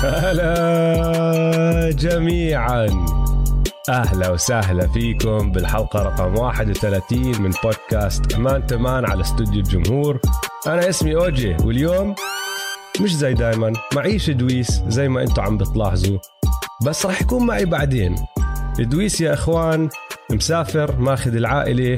هلا جميعا، أهلا وسهلا فيكم بالحلقة رقم 31 من بودكاست أمان تمان على استوديو الجمهور. أنا اسمي أوجي، واليوم مش زي دايما معيش دويس زي ما أنتوا عم بتلاحظوا، بس رح يكون معي بعدين. دويس يا إخوان مسافر ماخذ العائلة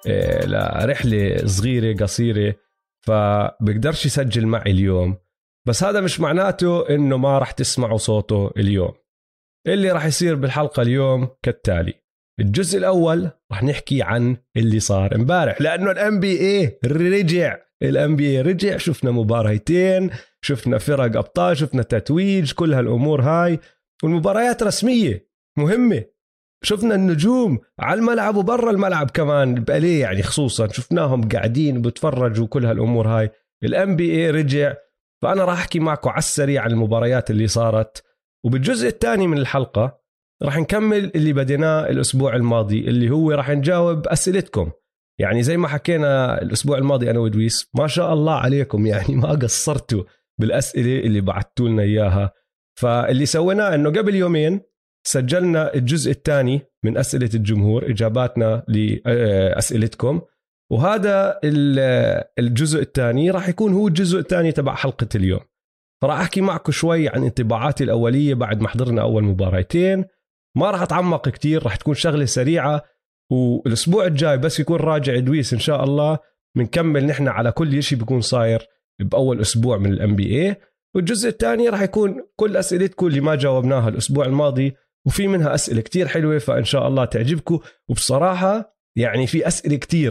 لرحلة صغيرة قصيرة، فبقدرش يسجل معي اليوم. بس هذا مش معناته إنه ما رح تسمعوا صوته اليوم. اللي رح يصير بالحلقة اليوم كالتالي: الجزء الأول رح نحكي عن اللي صار امبارح، لأنه NBA رجع. NBA رجع، شفنا مباراتين، شفنا فرق أبطال، شفنا تتويج، كل هالأمور هاي، والمباريات رسمية مهمة. شفنا النجوم على الملعب وبرا الملعب كمان بقليه، يعني خصوصا شفناهم قاعدين بتفرجوا كل هالأمور هاي. NBA رجع، فأنا راح أحكي معكم على السريع عن المباريات اللي صارت. وبالجزء الثاني من الحلقة راح نكمل اللي بديناه الأسبوع الماضي، اللي هو راح نجاوب أسئلتكم. يعني زي ما حكينا الأسبوع الماضي أنا ودويس، ما شاء الله عليكم، يعني ما قصرتوا بالأسئلة اللي بعتوا لنا إياها. فاللي سويناه أنه قبل يومين سجلنا الجزء الثاني من أسئلة الجمهور، إجاباتنا لأسئلتكم، وهذا الجزء الثاني راح يكون هو الجزء الثاني تبع حلقة اليوم. فراح أحكي معكم شوي عن انطباعاتي الأولية بعد ما حضرنا أول مباراتين. ما راح أتعمق كتير، راح تكون شغلة سريعة. والأسبوع الجاي بس يكون راجع دويس إن شاء الله، بنكمل نحن على كل شيء بيكون صاير بأول أسبوع من الNBA. والجزء الثاني راح يكون كل أسئلتكم اللي ما جاوبناها الأسبوع الماضي، وفي منها أسئلة كتير حلوة، فإن شاء الله تعجبكم. وبصراحة يعني في أسئلة كتير،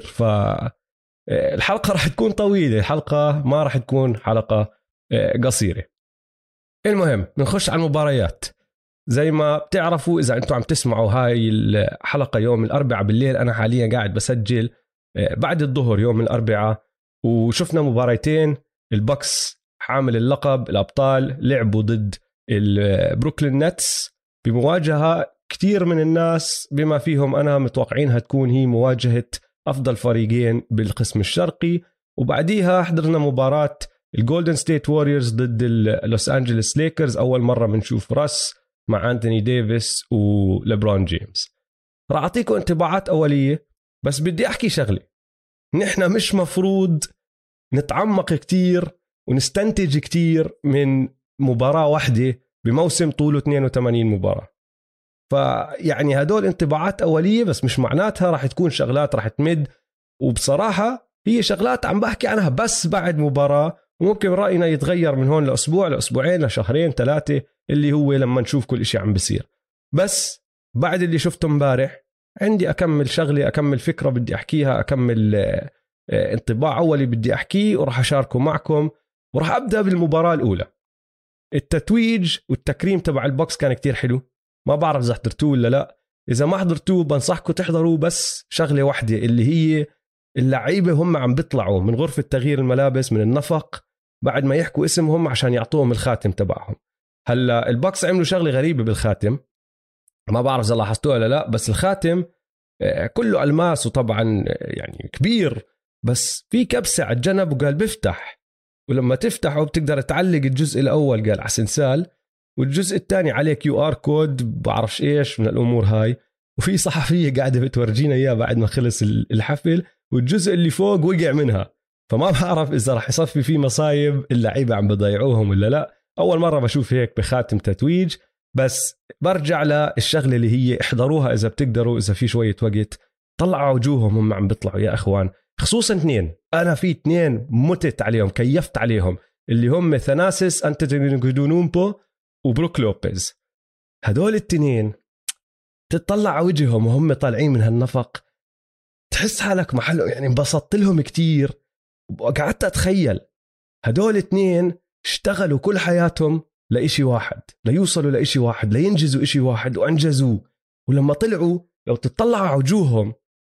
فالحلقة راح تكون طويلة، الحلقة ما راح تكون حلقة قصيرة. المهم نخش على المباريات. زي ما بتعرفوا إذا أنتم عم تسمعوا هاي الحلقة يوم الأربعاء بالليل، أنا حاليا قاعد بسجل بعد الظهر يوم الأربعاء، وشفنا مباراتين. البوكس حامل اللقب الأبطال لعبوا ضد البروكلين نتس بمواجهة كتير من الناس بما فيهم أنا متوقعينها تكون هي مواجهة أفضل فريقين بالقسم الشرقي. وبعديها حضرنا مباراة الجولدن ستيت ووريرز ضد اللوس أنجلس ليكرز. أول مرة بنشوف راس مع أنتوني ديفيس وليبرون جيمس. راح أعطيكم انطباعات أولية، بس بدي أحكي شغلة: نحن مش مفروض نتعمق كتير ونستنتج كتير من مباراة واحدة بموسم طوله 82 مباراة. فيعني هدول انطباعات أولية، بس مش معناتها راح تكون شغلات راح تمد. وبصراحة هي شغلات عم بحكي عنها بس بعد مباراة، وممكن رأينا يتغير من هون لأسبوع لأسبوعين لشهرين ثلاثة، اللي هو لما نشوف كل إشي عم بيصير. بس بعد اللي شفته مبارح عندي أكمل شغلة، أكمل فكرة بدي أحكيها، أكمل انطباع أولي بدي أحكيه وراح أشاركه معكم. وراح أبدأ بالمباراة الأولى. التتويج والتكريم تبع البوكس كان كتير حلو، ما بعرف إذا حضرتوه ولا لا. إذا ما حضرتوه بنصحكم تحضروا، بس شغلة واحدة اللي هي اللعيبة هم عم بيطلعوا من غرفة تغيير الملابس من النفق بعد ما يحكوا اسمهم عشان يعطوهم الخاتم تبعهم. هلا البوكس عملوا شغلة غريبة بالخاتم، ما بعرف إذا لاحظتوها ولا لا، بس الخاتم كله ألماس وطبعا يعني كبير، بس في كبسة على الجنب وقال بفتح، ولما تفتحه بتقدر تعلق الجزء الأول قال على سنسال، والجزء الثاني عليه QR كود بعرفش إيش من الأمور هاي. وفي صحفية قاعدة بتورجينا إياه بعد ما خلص الحفل، والجزء اللي فوق وقع منها. فما بعرف إذا رح يصفي فيه مصايب اللعيبة عم بضيعوهم ولا لا. أول مرة بشوف هيك بخاتم تتويج. بس برجع للشغلة اللي هي احضروها إذا بتقدروا، إذا في شوية وقت طلعوا وجوههم هم عم بيطلعوا يا أخوان. خصوصا اثنين، أنا في اثنين متت عليهم، كيفت عليهم، اللي هم ثاناسيس أنتetokounمبو وبروك لوبيز. هدول التنين تطلع على وجههم وهم طالعين من هالنفق، تحس حالك محله، يعني انبسطت لهم كتير. وقعدت أتخيل هدول اتنين اشتغلوا كل حياتهم لإشي واحد، ليوصلوا لإشي واحد، لينجزوا إشي واحد، وأنجزوه. ولما طلعوا لو تطلع على وجوههم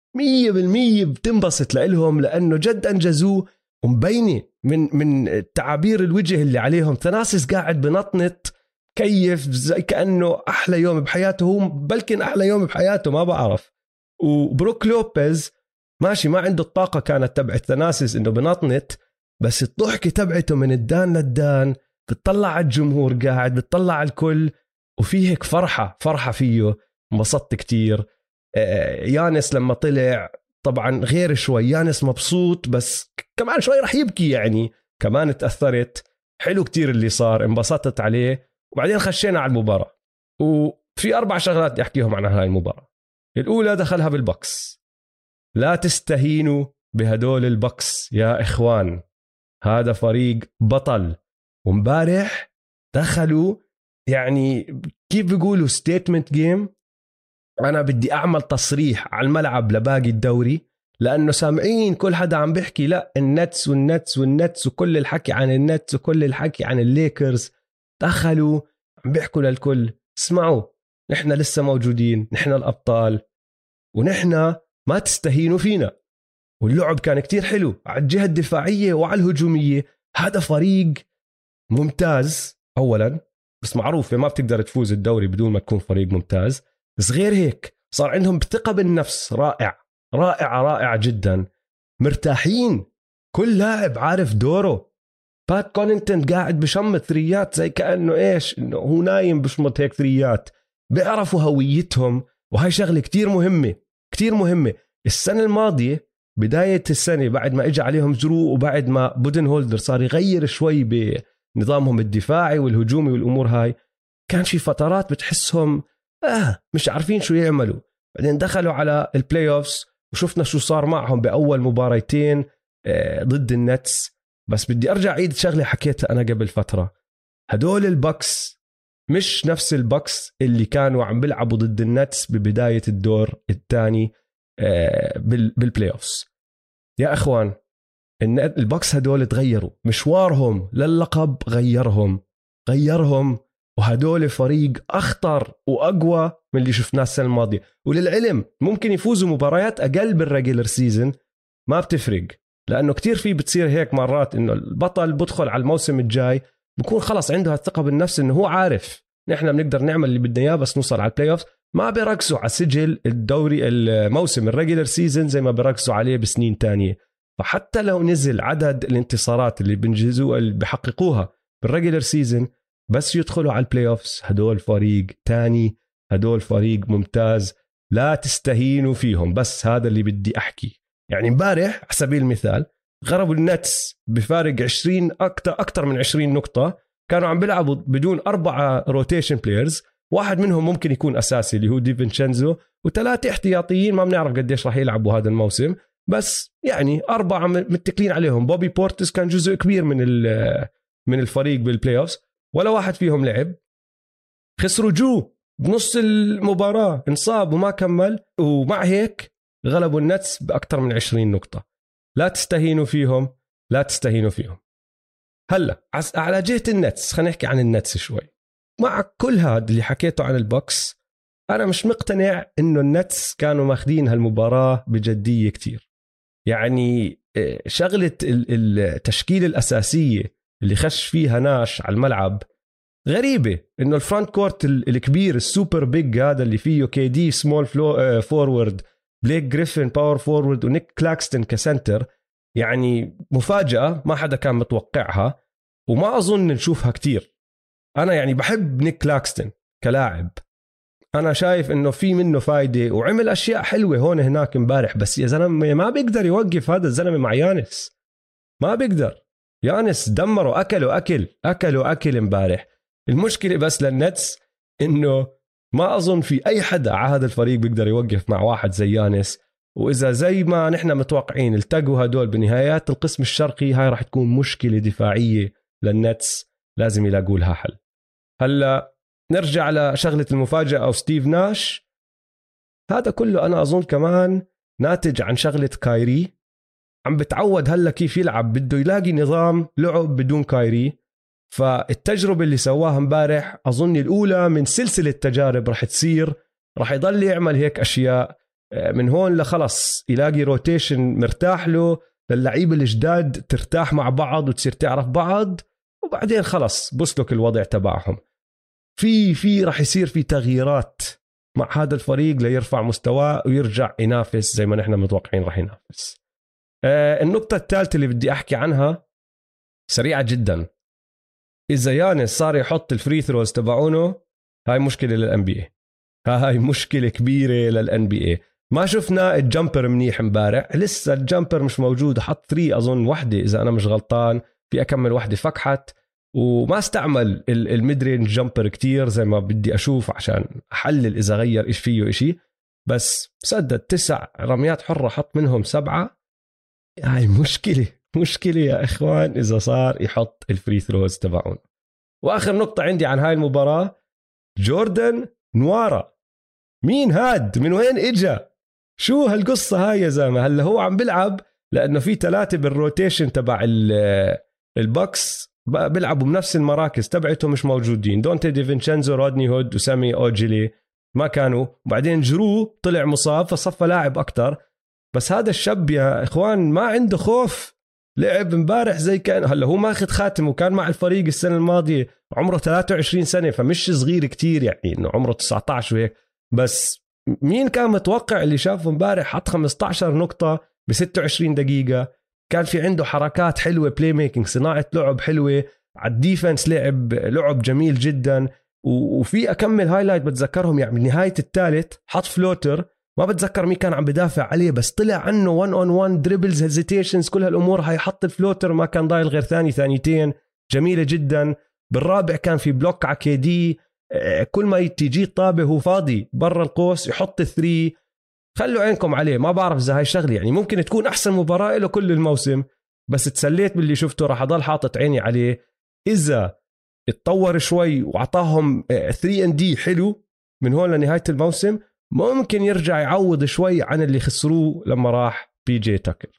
100% بتنبسط لإلهم، لأنه جد أنجزوه. ومبينة من تعابير الوجه اللي عليهم. ثناسيس قاعد بنطنط كيف زي كأنه أحلى يوم بحياته، هو بلكن أحلى يوم بحياته ما بعرف. وبروك لوبيز ماشي ما عنده الطاقة كانت تبع ثناسيس إنه بنطنط، بس الضحكة تبعته من الدان للدان بتطلع على الجمهور قاعد، بتطلع على الكل، وفي هيك فرحة فيه. انبسطت كتير. يانس لما طلع طبعا غير شوي، يانس مبسوط بس كمان شوي رح يبكي، يعني كمان تأثرت. حلو كتير اللي صار، انبسطت عليه. وبعدين خشينا على المباراة، وفي 4 شغلات بدي أحكيهم عن هاي المباراة. الأولى دخلها بالبكس. لا تستهينوا بهدول البكس يا إخوان، هذا فريق بطل. ومبارح دخلوا يعني كيف بيقولوا ستيتمنت جيم. أنا بدي أعمل تصريح على الملعب لباقي الدوري، لأنه سامعين كل حدا عم بيحكي لا النتس والنتس والنتس وكل الحكي عن النتس وكل الحكي عن الليكرز. دخلوا عم بيحكوا للكل اسمعوا، نحن لسه موجودين، نحن الأبطال، ونحن ما تستهينوا فينا. واللعب كان كتير حلو على الجهة الدفاعية وعلى الهجومية. هذا فريق ممتاز أولا، بس معروفة ما بتقدر تفوز الدوري بدون ما تكون فريق ممتاز. بس غير هيك صار عندهم ثقة بالنفس رائع جدا. مرتاحين، كل لاعب عارف دوره. بات كونينغتون قاعد بشمط ثريات زي كأنه إيش، إنه هو نايم بشمط هيك ثريات. بيعرفوا هويتهم، وهاي شغلة كتير مهمة. السنة الماضية بداية السنة بعد ما اجى عليهم جرو، وبعد ما بودن هولدر صار يغير شوي بنظامهم الدفاعي والهجومي والأمور هاي، كان في فترات بتحسهم مش عارفين شو يعملوا. بعدين دخلوا على البلاي أوفس وشفنا شو صار معهم بأول مباراتين ضد النتس. بس بدي أرجع عيد شغلة حكيتها أنا قبل فترة. هدول البكس مش نفس البكس اللي كانوا عم بيلعبوا ضد النتس ببداية الدور الثاني بالبلاي أوفس. يا أخوان البكس هدول تغيروا، مشوارهم للقب غيرهم، وهدول فريق أخطر وأقوى من اللي شفناه السنة الماضية. وللعلم ممكن يفوزوا مباريات أقل بالريجولر سيزن، ما بتفرق، لأنه كتير فيه بتصير هيك مرات إنه البطل بدخل على الموسم الجاي بكون خلص عنده الثقة بالنفس إنه هو عارف نحن بنقدر نعمل اللي بدنا إياه بس نوصل على البلاي أوف. ما بيركزوا على سجل الدوري الموسم الريجولر سيزن زي ما بيركزوا عليه بسنين تانية. فحتى لو نزل عدد الانتصارات اللي بنجزوها اللي بحققوها بالريجولر سيزن، بس يدخلوا على البلاي أوفس هدول فريق تاني، هدول فريق ممتاز. لا تستهينوا فيهم، بس هذا اللي بدي أحكي. يعني امبارح على سبيل المثال غربوا النتس بفارق 20 أكتر من 20 نقطة. كانوا عم بيلعبوا بدون 4 روتيشن بلايرز، واحد منهم ممكن يكون أساسي اللي هو ديفينشينزو، و3 احتياطيين ما بنعرف قديش راح يلعبوا هذا الموسم، بس يعني 4 متكلين عليهم. بوبي بورتس كان جزء كبير من الفريق بالبلاي أوفس، ولا واحد فيهم لعب. خسروا بنص المباراة، انصاب وما كمل، ومع هيك غلبوا النتس بأكتر من 20 نقطة. لا تستهينوا فيهم. هلا على جهة النتس، خلينا نحكي عن النتس شوي. مع كل هذا اللي حكيته عن البوكس، أنا مش مقتنع إنه النتس كانوا ماخدين هالمباراة بجدية كتير. يعني شغلة التشكيل الأساسية اللي خش فيها ناش على الملعب غريبة، إنه الفرونت كورت الكبير السوبر بيج هذا اللي فيه كي دي سمول فورورد، بليك جريفن باور فورورد، ونيك كلاكستن كسنتر. يعني مفاجأة ما حدا كان متوقعها، وما أظن نشوفها كتير. أنا يعني بحب نيك كلاكستن كلاعب، أنا شايف إنه في منه فايدة وعمل أشياء حلوة هون هناك امبارح. بس يا زلمة ما بيقدر يوقف هذا الزلمة مع يانس، ما بيقدر. يانس دمره، أكلوا أكل امبارح. المشكلة بس للنتس إنه ما أظن في أي حدا على هذا الفريق بيقدر يوقف مع واحد زي يانس. وإذا زي ما نحن متوقعين التقوا هدول بنهايات القسم الشرقي، هاي راح تكون مشكلة دفاعية للنتس، لازم يلاقوا لها حل. هلا نرجع لشغلة المفاجأة أو ستيف ناش. هذا كله أنا أظن كمان ناتج عن شغلة كايري. عم بتعود هلا كيف يلعب، بده يلاقي نظام لعب بدون كايري. فالتجربة اللي سواها امبارح أظن الأولى من سلسلة تجارب رح تصير، رح يضل يعمل هيك أشياء من هون لخلص يلاقي روتيشن مرتاح له، للعيبة الجداد ترتاح مع بعض وتصير تعرف بعض، وبعدين خلص بسلك الوضع تبعهم. في رح يصير في تغييرات مع هذا الفريق ليرفع مستواه ويرجع ينافس زي ما نحن متوقعين رح ينافس. النقطة الثالثة اللي بدي أحكي عنها سريعة جدا، إذا يانس صار يحط الفري ثروز تبعونه، هاي مشكلة للNBA، هاي مشكلة كبيرة للNBA. ما شفنا الجمبر منيح امبارح، لسه الجمبر مش موجود. حط 3 أظن واحدة إذا أنا مش غلطان، في أكمل واحدة فكحت، وما استعمل الميدرينج جمبر كتير زي ما بدي أشوف عشان أحلل إذا غير إيش فيه إشي. بس سدد 9 رميات حرة، حط منهم 7. هاي مشكلة يا إخوان إذا صار يحط الفري ثروز تبعون. وآخر نقطة عندي عن هاي المباراة، جوردن نوارا. مين هاد؟ من وين إجا؟ شو هالقصة هاي يا زلمة؟ هلا هو عم بلعب لأنه في 3 بالروتيشن تبع البوكس بيلعبوا بنفس المراكز تبعتهم مش موجودين. دونتي ديفينشينزو، رودني هود، وسامي أوجيلي ما كانوا. وبعدين جرو طلع مصاب فصفى لاعب أكتر. بس هذا الشاب يا إخوان ما عنده خوف، لعب امبارح زي كان. هلا هو ماخذ خاتم وكان مع الفريق السنة الماضية، عمره 23 سنة فمش صغير كتير، يعني إنه عمره 19 وهيك. بس مين كان متوقع اللي شافه امبارح؟ حط 15 نقطة ب 26 دقيقة. كان في عنده حركات حلوة، بلاي ميكينج، صناعة لعب حلوة، على الديفنس لعب جميل جدا. وفي أكمل هايلايت بتذكرهم، يعني نهاية الثالث حط فلوتر، ما بتذكر مين كان عم بدافع عليه بس طلع عنه 1 on 1 دريبلز، هيزيتيشنز، كل هالأمور هاي. حط الفلوتر ما كان ضايل غير ثانيتين جميلة جدا. بالرابع كان في بلوك على KD، كل ما تيجي الطابة هو فاضي برا القوس يحط 3. خلوا عينكم عليه، ما بعرف إذا هاي شغلة يعني ممكن تكون أحسن مباراة له كل الموسم، بس تسليت باللي شفته، راح أضل حاطط عيني عليه. إذا اتطور شوي وعطاهم 3&D حلو من هون لنهاية الموسم، ممكن يرجع يعوض شوي عن اللي خسروه لما راح PJ تاكر.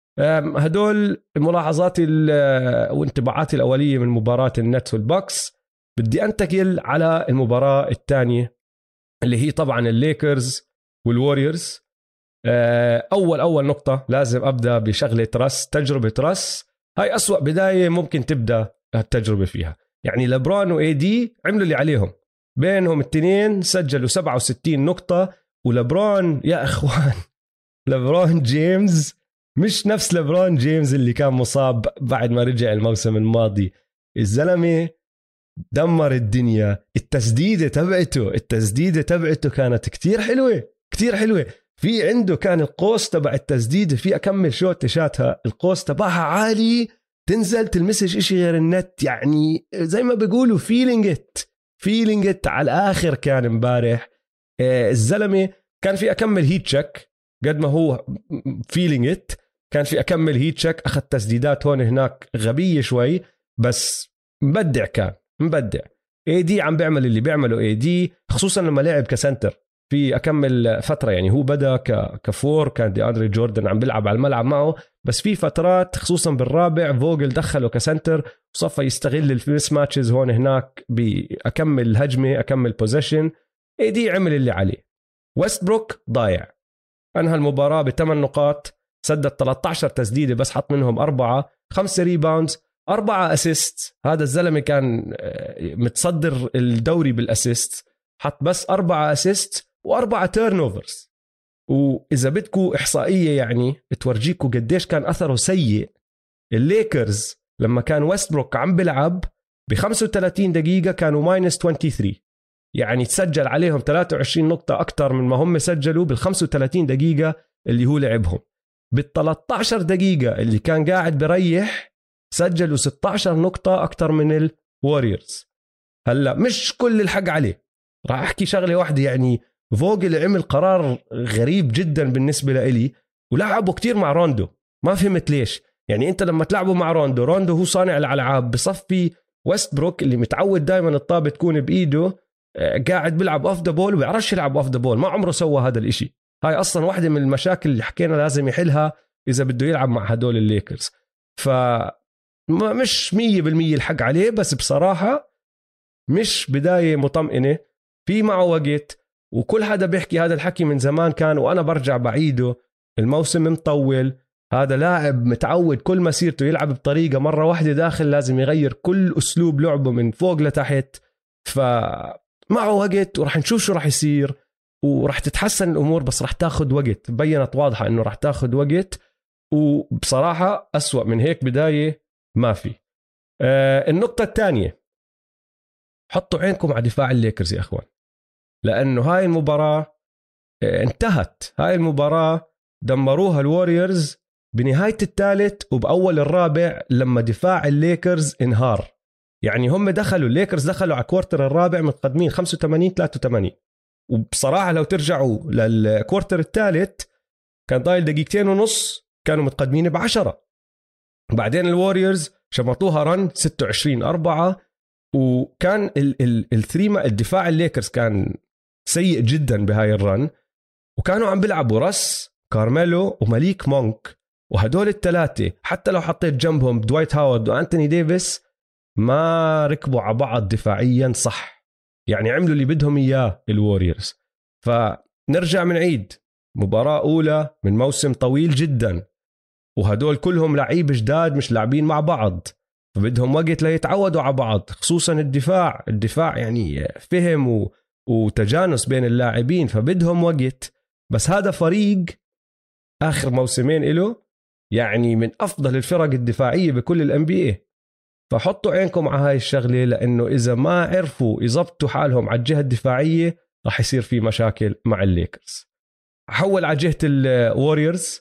هدول ملاحظاتي وانطباعاتي الأولية من مباراة النتس والبوكس. بدي أنتقل على المباراة الثانية اللي هي طبعا الليكرز والواريورز. أول نقطة لازم أبدأ بشغلة راس، تجربة راس. هاي أسوأ بداية ممكن تبدأ التجربة فيها. يعني لبران وAD عملوا اللي عليهم، بينهم التنين سجلوا 67 نقطة. ولبران يا إخوان لبران جيمس مش نفس لبران جيمس اللي كان مصاب بعد ما رجع الموسم الماضي. الزلمة دمر الدنيا. التسديدة تبعته كانت كتير حلوة. في عنده كان القوس تبع التسديدة، في أكمل شوت شاتها القوس تبعها عالي، تنزل تلمسش إشي غير النت. يعني زي ما بيقولوا feeling it على الآخر. كان امبارح الزلمة كان في أكمل هيت تشيك، قد ما هو feeling it كان في أكمل هيت تشيك. أخذ تسديدات هون هناك غبية شوي، بس مبدع. AD عم بيعمل اللي بيعمله AD، خصوصا لما لعب كسنتر في أكمل فترة. يعني هو بدأ كفور، كان دي أندري جوردن عم بيلعب على الملعب معه، بس في فترات خصوصا بالرابع فوغل دخله كسنتر وصفى يستغل الميس ماتشز هون هناك بأكمل هجمة، أكمل بوزيشن. AD عمل اللي عليه. ويستبروك ضايع، أنهى المباراة ب8 نقاط، سدد 13 تسديدة بس حط منهم 4، 5 ريباوندز، 4 أسيست. هذا الزلمة كان متصدر الدوري بالأسيست، حط بس 4 أسيست و4 تيرنوفرز. وإذا بدكوا إحصائية يعني تورجيكوا قديش كان أثره سيء، الليكرز لما كان ويستبروك عم بلعب ب35 دقيقة كانوا -23، يعني تسجل عليهم 23 نقطة أكتر من ما هم سجلوا بال35 دقيقة اللي هو لعبهم. بال13 دقيقة اللي كان قاعد بريح سجلوا 16 نقطة أكتر من الواريورز. هلأ مش كل الحق عليه، راح أحكي شغلة واحدة. يعني فوغل عمل قرار غريب جدا بالنسبة لإلي، ولعبوا كتير مع روندو، ما فهمت ليش. يعني أنت لما تلعبوا مع روندو هو صانع الألعاب، بصفي ويستبروك اللي متعود دايما الطابة تكون بإيده، قاعد بيلعب أوف ذا بول وبيعرفش يلعب أوف ذا بول، ما عمره سوى هذا الإشي. هاي أصلا واحدة من المشاكل اللي حكينا لازم يحلها إذا بده يلعب مع هدول الليكرز. مش 100% الحق عليه، بس بصراحة مش بداية مطمئنة. في معه وقت، وكل حدا بيحكي هذا الحكي من زمان كان، وأنا برجع بعيده. الموسم مطول، هذا لاعب متعود كل مسيرته يلعب بطريقة، مرة واحدة داخل لازم يغير كل أسلوب لعبه من فوق لتحت. فمعه وقت ورح نشوف شو رح يصير، ورح تتحسن الأمور، بس رح تاخد وقت. بينت واضحة إنه رح تاخد وقت، وبصراحة أسوأ من هيك بداية ما في. النقطة الثانية، حطوا عينكم على دفاع الليكرز يا أخوان، لأنه هاي المباراة انتهت. هاي المباراة دمروها الواريورز بنهاية الثالث وبأول الرابع لما دفاع الليكرز انهار. يعني هم الليكرز دخلوا على كوارتر الرابع متقدمين 85-83، وبصراحة لو ترجعوا للكوارتر الثالث كان ضايل دقيقتين ونص، كانوا متقدمين ب10. بعدين الواريورز شمطوها رن 26-4، وكان الدفاع الليكرز كان سيء جدا بهاي الرن، وكانوا عم بيلعبوا رس كارميلو وماليك مونك، وهدول الثلاثة حتى لو حطيت جنبهم دوايت هاورد وأنتوني ديفيس ما ركبوا على بعض دفاعيا صح. يعني عملوا اللي بدهم إياه الواريورز. فنرجع من عيد مباراة أولى من موسم طويل جدا، وهدول كلهم لعيب جداد مش لاعبين مع بعض، فبدهم وقت ليتعودوا على بعض، خصوصا الدفاع يعني فهم وتجانس بين اللاعبين، فبدهم وقت. بس هذا فريق آخر موسمين له يعني من أفضل الفرق الدفاعية بكل الNBA. فحطوا عينكم على هاي الشغلة، لأنه إذا ما عرفوا يضبطوا حالهم على الجهة الدفاعية راح يصير في مشاكل مع الليكرز. أحول على جهة الواريورز.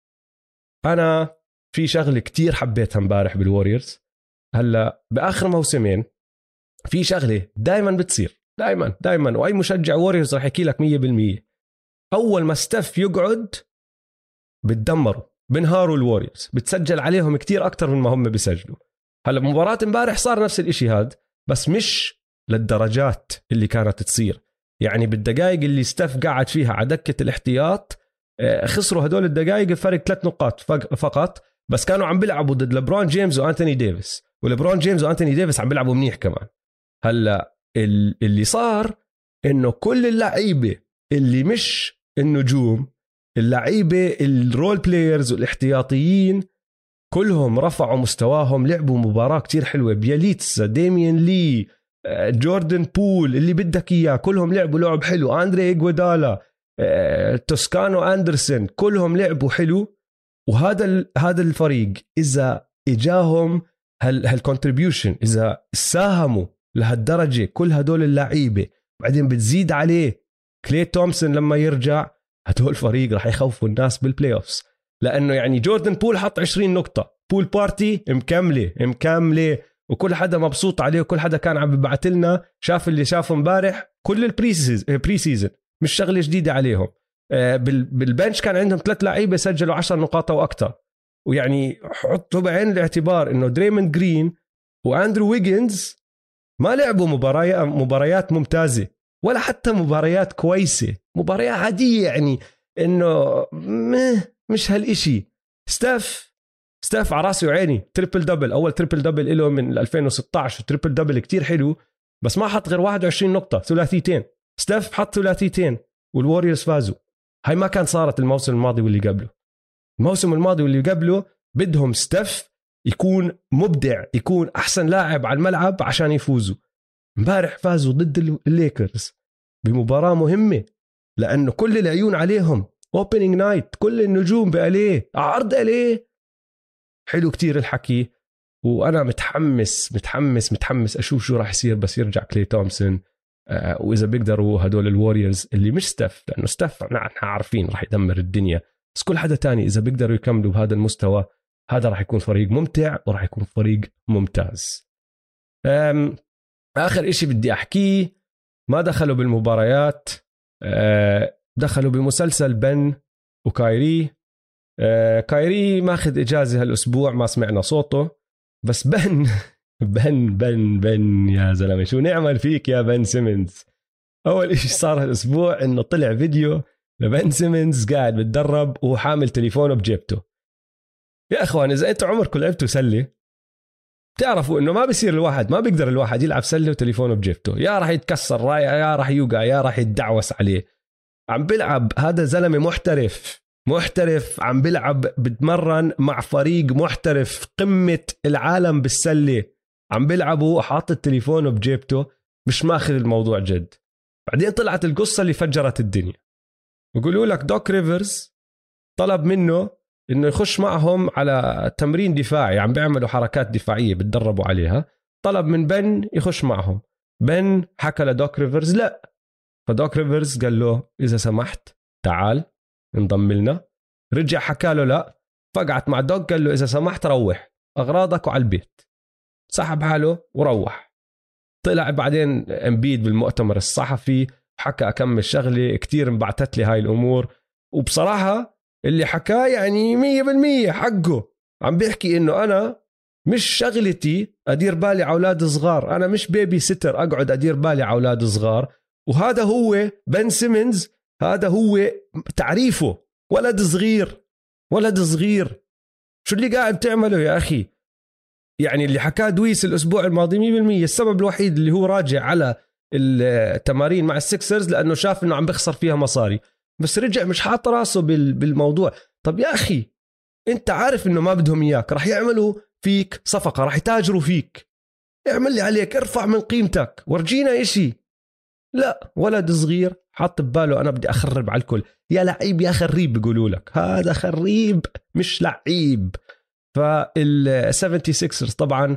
أنا في شغلة كتير حبيتها مبارح بالواريورز. هلأ بآخر موسمين في شغلة دايما بتصير، دايما وأي مشجع واريورز راح يحكي لك 100%. أول ما ستيف يقعد بتدمروا، بنهاروا الواريورز، بتسجل عليهم كتير أكتر من ما هم بيسجلوا. هلا مباراة امبارح صار نفس الاشي هاد، بس مش للدرجات اللي كانت تصير. يعني بالدقائق اللي ستيف قاعد فيها على دكة الاحتياط خسروا هدول الدقائق بفرق 3 نقاط فقط، بس كانوا عم بيلعبوا ضد لبرون جيمس وأنتوني ديفيس، ولبرون جيمس وأنتوني ديفيس عم بيلعبوا منيح كمان. هلا اللي صار انه كل اللعيبة اللي مش النجوم، اللعيبة الرول بلايرز والاحتياطيين كلهم رفعوا مستواهم، لعبوا مباراة كتير حلوة. بياليتسا، ديميان لي، جوردن بول، اللي بدك إياه كلهم لعبوا لعب حلو. أندري إيغوادالا، توسكانو أندرسون، كلهم لعبوا حلو. هذا الفريق إذا إجاهم هالكونتريبيوشن، إذا ساهموا لهالدرجة كل هدول اللعيبة، بعدين بتزيد عليه كلي تومسون لما يرجع، هدول الفريق رح يخوفوا الناس بالبلاي أوفس. لأنه يعني جوردن بول حط 20 نقطة، بول بارتي مكملة وكل حدا مبسوط عليه، وكل حدا كان عم ببعت لنا شاف اللي شافه مبارح. كل البري سيزن مش شغلة جديدة عليهم. بالبنش كان عندهم 3 لعيبة سجلوا 10 نقاط وأكتر. ويعني حطوا بعين الاعتبار إنه دريموند جرين وأندرو ويجنز ما لعبوا مباريات ممتازة، ولا حتى مباريات كويسة، مباريات عادية. يعني إنه مش هالإشي. ستاف على راسي وعيني، تريبل دبل، أول تريبل دبل له من 2016، وتريبل دبل كتير حلو، بس ما حط غير 21 نقطة، ثلاثيتين. ستاف حط ثلاثيتين والواريورز فازوا. هاي ما كان صارت الموسم الماضي واللي قبله. الموسم الماضي واللي قبله بدهم ستاف يكون مبدع، يكون أحسن لاعب على الملعب عشان يفوزوا. امبارح فازوا ضد الليكرز بمباراة مهمة، لأنه كل العيون عليهم، اوبننج نايت، كل النجوم بأليه، عرض أليه. حلو كتير الحكي، وأنا متحمس أشوف شو راح يصير بس يرجع كلي تومسون. وإذا بيقدروا هدول الواريورز اللي مش ستاف، لأنه ستاف نحن عارفين راح يدمر الدنيا، بس كل حدا تاني إذا بيقدروا يكملوا بهذا المستوى، هذا راح يكون فريق ممتع وراح يكون فريق ممتاز. آخر إشي بدي أحكيه، ما دخلوا بالمباريات، دخلوا بمسلسل بن وكايري. كايري ماخذ إجازة هالأسبوع، ما سمعنا صوته، بس بن يا زلمة شو نعمل فيك يا بن سيمنز. أول إشي صار هالأسبوع إنه طلع فيديو لبن سيمنز قاعد بتدرب وحامل تليفونه بجيبته. يا أخوان إذا أنتوا عمركم لعبتوا سلة تعرفوا إنه ما بيقدر الواحد يلعب سلة وتليفونه بجيبته، يا راح يتكسر، يا راح يوقع، يا راح يتدعوس عليه. عم بلعب هذا زلمة محترف عم بلعب، بتمرن مع فريق محترف قمة العالم بالسلة، عم بلعبوا حاطط تليفونه بجيبته، مش ماخذ الموضوع جد. بعدين طلعت القصة اللي فجرت الدنيا، يقولوا لك دوك ريفرز طلب منه إنه يخش معهم على تمرين دفاعي، عم بيعملوا حركات دفاعية بتدربوا عليها. طلب من بن يخش معهم. بن حكى لدوك ريفرز لا، فدوك ريفرز قال له إذا سمحت تعال انضم لنا. رجع حكى له لا، فقعت مع دوك قال له إذا سمحت روح أغراضك وعلى البيت. سحب حاله وروح. طلع بعدين امبيد بالمؤتمر الصحفي حكى أكمل شغلة كتير انبعتت لي هاي الأمور، وبصراحة اللي حكاه يعني 100% حقه. عم بيحكي إنه أنا مش شغلتي أدير بالي على أولاد صغار، أنا مش بيبي ستر أقعد أدير بالي على أولاد صغار. وهذا هو بن سيمنز، هذا هو تعريفه، ولد صغير، ولد صغير. شو اللي قاعد تعمله يا أخي؟ يعني اللي حكاه دويس الأسبوع الماضي 100% السبب الوحيد اللي هو راجع على التمارين مع السكسرز لأنه شاف إنه عم بخسر فيها مصاري، بس رجع مش حاط راسه بالموضوع. طب يا أخي أنت عارف إنه ما بدهم إياك، رح يعملوا فيك صفقة، رح يتاجروا فيك، اعمل لي عليك، ارفع من قيمتك، ورجينا إشي. لا، ولد صغير حاط بباله أنا بدي أخرب على الكل. يا لعيب يا خريب، بيقولوا لك هذا خريب مش لعيب. فال76ers طبعا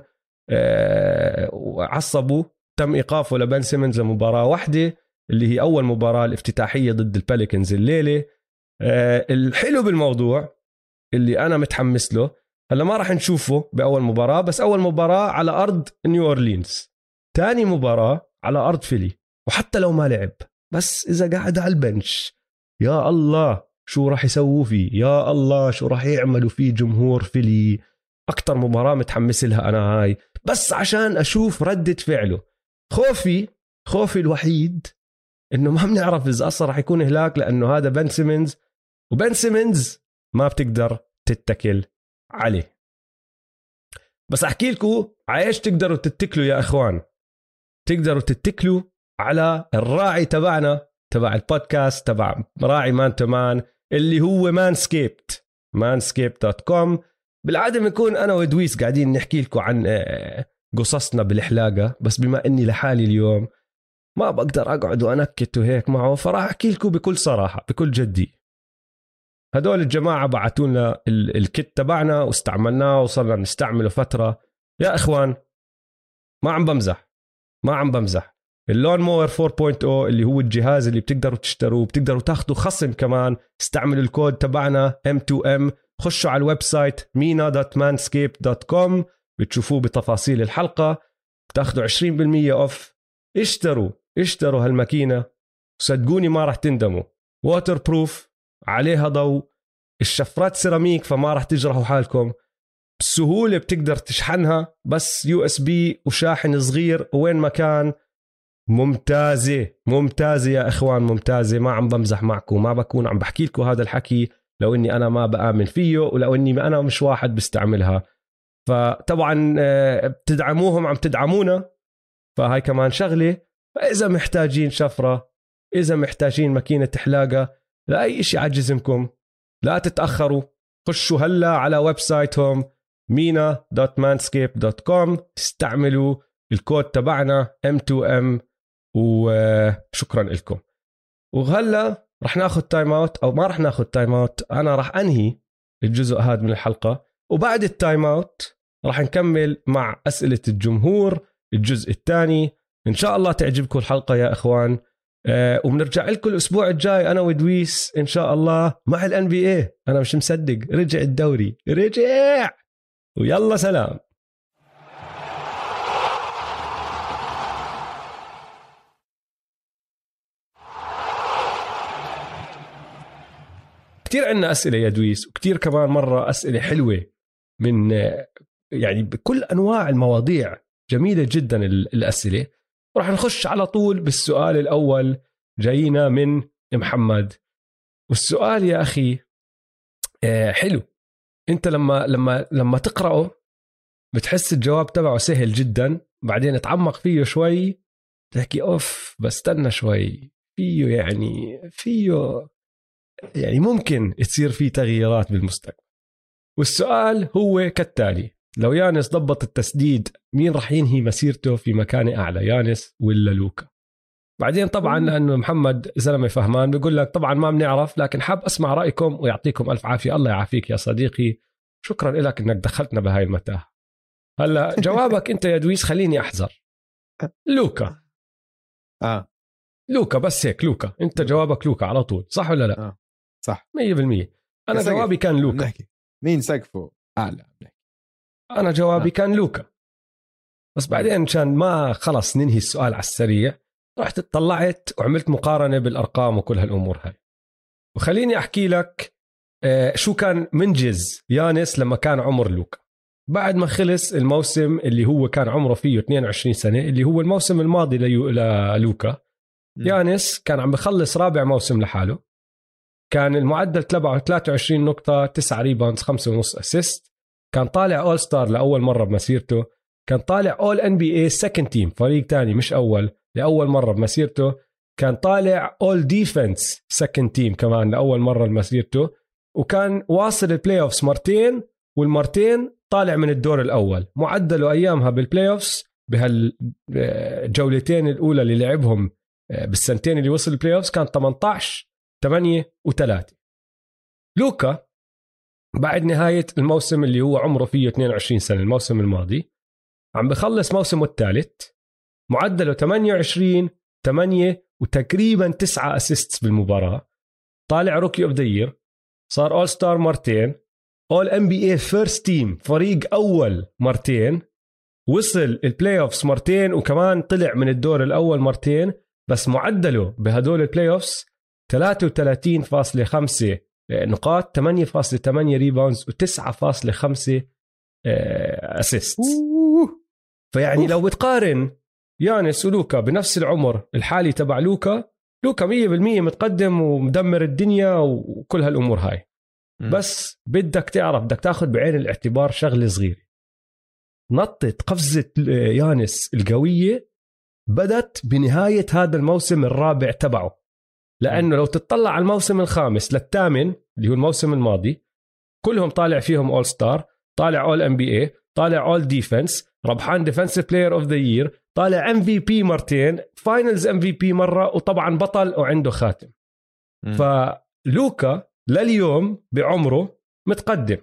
عصبوا، تم إيقافه لبن سيمنز لمباراة واحدة اللي هي أول مباراة الافتتاحية ضد الباليكنز الليلة. الحلو بالموضوع اللي أنا متحمس له، هلا ما راح نشوفه بأول مباراة، بس أول مباراة على أرض نيو أورلينز، تاني مباراة على أرض فيلي. وحتى لو ما لعب، بس إذا قاعد على البنش، يا الله شو راح يسووا فيه، يا الله شو راح يعملوا فيه جمهور فيلي. أكتر مباراة متحمس لها أنا هاي، بس عشان أشوف ردة فعله. خوفي الوحيد إنه ما بنعرف إذا أصلا راح يكون هلاك، لأنه هذا بن سيمنز، وبن سيمنز ما بتقدر تتكل عليه. بس أحكي لكم عايش تقدروا تتكلوا يا أخوان. تقدروا تتكلوا على الراعي تبعنا، تبع البودكاست، تبع راعي مان تمان، اللي هو manscaped.com. بالعادة بنكون أنا ودويس قاعدين نحكي لكم عن قصصنا بالحلاقة، بس بما أني لحالي اليوم ما بقدر أقعد وأنكت وهيك معه، فراح أحكي لكم بكل صراحة بكل جدي. هدول الجماعة بعتوا لنا الكت تبعنا واستعملناه وصلنا نستعمله فترة. يا إخوان ما عم بمزح. اللون موور 4.0 اللي هو الجهاز اللي بتقدروا تشتروه، بتقدروا تاخدوا خصم كمان. استعملوا الكود تبعنا M2M. خشوا على الويب سايت mina.manscaped.com، بتشوفوه بتفاصيل الحلقة، بتاخدوا 20% اوف. اشتروا هالماكينة، صدقوني ما راح تندموا. ووتر بروف، عليها ضوء، الشفرات سيراميك فما راح تجرحوا حالكم. بسهولة بتقدر تشحنها، بس USB وشاحن صغير وين ما كان. ممتازة يا إخوان، ممتازة. ما عم بمزح معكم، ما بكون عم بحكي لكم هذا الحكي لو إني أنا ما بآمن فيه، ولو إني أنا مش واحد بستعملها. فطبعا بتدعموهم، عم تدعمونا، فهاي كمان شغلة. فإذا محتاجين شفرة، إذا محتاجين ماكينة حلاقة، لا أي إشي عجزمكم، لا تتأخروا. خشوا هلا على ويب سايتهم mina.manscaped.com، استعملوا الكود تبعنا M2M، وشكرا لكم. وهلا رح ناخذ تايم اوت، او ما رح ناخذ تايم اوت، انا رح انهي الجزء هذا من الحلقة، وبعد التايم اوت رح نكمل مع أسئلة الجمهور الجزء الثاني. ان شاء الله تعجبكم الحلقة يا اخوان. وبنرجع لكم الاسبوع الجاي انا ودويس ان شاء الله مع الNBA. انا مش مصدق رجع الدوري، رجع. ويلا سلام. كتير عنا أسئلة يا دويس، وكتير كمان مرة أسئلة حلوة من يعني بكل أنواع المواضيع. جميلة جدا الأسئلة. ورح نخش على طول بالسؤال الأول، جاينا من محمد. والسؤال يا أخي حلو. أنت لما تقرأه بتحس الجواب تبعه سهل جدا، بعدين تعمق فيه شوي تحكي أوف بستنى شوي، فيه يعني ممكن تصير فيه تغييرات بالمستقبل. والسؤال هو كالتالي: لو يانس ضبط التسديد، مين رح ينهي مسيرته في مكان أعلى، يانس ولا لوكا؟ بعدين طبعا لأنه محمد زلمة فهمان بيقول لك طبعا ما بنعرف، لكن حاب أسمع رأيكم ويعطيكم ألف عافية. الله يعافيك يا صديقي، شكرا لك إنك دخلتنا بهاي المتاهة. هلا جوابك أنت يا دويس خليني أحذر. لوكا. لوكا، بس هيك لوكا. أنت جوابك لوكا على طول، صح ولا لا؟ صح 100%. أنا جوابي كان لوكا. نحكي. مين سقفه أعلى؟ أنا جوابي كان لوكا، بس بعدين مشان ما خلص ننهي السؤال على السريع رحت اطلعت وعملت مقارنة بالأرقام وكل هالأمور هاي. وخليني أحكي لك شو كان منجز يانس لما كان عمر لوكا بعد ما خلص الموسم اللي هو كان عمره فيه 22 سنة، اللي هو الموسم الماضي للوكا. يانس كان عم بخلص رابع موسم لحاله، كان المعدل تبعه 23 نقطة، 9 ريباوندز، 5.5 أسيست. كان طالع أول ستار لأول مرة بمسيرته، كان طالع أول NBA سكند تيم، فريق تاني مش أول، لأول مرة بمسيرته. كان طالع أول ديفنس سكند تيم كمان لأول مرة بمسيرته، وكان واصل البلاي أوفس مرتين، والمرتين طالع من الدور الأول. معدله أيامها بالبلاي أوفس بهالجولتين الأولى اللي لعبهم بالسنتين اللي وصل البلاي أوفس كان 18 8 و3. لوكا بعد نهاية الموسم اللي هو عمره فيه 22 سنة، الموسم الماضي، عم بخلص موسمه الثالث، معدله 28 8 وتقريبا 9 أسيستس بالمباراة. طالع روكي اوف ذا يير، صار اول ستار مرتين، اول NBA فيرست تيم فريق اول مرتين، وصل البلاي اوفس مرتين، وكمان طلع من الدور الاول مرتين. بس معدله بهدول البلاي اوفس 33.5 نقاط، 8.8 ريباوندز، و9.5 اسيست. فيعني لو بتقارن يانس ولوكا بنفس العمر الحالي تبع لوكا 100% متقدم ومدمر الدنيا وكل هالأمور هاي. بس بدك تعرف، بدك تاخد بعين الاعتبار شغلة صغيرة. نطت قفزة يانس القوية بدت بنهاية هذا الموسم الرابع تبعه، لأنه لو تطلع على الموسم الخامس للثامن اللي هو الموسم الماضي كلهم طالع فيهم أول ستار، طالع أول NBA، طالع أول ديفنس، ربحان ديفنسيف بلاير اوف ذا يير، طالع MVP مرتين، فاينلز MVP مرة، وطبعا بطل وعنده خاتم. فلوكا لليوم بعمره متقدم.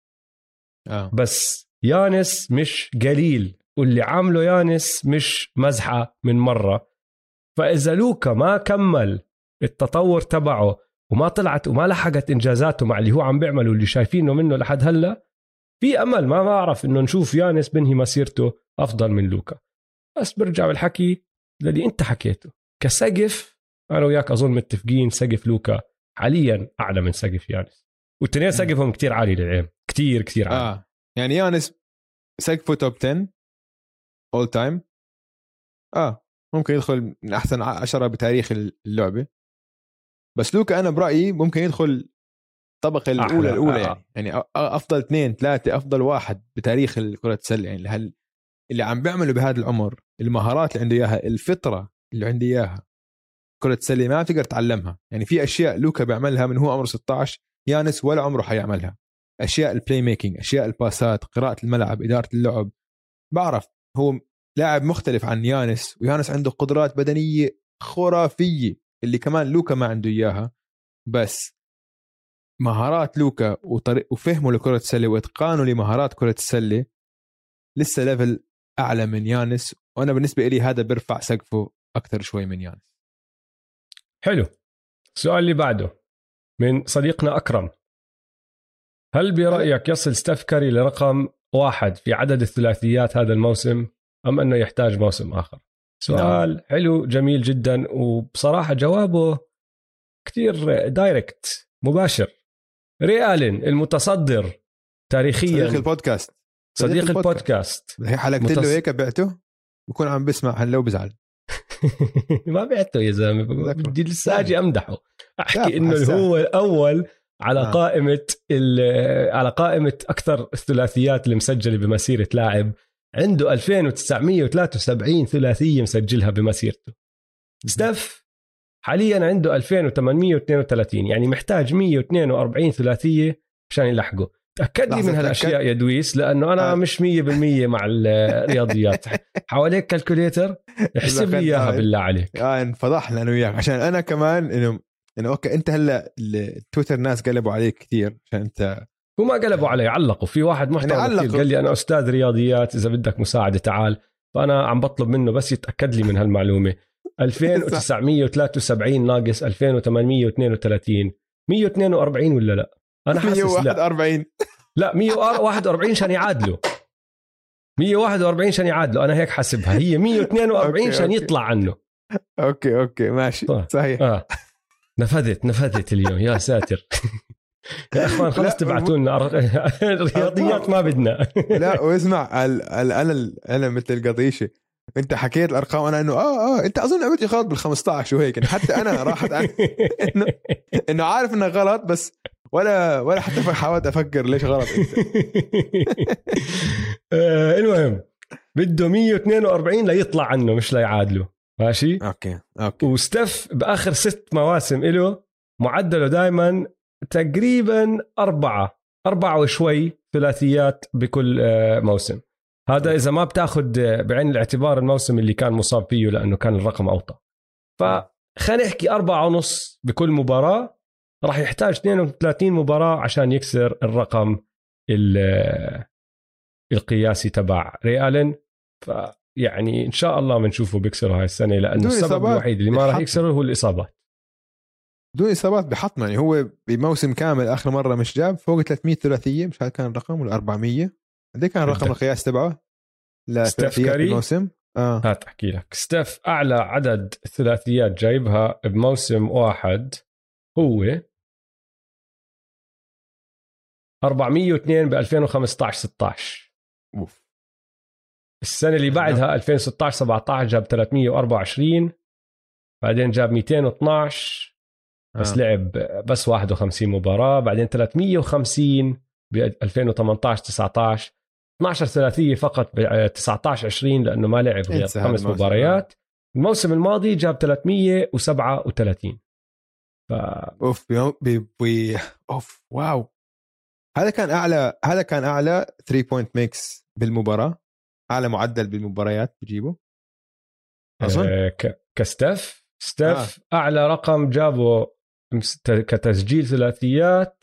بس يانس مش قليل، واللي عامله يانس مش مزحة من مرة. فإذا لوكا ما كمل التطور تبعه وما طلعت وما لحقت إنجازاته مع اللي هو عم بيعمله واللي شايفينه منه لحد هلأ، في أمل ما أعرف إنه نشوف يانس بنهي مسيرته أفضل من لوكا. بس برجع بالحكي للي أنت حكيته كسقف، أنا وياك أظن متفقين سقف لوكا حاليا أعلى من سقف يانس، والتنين سقفهم كتير عالي للعين، كتير عالي. يعني يانس سقفه توب 10 all time، ممكن يدخل من أحسن 10 بتاريخ اللعبة. بس لوكا أنا برأيي ممكن يدخل الطبقة الأولى يعني أفضل 2 3 أفضل 1 بتاريخ الكرة السلة. يعني اللي عم بيعمله بهذا العمر، المهارات اللي عنده إياها، الفطرة اللي عنده إياها، كرة السلة ما تقدر تعلمها. يعني في أشياء لوكا بيعملها من هو عمره 16 يانس ولا عمره حيعملها. أشياء البلاي ميكينج، أشياء الباسات، قراءة الملعب، إدارة اللعب. بعرف هو لاعب مختلف عن يانس، ويانس عنده قدرات بدنية خرافية اللي كمان لوكا ما عنده إياها. بس مهارات لوكا وفهمه لكرة السلة وإتقانه لمهارات كرة السلة لسه ليفل أعلى من يانس، وأنا بالنسبة إلي هذا بيرفع سقفه أكثر شوي من يانس. حلو. السؤال اللي بعده من صديقنا أكرم: هل برأيك يصل ستيف كاري لرقم 1 في عدد الثلاثيات هذا الموسم، أم أنه يحتاج موسم آخر؟ سؤال حلو جميل جدا، وبصراحة جوابه كتير دايركت مباشر. ري آلين المتصدر تاريخيا، صديق البودكاست هي حلقت له هيك بعته بكون عم بسمع لو بزعل. ما بعته يا زلمه، بدي لسه اجي امدحه، احكي انه هو الاول على قائمه اكثر الثلاثيات اللي مسجله بمسيره لاعب. عنده 2973 ثلاثيه مسجلها بمسيرته. ستيف حاليا عنده 2832، يعني محتاج 142 ثلاثيه عشان يلحقه. أكد لي من هالاشياء يا دويس، لانه انا مش 100% مع الرياضيات. حواليك كالكوليتر احسب لي اياها بالله عليك. انفضحنا انا وياك عشان انا كمان انه اوكي انت هلا التويتر ناس قلبوا عليك كثير عشان انت. وما قلبوا علي، علقوا. في واحد محترم كثير قال لي انا استاذ رياضيات، اذا بدك مساعده تعال. فانا عم بطلب منه بس يتاكد لي من هالمعلومه. 2973 ناقص 2832 142 ولا لا؟ انا حاسس 141. لا 141 عشان يعادلوا. 141 عشان يعادلوا، انا هيك حاسبها. هي 142 عشان يطلع عنه. اوكي ماشي صحيح. نفذت اليوم يا ساتر. يا اخوان خلص تبعتوا لنا الرياضيات ما بدنا. لا واسمع انا مثل القضيشه، انت حكيت الارقام انا انه انت اظن عملت غلط بال15 وهيك يعني. حتى انا راحت انه عارف انه غلط، بس ولا حتى حاولت افكر ليش غلط انت. المهم بده 142 ليطلع عنه مش ليعادله. ماشي اوكي. وستيف باخر 6 مواسم له معدله دائما تقريبا 4 وشوي ثلاثيات بكل موسم. هذا إذا ما بتاخد بعين الاعتبار الموسم اللي كان مصاب فيه لأنه كان الرقم أوطى. فخلينا نحكي 4.5 بكل مباراة. راح يحتاج 32 مباراة عشان يكسر الرقم القياسي تبع ريالين. فيعني إن شاء الله بنشوفه بيكسره هاي السنة، لأنه السبب الوحيد اللي ما راح يكسره هو الإصابات. دون إصابات بحطم يعني. هو بموسم كامل آخر مرة مش جاب فوق 300 ثلاثية، مش هذا كان الرقم ولا 400؟ ده كان رقم القياس تبعه لثلاثيات الموسم. هات أحكي لك. ستيف أعلى عدد ثلاثيات جايبها بموسم واحد هو 402 ب 2015-16. السنة اللي بعدها 2016-17 جاب 324، بعدين جاب 212 بس لعب بس 51 مباراة، بعدين 350 ب 2018-19 12 ثلاثية فقط ب 19-20 لأنه ما لعب غير 5 مباريات. الموسم الماضي جاب 337. اوف واو. هذا كان اعلى 3 بوينت ميكس بالمباراة، اعلى معدل بالمباريات بجيبه اظن. كستيف اعلى رقم جابه كتسجيل ثلاثيات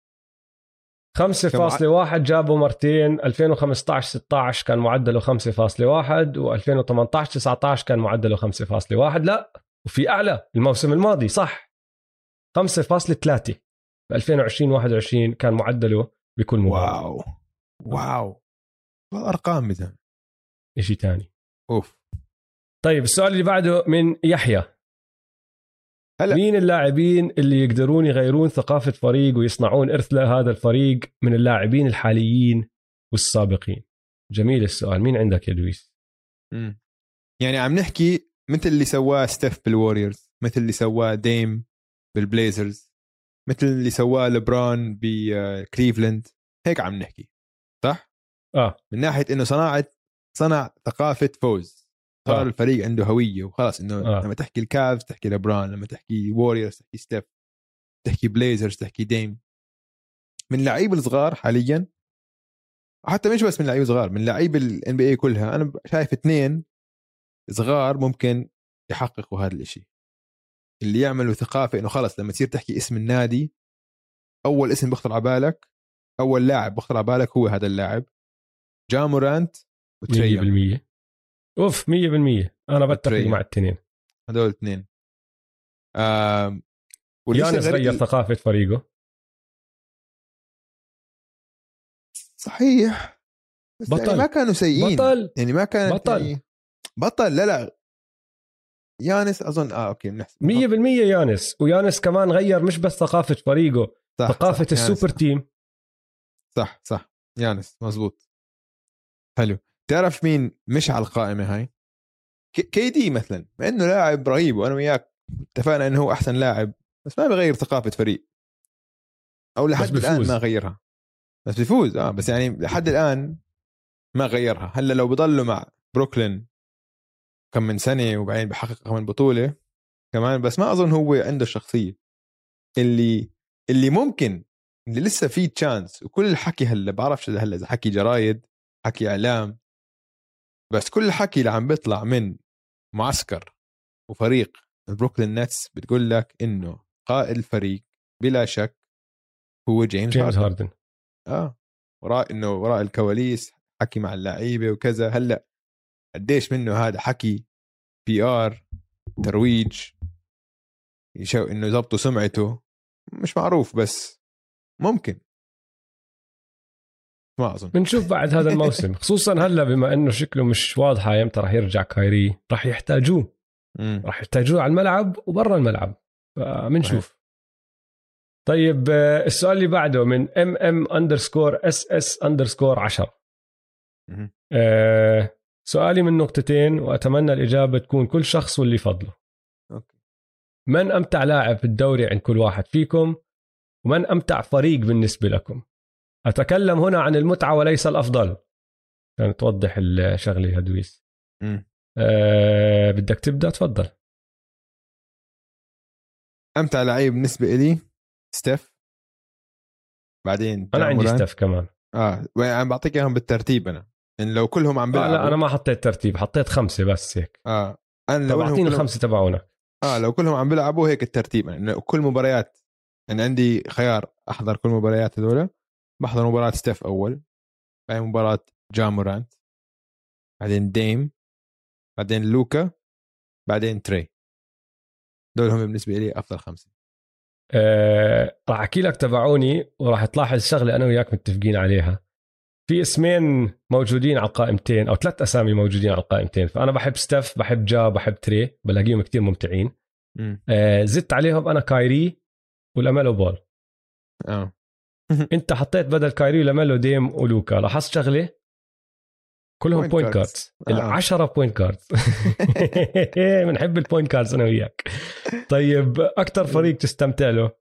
5.1 جابوا مرتين. 2015-16 كان معدله 5.1 و2018-19 كان معدله 5.1. لا وفي أعلى الموسم الماضي صح 5.3 ب 2020-21 كان معدله بكل مباراة. واو والأرقام مثلا إشي تاني. طيب السؤال اللي بعده من يحيى. مين اللاعبين اللي يقدرون يغيرون ثقافة فريق ويصنعون إرث لهذا الفريق من اللاعبين الحاليين والسابقين؟ جميل السؤال. مين عندك يا دويس؟ يعني عم نحكي مثل اللي سواه ستيف بالواريورز، مثل اللي سواه ديم بالبليزرز، مثل اللي سواه لبران بكليفلاند، هيك عم نحكي صح؟ من ناحية إنه صنع ثقافة فوز. صار الفريق عنده هوية وخلاص. إنه لما تحكي الكافز تحكي لبران، لما تحكي واريورز تحكي ستيف، تحكي بليزرز تحكي ديم. من لعيب الصغار حاليا، حتى مش بس من لعيب صغار، من لعيب ال NBA كلها، أنا شايف 2 صغار ممكن يحققوا هذا الاشي، اللي يعملوا ثقافة إنه خلاص لما تصير تحكي اسم النادي أول اسم بخطر على بالك، أول لاعب بخطر على بالك هو هذا اللاعب، جا مورانت وتري. 100% 100% أنا بتفق مع التنين هدول 2. يانس غير ثقافة فريقه صحيح، بس بطل. يعني ما كانوا سيئين، يعني ما كان بطل لا يانس أظن أوكي بنحسب 100% يانس. ويانس كمان غير مش بس ثقافة فريقه، ثقافة السوبر تيم. صح يانس مزبوط. حلو. تعرف مين مش على القائمة هاي؟ كيدي مثلا، مع انه لاعب رهيب وانا وياك اتفقنا انه هو احسن لاعب، بس ما بغير ثقافة فريق، او لحد الان ما غيرها. بس بيفوز بس يعني لحد الان ما غيرها. هلا لو بضلوا مع بروكلين كم من سنة وبعدين بحقق كمان بطولة كمان، بس ما اظن هو عنده الشخصية اللي ممكن اللي لسه فيه تشانس. وكل الحكي هلا بعرفش هلا اذا حكي جرايد حكي اعلام، بس كل الحكي اللي عم بيطلع من معسكر وفريق البروكلين نتس بتقول لك انه قائد الفريق بلا شك هو جيمس هاردن. وراء الكواليس حكي مع اللعيبه وكذا. هلا قديش منه هذا حكي PR ترويج يشو انه يضبطوا سمعته مش معروف، بس ممكن ما اظن بنشوف بعد هذا الموسم خصوصا هلا بما انه شكله مش واضحه امتى راح يرجع كايري. راح يحتاجوه على الملعب وبرا الملعب، فبنشوف. طيب السؤال اللي بعده من MM_SS_10. سؤالي من نقطتين وأتمنى الإجابة تكون كل شخص واللي فضله. من أمتع لاعب في الدوري عند كل واحد فيكم؟ ومن أمتع فريق بالنسبة لكم؟ أتكلم هنا عن المتعة وليس الأفضل، عشان توضح الشغلة هدويس. بدك تبدأ؟ تفضل. أمتع لعيب بالنسبة إلي ستيف، بعدين أنا عندي ستيف كمان. وعم بعطيك إياهم بالترتيب أنا، إن لو كلهم عم بيلعبوا. لا أنا ما حطيت ترتيب، حطيت 5 بس هيك. أنا لو أعطيني 5 تبعونا. لو كلهم عم بيلعبوا هيك الترتيب، يعني كل مباريات أنا عندي خيار أحضر كل مباريات هذولا. بحضر مباراة ستيف أول، بعدين مباراة جامورانت، بعدين ديم، بعدين لوكا، بعدين تري. دول هم بالنسبة لي أفضل 5. راح أحكي لك تبعوني وراح تلاحظ شغلة أنا وياك متفقين عليها. في اسمين موجودين على القائمتين أو 3 أسامي موجودين على القائمتين، فأنا بحب ستيف، بحب بحب تري، بلاقيهم كتير ممتعين. زدت عليهم أنا كايري ولاميلو بول. أنت حطيت بدل كايري ولاميلو ديم ولوكا. لاحظت شغلة؟ كلهم بوينت كاردز. 10 بوينت كاردز. بنحب البوينت كاردز أنا وياك. طيب أكتر فريق تستمتع له؟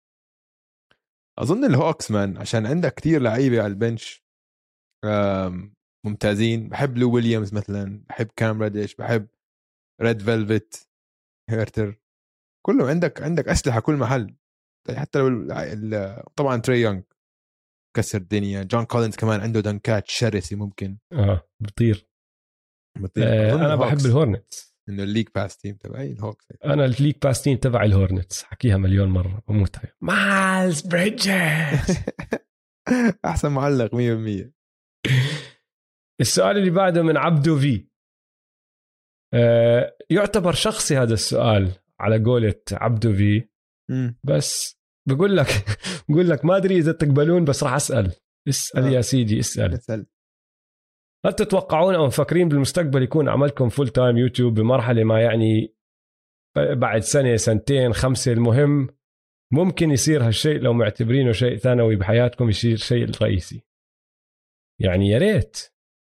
أظن الهوكس مان، عشان عندك كتير لعيبة على البنش ممتازين. بحب لو ويليامز مثلا، بحب كام راديش، بحب ريد فيلفت هيرتر. كله عندك أسلحة كل محل. حتى لو طبعا تري يونغ كسر الدنيا. جون كولينز كمان عنده دنكات شرسي ممكن. بطير. أنا بحب الهورنتس، إنه الليج باس تيم تبعي الهوكس. أنا الليج باس تيم تبع الهورنتس، حكيها مليون مرة بموت عليه. مايلز بريدجز. أحسن معلق 100%. السؤال اللي بعده من عبدو في. يعتبر شخصي هذا السؤال على قولة عبدو في، بس بقول لك ما أدري إذا تقبلون، بس راح أسأل يا سيدي اسأل. هل تتوقعون أو مفكرين بالمستقبل يكون عملكم فول تايم يوتيوب بمرحلة ما، يعني بعد 1 2 5 المهم ممكن يصير هالشيء لو معتبرينه شيء ثانوي بحياتكم يصير شيء رئيسي؟ يعني يا ريت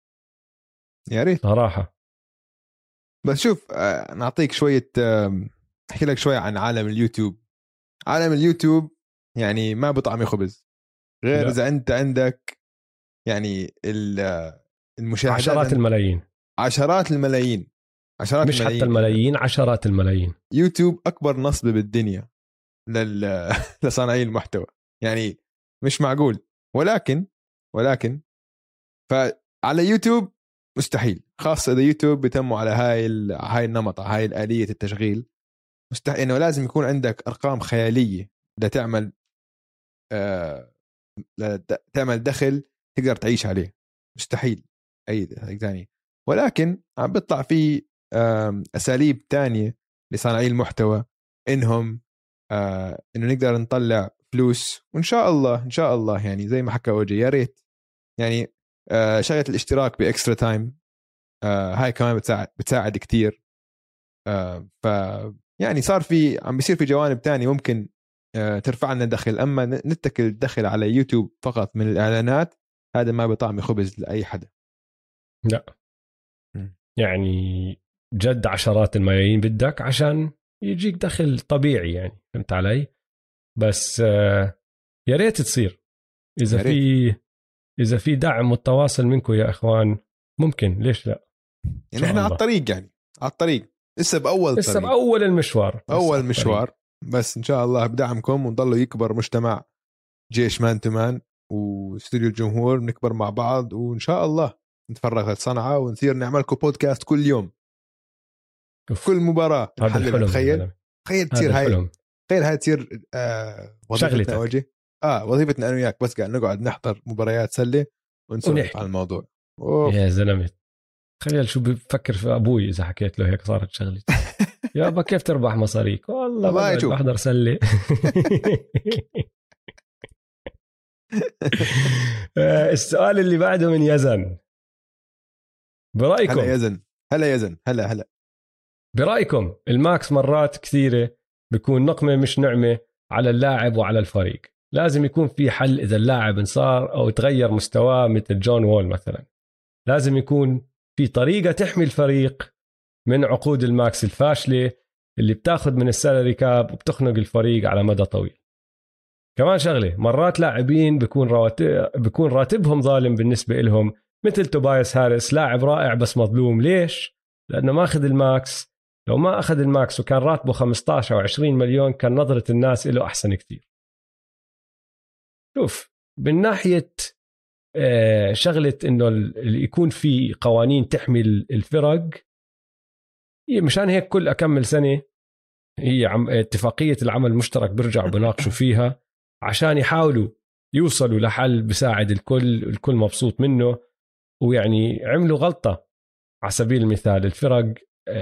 صراحة. بس شوف نعطيك شوية أحكي لك شوية عن عالم اليوتيوب. عالم اليوتيوب يعني ما بطعمي خبز غير إذا أنت عندك يعني المشاهدات عشرات الملايين مش حتى الملايين، عشرات الملايين. يوتيوب أكبر نصب بالدنيا لصانعين المحتوى، يعني مش معقول. ولكن فعلى يوتيوب مستحيل، خاصة إذا يوتيوب بيتموا على هاي النمطة، هاي الآلية التشغيل. مستحيل، إنه لازم يكون عندك أرقام خيالية لتعمل تعمل دخل تقدر تعيش عليه. مستحيل أي ثاني. ولكن عم بيطلع في أساليب تانية لصانعي المحتوى إنه نقدر نطلع فلوس. وإن شاء الله يعني زي ما حكى أوجي، يا ريت يعني شغلة الاشتراك بإكسترا تايم هاي كمان بتساعد كتير. ف يعني عم بيصير في جوانب تانية ممكن ترفع لنا دخل. أما نتكل الدخل على يوتيوب فقط من الإعلانات، هذا ما بطعم خبز لأي حدا. لا يعني جد عشرات الملايين بدك عشان يجيك دخل طبيعي، يعني فهمت علي؟ بس يا ريت تصير إذا في دعم متواصل منكم يا إخوان، ممكن، ليش لا؟ يعني إحنا على الطريق لسه بأول المشوار مشوار، بس إن شاء الله بدعمكم ونضلوا يكبر مجتمع جيش مان تمان واستوديو الجمهور نكبر مع بعض، وإن شاء الله نتفرغ للصنعة ونصير نعملكم بودكاست كل يوم كل مباراة نحلل. تخيل تصير هاي، تخيل هاي تصير وظيفتنا وجه وظيفتنا أنا وياك، بس قاعد نقعد نحضر مباريات سلة ونسولف عن الموضوع. يا زلمة تخيل شو بفكر في أبوي إذا حكيت له هيك صارت شغلتي. يابا كيف تربح مصاريك؟ والله بحضر سلة. السؤال اللي بعده من يزن، برأيكم هلا برأيكم الماكس مرات كثيرة بيكون نقمة مش نعمة على اللاعب وعلى الفريق؟ لازم يكون في حل إذا اللاعب انصار أو تغير مستواه مثل جون وول مثلا. لازم يكون في طريقة تحمي الفريق من عقود الماكس الفاشلة اللي بتاخد من السالري كاب وبتخنق الفريق على مدى طويل. كمان شغلة، مرات لاعبين بيكون راتبهم ظالم بالنسبة لهم، مثل توبايس هاريس، لاعب رائع بس مظلوم. ليش؟ لأنه ما أخذ الماكس. لو ما أخذ الماكس وكان راتبه 15 أو 20 مليون كان نظرة الناس له أحسن كتير. شوف، من ناحية شغلة إنه يكون في قوانين تحمي الفرق، مشان هيك كل أكمل سنة هي اتفاقية العمل المشترك برجعوا بناقشوا فيها عشان يحاولوا يوصلوا لحل بساعد الكل مبسوط منه. ويعني عملوا غلطة على سبيل المثال الفرق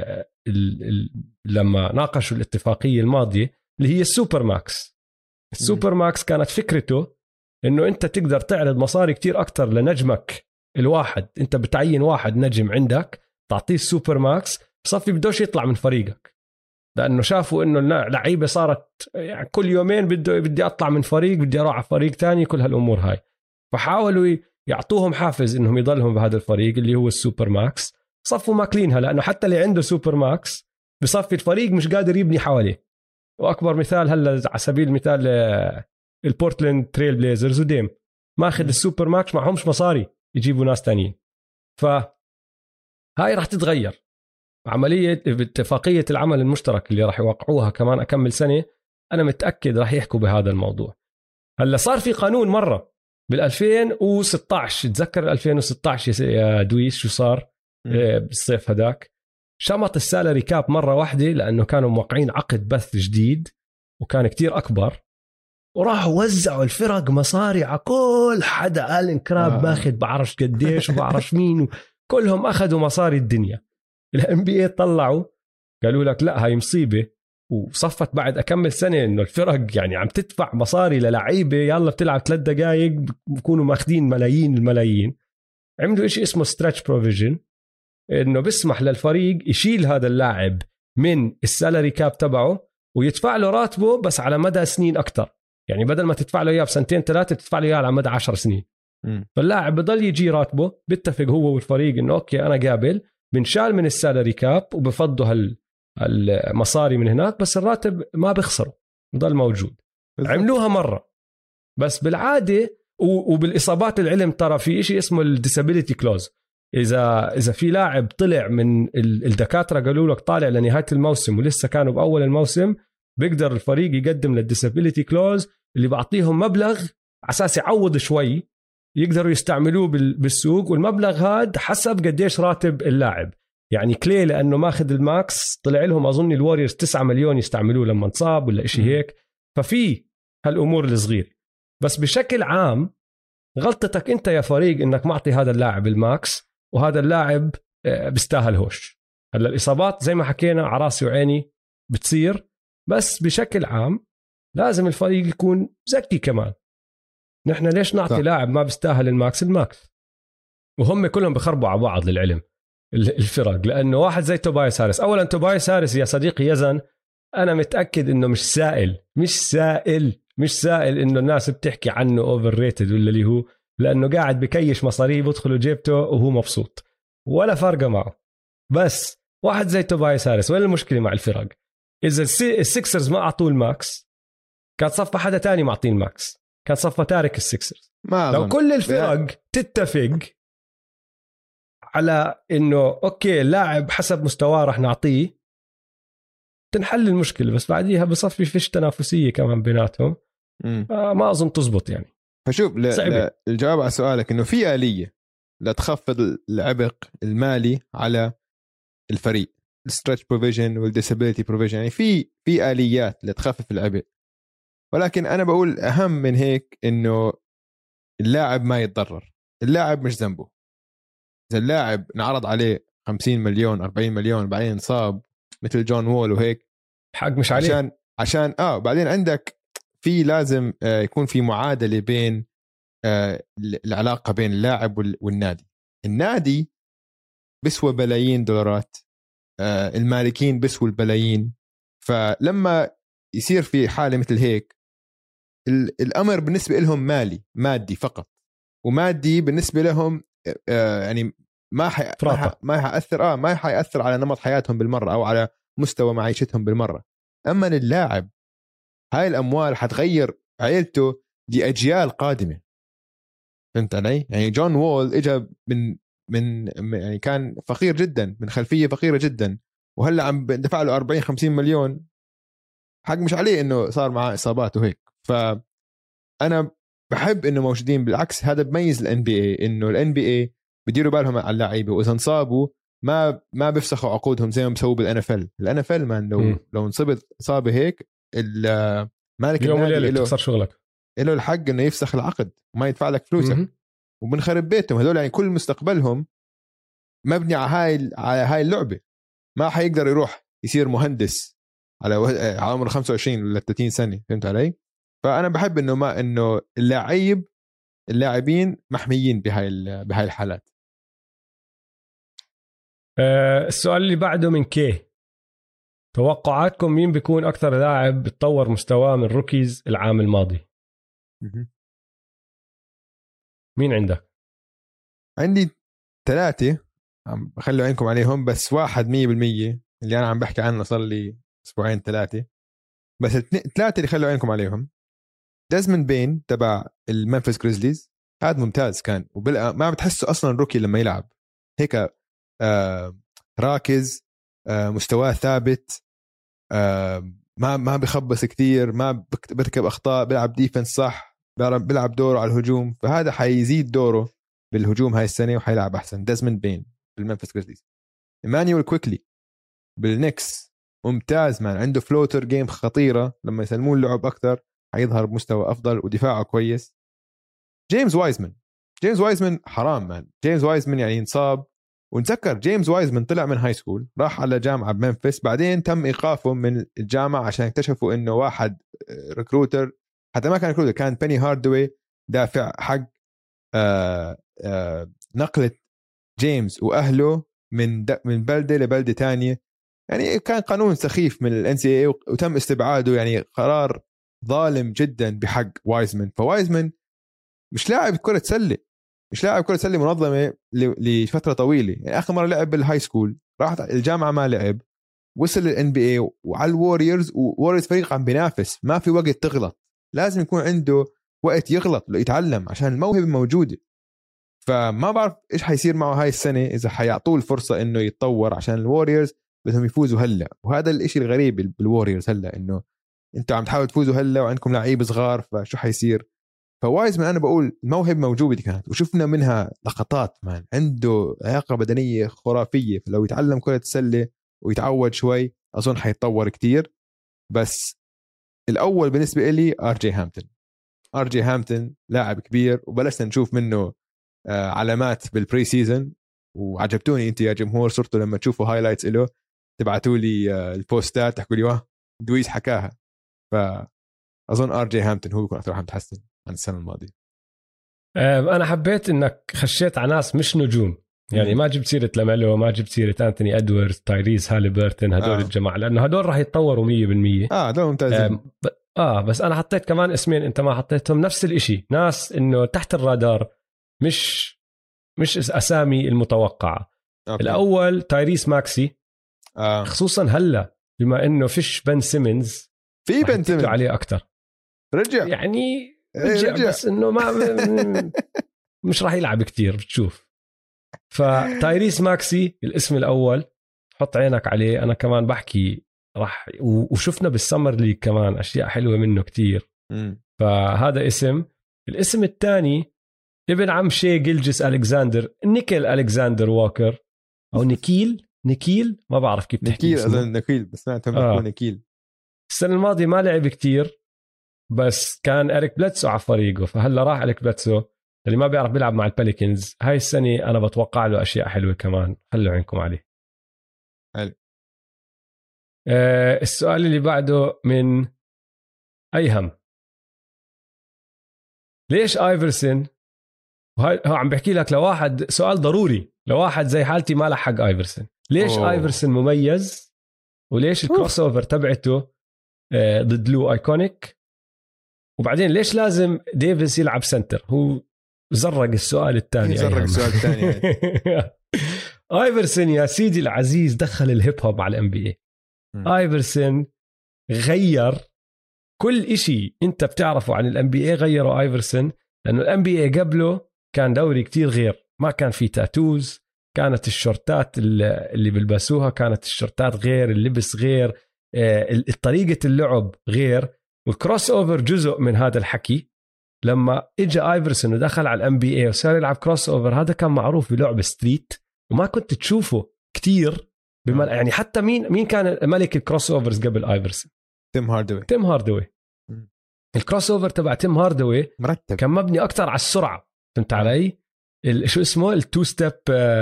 لما ناقشوا الاتفاقية الماضية اللي هي السوبر ماكس كانت فكرته إنه أنت تقدر تعرض مصاري كتير أكتر لنجمك الواحد. أنت بتعين واحد نجم عندك تعطيه السوبر ماكس، بصفي بدوش يطلع من فريقك، لأنه شافوا إنه اللعيبة صارت يعني كل يومين بدي أطلع من فريق، بدي أروح على فريق تاني، كل هالأمور هاي. فحاولوا يعطوهم حافز إنهم يضلهم بهذا الفريق اللي هو السوبر ماكس. صفوا ماكلينها، لأنه حتى اللي عنده سوبر ماكس بصفي الفريق مش قادر يبني حواليه. وأكبر مثال هلا على سبيل المثال البورتلاند تريل بليزرز وديم ماخذ السوبر ماكس، معهمش مصاري يجيبوا ناس تانيين. فهاي راح تتغير عملية باتفاقية العمل المشترك اللي راح يوقعوها كمان أكمل سنة. أنا متأكد راح يحكوا بهذا الموضوع. هلا صار في قانون مرة بال2016، تذكر 2016 يا دويس شو صار بالصيف هداك؟ شمط السالري كاب مرة واحدة لأنه كانوا موقعين عقد بث جديد وكان كتير أكبر، وراحوا وزعوا الفرق مصاري على كل حدا. آلن كراب ماخد بعرفش قديش وبعرفش مين، كلهم أخذوا مصاري الدنيا. NBA طلعوا قالوا لك لا هاي مصيبة، وصفت بعد أكمل سنة إنه الفرق يعني عم تدفع مصاري للعيبة، يلا بتلعب 3 دقائق بكونوا ماخدين الملايين. عملوا إشي اسمه stretch provision، إنه بسمح للفريق يشيل هذا اللاعب من السالري كاب تبعه ويدفع له راتبه بس على مدى سنين أكتر. يعني بدل ما تدفع له إياه بسنتين 3 تدفع له إياه على مدى 10 سنين. فاللاعب بضل يجي راتبه، بيتفق هو والفريق إنه أوكي أنا قابل، بنشال من السالري كاب وبفضوا المصاري من هناك، بس الراتب ما بيخسروا بضل موجود. عملوها مرة بس بالعادة. وبالإصابات العلم ترى في إشي اسمه الديسابيليتي كلوز. إذا في لاعب طلع من الدكاترة قالوا لك طالع لنهاية الموسم ولسه كانوا بأول الموسم، بيقدر الفريق يقدم للديسابيليتي كلوز اللي بعطيهم مبلغ على أساس يعوض شوي، يقدروا يستعملوه بالسوق. والمبلغ هاد حسب قديش راتب اللاعب. يعني كلي لأنه ماخذ الماكس طلع لهم أظن الواريورز 9 مليون يستعملوه لما انصاب ولا إشي هيك. ففي هالأمور الصغير، بس بشكل عام غلطتك أنت يا فريق إنك معطي هذا اللاعب الماكس، وهذا اللاعب بيستاهل هوش. هلا الإصابات زي ما حكينا على راسي وعيني بتصير، بس بشكل عام لازم الفريق يكون ذكي كمان. نحن ليش نعطي لاعب ما بيستاهل الماكس؟ وهم كلهم بخربوا على بعض للعلم الفرق. لأنه واحد زي توبايس هاريس، أولا توبايس هاريس يا صديقي يزن، أنا متأكد إنه مش سائل إنه الناس بتحكي عنه أوفر ريتد ولا اللي هو، لأنه قاعد بكيش مصاريه بدخلوا جيبته وهو مبسوط ولا فرقة معه. بس واحد زي توبايس هاريس، وين المشكلة مع الفرق؟ إذا السيكسرز ما أعطوه الماكس كان صفى حدا تاني معطيه الماكس، كان صفى تارك السيكسرز. لو كل الفرق تتفق على إنه أوكي اللاعب حسب مستواه رح نعطيه، تنحل المشكلة. بس بعديها بصفي فيش تنافسية كمان بيناتهم، ما أظن تزبط يعني. فشوف الجواب على سؤالك إنه في آلية لتخفض العبء المالي على الفريق، الستريتش بروفيجن والديسابيليتي بروفيجن، يعني في آليات لتخفف العبء، ولكن أنا بقول أهم من هيك إنه اللاعب ما يتضرر. اللاعب مش ذنبه، إذا اللاعب نعرض عليه 50 مليون 40 مليون بعدين صاب مثل جون وول وهيك، حق مش عليه. عشان بعدين عندك في لازم يكون في معادلة بين العلاقة بين اللاعب والنادي. النادي بسوى بلايين دولارات، المالكين بسوى البلايين، فلما يصير في حالة مثل هيك الأمر بالنسبة لهم مادي فقط، ومادي بالنسبة لهم يعني ما حيأثر ما حيأثر على نمط حياتهم بالمرة أو على مستوى معيشتهم بالمرة. أما للاعب هاي الأموال حتغير عائلته لأجيال قادمة. فهمت علي؟ يعني جون وول إجا من يعني كان فقير جدا، من خلفية فقيرة جدا، وهلأ عم دفع له 40-50 مليون، حق مش عليه إنه صار معاه إصابات وهيك. فأنا بحب إنه موجودين، بالعكس هذا بميز ال NBA، إنه ال NBA بديروا بالهم على اللاعبين، وإذا انصابوا ما بيفسخوا عقودهم زي ما بيسووا بالان اف ال. الان اف ال مان لو انصبت اصابه هيك مالك يوم وليله بتخسر شغلك، له الحق انه يفسخ العقد وما يدفع لك فلوسك، وبنخرب بيتهم هذول. يعني كل مستقبلهم مبني على هاي اللعبه. ما حيقدر يروح يصير مهندس على عمر 25 ولا 30 سنه. فهمت علي؟ فانا بحب انه اللاعبين محميين بهاي الحالات. السؤال اللي بعده من كي: توقعاتكم مين بيكون أكثر لاعب بتطور مستواه من روكيز العام الماضي؟ مين عندك؟ عندي 3 عم بخلوا عينكم عليهم، بس واحد 100% اللي أنا عم بحكي عنه صار لي أسبوعين 3، بس 3 اللي خلوا عينكم عليهم. ديزموند بين تبع المنفس جريزليز، هذا ممتاز كان، ما بتحسه أصلا روكي لما يلعب هيك، راكز، مستواه ثابت، ما بخبص كتير، ما بركب أخطاء، بيلعب ديفنس صح، بيلعب دوره على الهجوم، فهذا حيزيد دوره بالهجوم هاي السنة وحيلعب أحسن. ديزموند بين بالمنفس جريزليز. إيمانويل كويكلي بالنكس ممتاز مان، عنده فلوتر جيم خطيرة، لما يسلمون اللعب أكتر حيظهر بمستوى أفضل ودفاعه كويس. جيمس وايزمان حرام مان، جيمس وايزمان يعني انصاب، ونتذكر جيمس وايزمان طلع من هاي سكول راح على جامعة بمنفس، بعدين تم إيقافه من الجامعة عشان اكتشفوا إنه واحد ريكروتر، حتى ما كان ريكروتر، كان بيني هاردوي دافع حق نقلة جيمس وأهله من بلدة لبلدة تانية. يعني كان قانون سخيف من ال NCAA وتم استبعاده، يعني قرار ظالم جدا بحق وايزمان. فوايزمان مش لاعب كرة سلة، منظمة لفترة طويلة. يعني آخر مرة لعب بالهاي سكول، راح الجامعة ما لعب، وصل للان بي اي وعلى الواريورز، ووريورز فريق عم بينافس، ما في وقت تغلط، لازم يكون عنده وقت يغلط يتعلم عشان الموهبة موجودة. فما بعرف ايش حيصير معه هاي السنة إذا حيعطوه الفرصة انه يتطور، عشان الواريورز بدهم يفوزوا هلا، وهذا الاشي الغريب بالواريورز هلا، انه انتوا عم تحاولوا تفوزوا هلا وعندكم لعيب صغار، فشو حيصير؟ فوايزمان انا بقول الموهبة موجودة كانت، وشفنا منها لقطات مان، عنده لياقة بدنية خرافية، فلو يتعلم كرة السلة ويتعود شوي اظن حيتطور كتير. بس الاول بالنسبة لي ار جي هامبتون لاعب كبير، وبلشنا نشوف منه علامات بالبري سيزن، وعجبتوني انت يا جمهور، صرتوا لما تشوفوا هايلايتس له تبعتوا لي البوستات تحكوا لي واه دويس حكاها. فاظن ار جي هامبتون هو بيكون اكثر واحد متحسن عن السنه الماضيه. انا حبيت انك خشيت على ناس مش نجوم، يعني ما جبت سيره لاميلو، ما جبت سيره أنتوني ادواردز، تايريز هاليبرتون، هدول الجماعه، لانه هدول راح يتطوروا 100%. هدول ممتازين. بس انا حطيت كمان اسمين انت ما حطيتهم، نفس الاشي، ناس انه تحت الرادار، مش اسامي المتوقعه. أوكي. الاول تايريس ماكسي، خصوصا هلا بما انه فيش بن سيمنز، في بن سيمنز عليه اكتر، رجع رجع. بس انه ما مش راح يلعب كتير بتشوف. فتايريس ماكسي الاسم الاول، حط عينك عليه. انا كمان بحكي راح، وشفنا بالسمر ليج كمان اشياء حلوه منه كتير، فهذا اسم. الاسم الثاني ابن عم شي جيلجس ألكساندر، نيكل ألكساندر ووكر أو نيكيل ما بعرف كيف تحكي نيكيل اسمه. أظن نيكيل، بس سمعته نيكيل. السنة الماضية ما لعب كتير، بس كان إريك بلاتسو على فريقه، فهلا راح إريك بلاتسو اللي ما بيعرف بيلعب مع الباليكنز. هاي السنة أنا بتوقع له أشياء حلوة كمان، خلوا عينكم عليه. حلو. السؤال اللي بعده من أيهم، ليش آيفرسون، وهي عم بحكي لك لواحد سؤال ضروري لواحد زي حالتي ما لحق آيفرسون، ليش آيفرسون مميز وليش الكروس اوفر تبعته ضد لو ايكونيك، وبعدين ليش لازم ديفيس يلعب سنتر. هو زرق السؤال الثاني. آيفرسون يا سيدي العزيز دخل الهيب هوب على الام بي اي. آيفرسون غير كل إشي انت بتعرفه عن الام بي اي، غيره آيفرسون. لانه الام بي اي قبله كان دوري كتير غير، ما كان في تاتوز، كانت الشورتات اللي بلبسوها كانت الشورتات غير، اللبس غير، طريقة اللعب غير، والكروس اوفر جزء من هذا الحكي. لما اجى آيفرسون ودخل على الام بي اي وصار يلعب كروس اوفر، هذا كان معروف بلعب ستريت وما كنت تشوفه كتير يعني حتى مين كان ملك الكروس اوفرز قبل آيفرسون؟ تيم هاردوي. الكروس اوفر تبع تيم هاردوي مرتب، كان مبني اكتر على السرعه، فهمت علي؟ شو اسمه التو ستيب،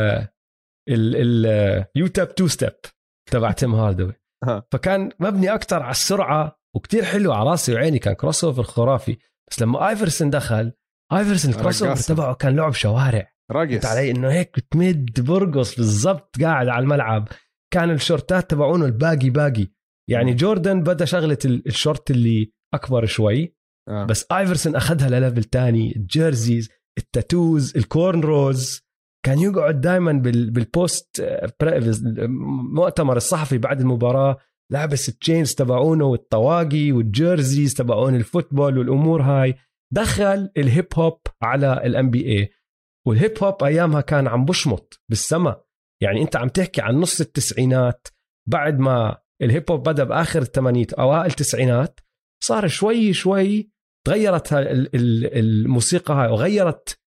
اليو تاب تو ستيب تبع تيم هاردوي. فكان مبني اكتر على السرعه وكتير حلو على راسي وعيني، كان كروس اوفر خرافي. بس لما آيفرسون دخل، آيفرسون الكروس اوفر تبعه كان لعب شوارع، فهمت علي؟ انه هيك بتمد برقص بالضبط قاعد على الملعب. كان الشورتات تبعونه الباقي يعني جوردن بدا شغله الشورت اللي اكبر شوي، بس آيفرسون اخذها لليفل تاني. الجيرزيز، التاتوز، الكورن روز، كان يقعد دائما بالبوست مؤتمر الصحفي بعد المباراه لابس التشينز تبعونه والطواقي والجيرزيز تبعون الفوتبول والامور هاي. دخل الهيب هوب على الام بي اي، والهيب هوب ايامها كان عم بشمط بالسما. يعني انت عم تحكي عن نص التسعينات، بعد ما الهيب هوب بدا باخر الثمانينات اوائل التسعينات، صار شوي تغيرت الموسيقى هاي وغيرت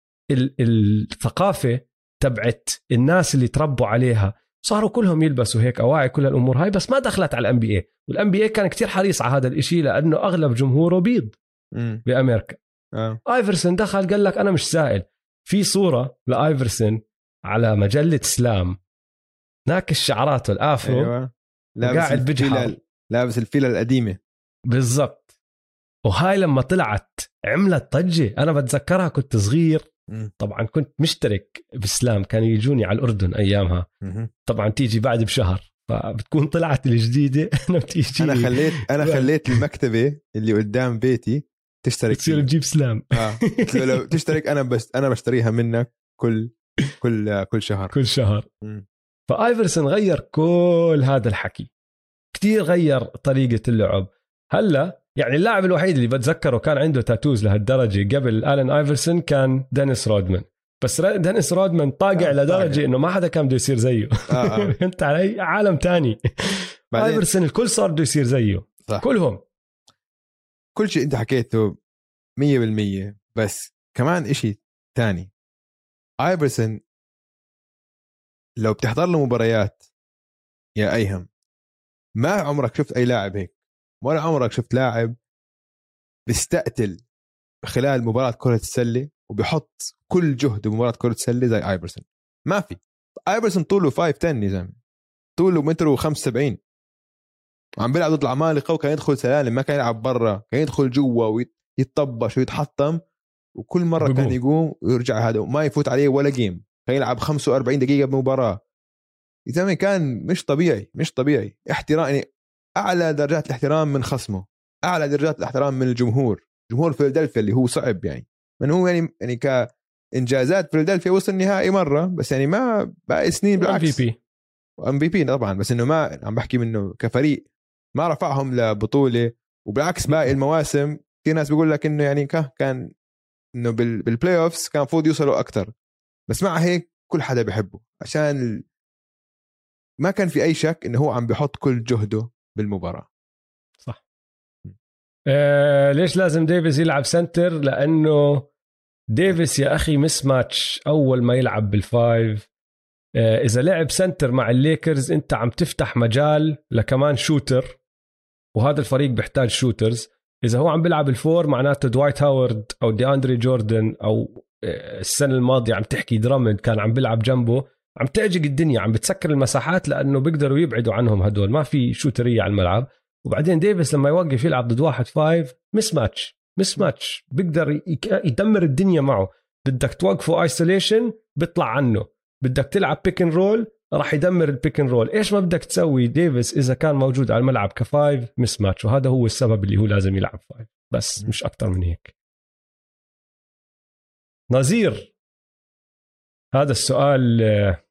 الثقافه تبعت الناس اللي تربوا عليها، صاروا كلهم يلبسوا هيك اواعي كل الامور هاي، بس ما دخلت على الام بي اي. والام بي اي كان كتير حريص على هذا الاشي لانه اغلب جمهوره بيض بامريكا. آيفرسون دخل قال لك انا مش سائل. في صوره لايفرسون على مجله سلام ناكش شعراته الافرو، أيوة. قاعد بجحر لابس الفيلة القديمه بالضبط. وهاي لما طلعت عملت ضجه، انا بتذكرها كنت صغير طبعا، كنت مشترك بسلام، كانوا يجوني على الأردن أيامها. طبعا تيجي بعد بشهر، فبتكون طلعت الجديدة أنا بتيجي. أنا خليت المكتبة اللي قدام بيتي تشترك، تصير تجيب سلام. لو تشترك أنا بشتريها منك كل شهر. فآيفرسون غير كل هذا الحكي، كتير غير طريقة اللعب. هلا يعني اللاعب الوحيد اللي بتذكره كان عنده تاتوز لهالدرجة قبل آلن آيفرسون كان دينيس رودمان. بس دينيس رودمان طاقع لدرجة إنه ما حدا كان بده يصير زيه. أنت علي عالم تاني. آيفرسون الكل صار بده يصير زيه. صح. كلهم كل شيء أنت حكيته 100%. بس كمان إشي تاني، آيفرسون لو بتحضر له مباريات يا أيهم، ما عمرك شفت أي لاعب هيك، ولا عمرك شفت لاعب بيستقتل خلال مباراة كرة السلة وبيحط كل جهده بمباراة كرة السلة زي آيفرسون. ما في. آيفرسون طوله 5'10 يا زلمة، طوله 1.75 متر، وعم بيلعب ضد العمالقة، وكان يدخل سلالم، ما كان يلعب برا، كان يدخل جوا ويتطبش ويتحطم، وكل مرة كان يقوم ويرجع هذا وما يفوت عليه ولا جيم. كان يلعب 45 دقيقة بمباراة. يا زلمة كان مش طبيعي احترام، يعني أعلى درجات الاحترام من خصمه، أعلى درجات الاحترام من جمهور فيلادلفيا اللي هو صعب يعني. من هو يعني كإنجازات فيلادلفيا وصل النهائي مرة بس، يعني ما بقى سنين بالعكس MVP طبعا، بس إنه ما عم بحكي منه كفريق ما رفعهم لبطولة. وبالعكس باقي المواسم في ناس بيقول لك إنه يعني كان إنه بالبلاي أوفس كان فوض يوصلوا أكتر، بس مع هيك كل حدا بيحبه عشان ما كان في أي شك إنه هو عم بيحط كل جهده بالمباراة. صح. ليش لازم ديفيس يلعب سنتر؟ لأنه ديفيس يا أخي مس ماتش أول ما يلعب بالفايف. إذا لعب سنتر مع الليكرز أنت عم تفتح مجال لكمان شوتر، وهذا الفريق بيحتاج شوترز. إذا هو عم بيلعب الفور معناته دوايت هاورد أو دي أندري جوردن، أو السنة الماضية عم تحكي درامند كان عم بيلعب جنبه، عم تعجق الدنيا، عم بتسكر المساحات لأنه بيقدروا يبعدوا عنهم هدول، ما في شوترية على الملعب. وبعدين ديفيس لما يوقف يلعب ضد واحد فايف مس ماتش بيقدر يدمر الدنيا معه. بدك توقفه ايسوليشن بيطلع عنه، بدك تلعب بيك ان رول راح يدمر البيك ان رول. ايش ما بدك تسوي ديفيس اذا كان موجود على الملعب كفايف مس ماتش، وهذا هو السبب اللي هو لازم يلعب فايف بس، مش اكتر من هيك. نظير، هذا السؤال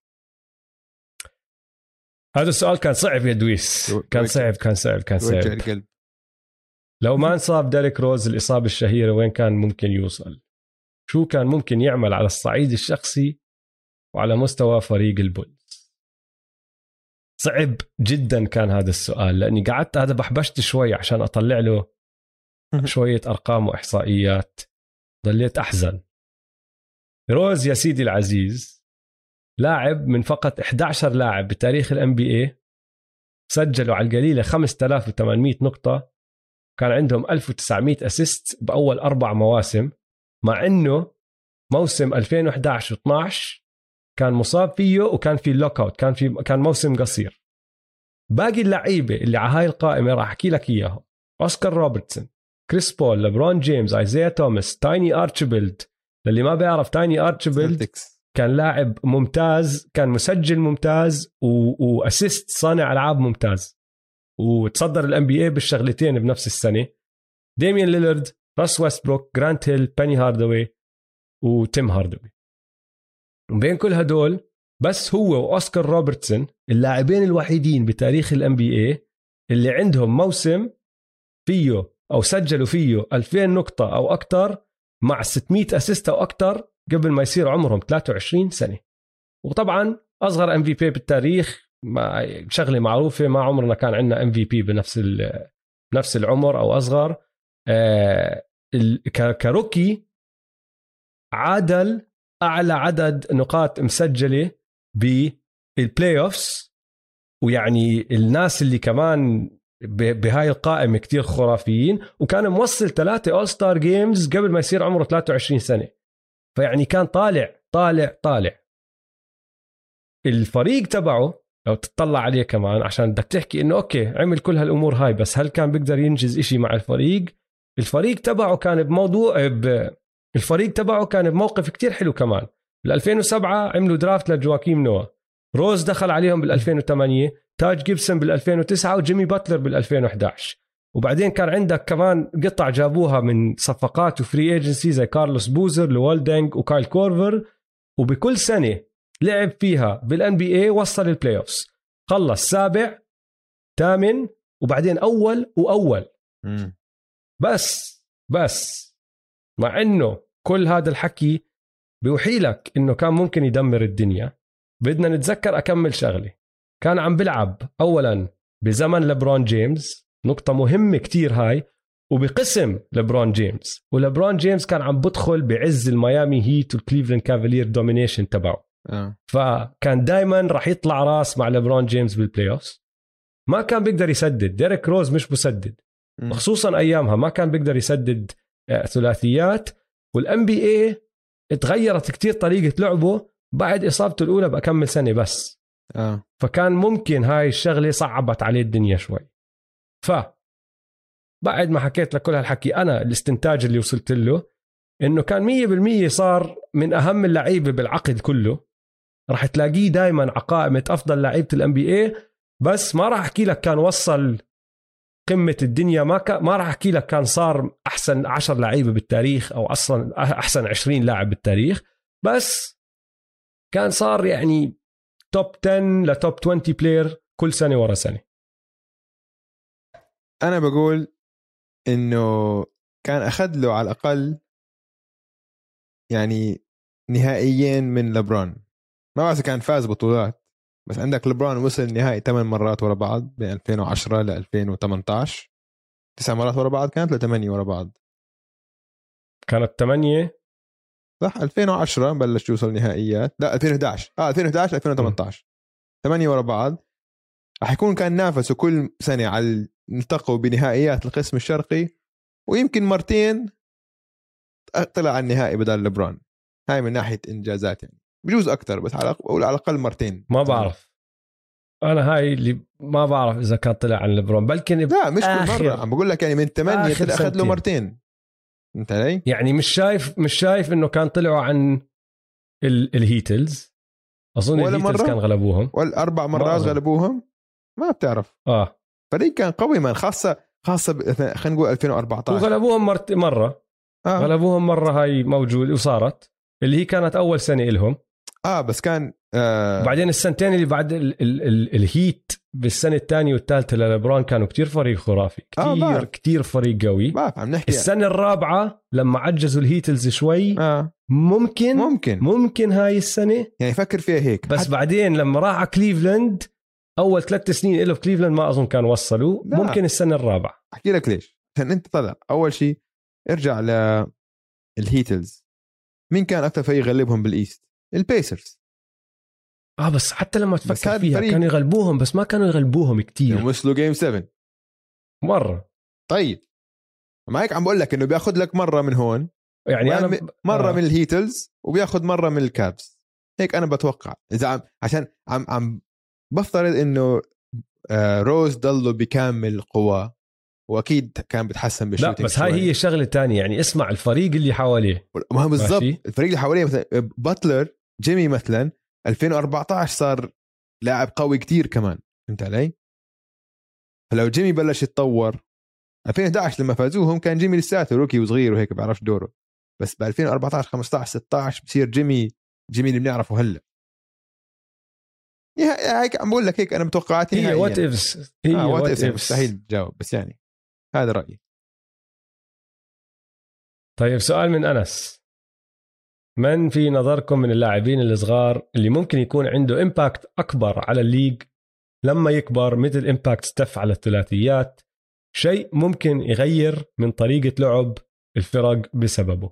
كان صعب يا دويس، كان صعب. لو ما انصاب ديريك روز الإصابة الشهيرة وين كان ممكن يوصل؟ شو كان ممكن يعمل على الصعيد الشخصي وعلى مستوى فريق البولز؟ صعب جدا كان هذا السؤال، لأني قعدت هذا بحبشت شوي عشان أطلع له شوية أرقام وإحصائيات، ضليت أحزن. روز يا سيدي العزيز لاعب من فقط 11 لاعب بتاريخ الNBA سجلوا على القليلة 5800 نقطة، كان عندهم 1900 أسيست بأول 4 مواسم، مع أنه موسم 2011-12 كان مصاب فيه وكان في لوك اوت، كان موسم قصير. باقي اللعيبة اللي على هاي القائمة راح أحكي لك إياهم: أوسكار روبرتسون، كريس بول، لبرون جيمس، ايزايا توماس، تايني أرشيبيلد. للي ما بيعرف تايني أرشيبيلد كان لاعب ممتاز، كان مسجل ممتاز وأسيست صانع ألعاب ممتاز، وتصدر الNBA بالشغلتين بنفس السنة. ديميان ليلارد، راس ويستبروك، جرانت هيل، بيني هاردوي وتيم هاردوي. وبين كل هدول بس هو وأوسكار روبرتسون اللاعبين الوحيدين بتاريخ الNBA اللي عندهم موسم فيه أو سجلوا فيه 2000 نقطة أو أكتر مع 600 أسيست أو أكتر قبل ما يصير عمرهم 23 سنة. وطبعا أصغر MVP بالتاريخ شغلة معروفة، ما عمرنا كان عندنا MVP بنفس العمر أو أصغر. كروكي عادل أعلى عدد نقاط مسجلة بالبلاي أوفس، ويعني الناس اللي كمان بهاي القائمة كتير خرافيين، وكان موصل 3 أول ستار جيمز قبل ما يصير عمره 23 سنة. فيعني كان طالع. الفريق تبعه لو تطلع عليه كمان، عشان بدك تحكي إنه أوكي عمل كل هالأمور هاي، بس هل كان بيقدر ينجز إشي مع الفريق؟ الفريق تبعه كان بموقف كتير حلو كمان. بال2007 عملوا درافت لجواكيم نوا، روز دخل عليهم بال2008، تاج جيبسون بال2009، وجيمي باتلر بال2011. وبعدين كان عندك كمان قطع جابوها من صفقات وفري ايجنسي زي كارلوس بوزر، لوالدينج، وكايل كورفر. وبكل سنة لعب فيها بالNBA وصل البلاي أوفس، خلص 7 8 وبعدين أول. بس مع إنه كل هذا الحكي بيوحي لك إنه كان ممكن يدمر الدنيا. بدنا نتذكر أكمل شغلة، كان عم بلعب أولا بزمن لبرون جيمس، نقطة مهمة كتير هاي، وبقسم لبرون جيمس، ولبرون جيمس كان عم بدخل بعز الميامي هيت والكليفلاند كافالير دومينيشن تبعه. فكان دايما راح يطلع راس مع لبرون جيمس بالبلاي أوفس. ما كان بيقدر يسدد، ديريك روز مش مسدد، خصوصا أيامها ما كان بيقدر يسدد ثلاثيات. والNBA اتغيرت كتير طريقة لعبه بعد إصابته الأولى بأكمل سنة بس. فكان ممكن هاي الشغلة صعبت عليه الدنيا شوي. بعد ما حكيت لك كل هالحكي، أنا الاستنتاج اللي وصلت له إنه كان 100% صار من أهم اللعيبة بالعقد كله، راح تلاقيه دايما عقائمة أفضل لعيبة الNBA، بس ما راح أحكي لك كان وصل قمة الدنيا، ما راح أحكي لك كان صار أحسن 10 لعيبة بالتاريخ أو أصلا أحسن 20 لاعب بالتاريخ، بس كان صار يعني توب 10 لتوب 20 بلاير كل سنة ورا سنة. أنا بقول إنه كان أخذ له على الأقل يعني نهائيين من لبران، ما بعرف كان فاز بطولات، بس عندك لبران وصل نهائي 8 مرات ورا بعض بين 2010 ل 2018، 9 مرات ورا بعض كانت 8 ورا بعض؟ كانت 8 صح. 2010 بلش يوصل نهائيات، لا 2011 2018 8 ورا بعض. راح يكون كان نافسوا كل سنة على التقوا بنهائيات القسم الشرقي، ويمكن مرتين طلع على النهائي بدل لبران. هاي من ناحية إنجازات يعني، بجوز أكتر بس على الأقل مرتين. ما بعرف أنا هاي اللي ما بعرف إذا كان طلع عن لبران، بلكن لا مش كل مرة، عم بقول لك يعني من 8 أخذ له مرتين. انت علي يعني مش شايف إنه كان طلعوا عن الهيتلز. أظن الهيتلز كان غلبوهم، ولا 4 مرات غلبوهم. ما بتعرف فريق كان قوي من خاصة خلينا نقول 2014 وغلبوهم مرة غلبوهم مرة. هاي موجود وصارت اللي هي كانت أول سنة إلهم. بس كان بعدين السنتين اللي بعد الهيت بالسنة الثانية والثالثة للبران كانوا كتير فريق خرافي، كتير فريق قوي. عم نحكي السنة الرابعة لما عجزوا الهيتلز شوي ممكن هاي السنة يعني فكر فيها هيك. بس بعدين لما راح على كليفلاند أول 3 سنين له في كليفلاند ما أظن كان وصلوا. ممكن السنة الرابعة. أحكي لك ليش. عشان أنت طلع أول شيء ارجع للهيتلز، مين كان أكثر فريق يغلبهم بالإيست؟ البيسرز. بس حتى لما تفكر فيها كانوا يغلبوهم، بس ما كانوا يغلبوهم كتير. وصلوا جيم 7 مرة. طيب ما هيك عم بقول لك إنه بياخد لك مرة من هون يعني أنا مرة من الهيتلز وبياخد مرة من الكابس. هيك أنا بتوقع إذا عشان عم بفترض إنه روز ضلوا بكامل قوة، واكيد كان بتحسن بالشوتينج. لا بس هاي هي شغله تانية يعني. اسمع الفريق اللي حواليه، ما هو بالضبط الفريق اللي حواليه مثلا باتلر جيمي مثلا 2014 صار لاعب قوي كتير كمان. فهمت علي؟ فلو جيمي بلش يتطور 2011 لما فازوهم كان جيمي لساته روكي وصغير وهيك بيعرفش دوره، بس ب 2014 15 16 بصير جيمي اللي بنعرفه هلا. هيك عم بقول لك هيك انا متوقعاتي هي وات ايفز. هي وات ايفز مستحيل تجاوب، بس يعني هذا رأيي. طيب سؤال من أنس: من في نظركم من اللاعبين الصغار اللي ممكن يكون عنده إمباكت أكبر على الليج لما يكبر مثل إمباكت ستيف على الثلاثيات؟ شيء ممكن يغير من طريقة لعب الفرق بسببه.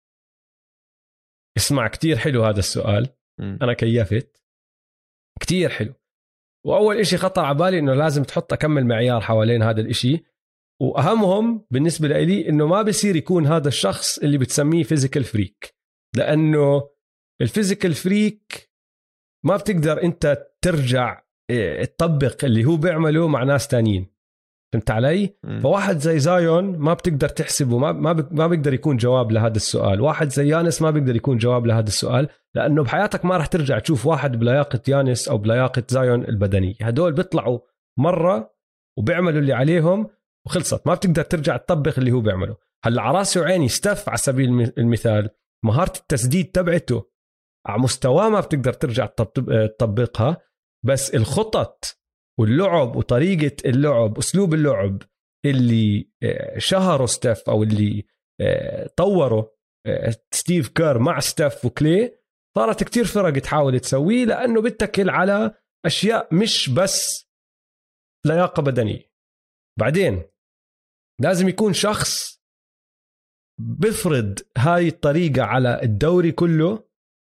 اسمع كتير حلو هذا السؤال. أنا كيفت كتير حلو. وأول إشي خطر على بالي إنه لازم تحط أكمل معيار حوالين هذا الإشي، وأهمهم بالنسبة لي إنه ما بيصير يكون هذا الشخص اللي بتسميه فيزيكال فريك، لأنه الفيزيكال فريك ما بتقدر أنت ترجع تطبق اللي هو بيعمله مع ناس تانيين. فهمت علي؟ فواحد زي زايون ما بتقدر تحسبه، ما بيقدر يكون جواب لهذا السؤال. واحد زي يانس ما بيقدر يكون جواب لهذا السؤال، لأنه بحياتك ما رح ترجع تشوف واحد بلياقة يانس أو بلياقة زايون البدنية. هدول بيطلعوا مرة وبيعملوا اللي عليهم وخلصت، ما بتقدر ترجع تطبق اللي هو بيعمله. هلا على راسي وعيني ستيف على سبيل المثال، مهارة التسديد تبعته على مستوى ما بتقدر ترجع تطبقها، بس الخطط واللعب وطريقة اللعب أسلوب اللعب اللي شهره ستيف أو اللي طوره ستيف كير مع ستيف وكلي، صارت كتير فرق تحاول تسويه، لأنه بتكل على أشياء مش بس لياقة بدنية. بعدين لازم يكون شخص بفرض هاي الطريقة على الدوري كله،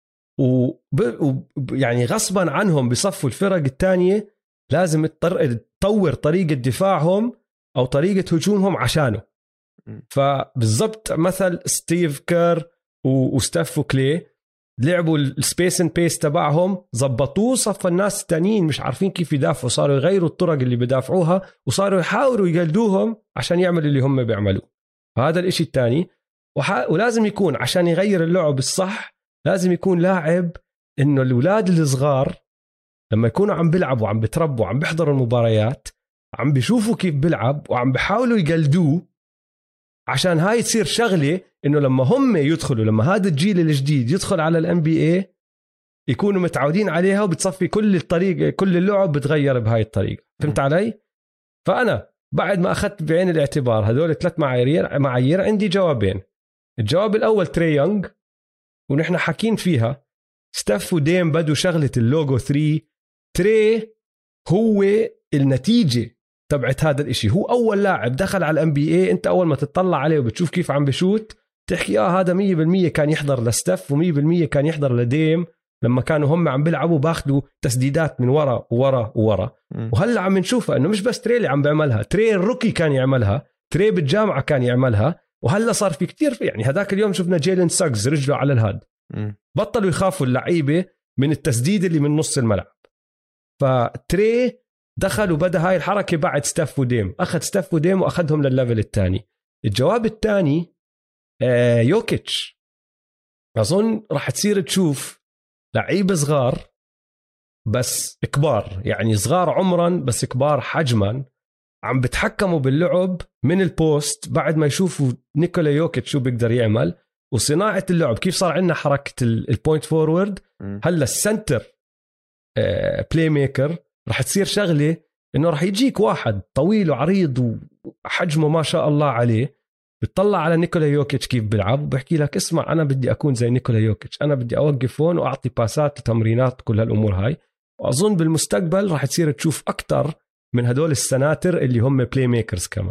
ويعني غصبا عنهم بصفوا الفرق التانية لازم تطور طريقة دفاعهم أو طريقة هجومهم عشانه. فبالضبط مثل ستيف كير وستيف وكلي لعبوا السبيس اند بيس تبعهم، زبطوه، صف الناس التانيين مش عارفين كيف يدافعوا، صاروا يغيروا الطرق اللي بدافعوها وصاروا يحاولوا يقلدوهم عشان يعملوا اللي هم بيعملوه. فهذا الاشي التاني. ولازم يكون عشان يغير اللعب الصح لازم يكون لاعب انه الأولاد الصغار لما يكونوا عم بيلعبوا وعم بتربوا وعم بيحضروا المباريات عم بيشوفوا كيف بيلعب وعم بيحاولوا يقلدوه، عشان هاي تصير شغلة إنه لما هم يدخلوا، لما هذا الجيل الجديد يدخل على NBA يكونوا متعودين عليها، وبتصفي كل الطريقة كل اللعب بتغير بهاي الطريقة. فهمت علي؟ فأنا بعد ما أخذت بعين الاعتبار هذول 3 معايير عندي جوابين. الجواب الأول تري يونغ، ونحن حكين فيها ستيف وديم بدوا شغلة اللوجو 3. تري هو النتيجة تبعت هذا الاشي. هو اول لاعب دخل على NBA، انت اول ما تطلع عليه وبتشوف كيف عم بشوت تحكي هذا 100% كان يحضر لستف و100% كان يحضر لديم لما كانوا هم عم بيلعبوا باخدوا تسديدات من ورا وورا وورا. وهلا عم نشوفها انه مش بس تري اللي عم بيعملها، تري الروكي كان يعملها، تري بالجامعه كان يعملها، وهلا صار في كتير. يعني هذاك اليوم شفنا جيلين ساجز رجله على الهاد، بطلوا يخافوا اللعيبه من التسديد اللي من نص الملعب. فتري دخل وبدا هاي الحركه بعد ستاف وديم، اخذ ستاف وديم واخذهم للليفل الثاني. الجواب الثاني يوكيتش. اظن راح تصير تشوف لعيبه صغار بس كبار، يعني صغار عمرا بس كبار حجما، عم بتحكموا باللعب من البوست بعد ما يشوفوا نيكولا يوكيتش شو بيقدر يعمل وصناعة اللعب كيف صار عندنا حركة البوينت فورورد. هلا السنتر بلاي ميكر راح تصير شغلة انه راح يجيك واحد طويل وعريض وحجمه ما شاء الله عليه، بتطلع على نيكولا يوكيتش كيف بيلعب وبحكي لك اسمع انا بدي اكون زي نيكولا يوكيتش، انا بدي اوقف هون واعطي باسات وتمرينات كل هالامور هاي. واظن بالمستقبل راح تصير تشوف اكتر من هدول السناتر اللي هم بلاي ميكرز كمان.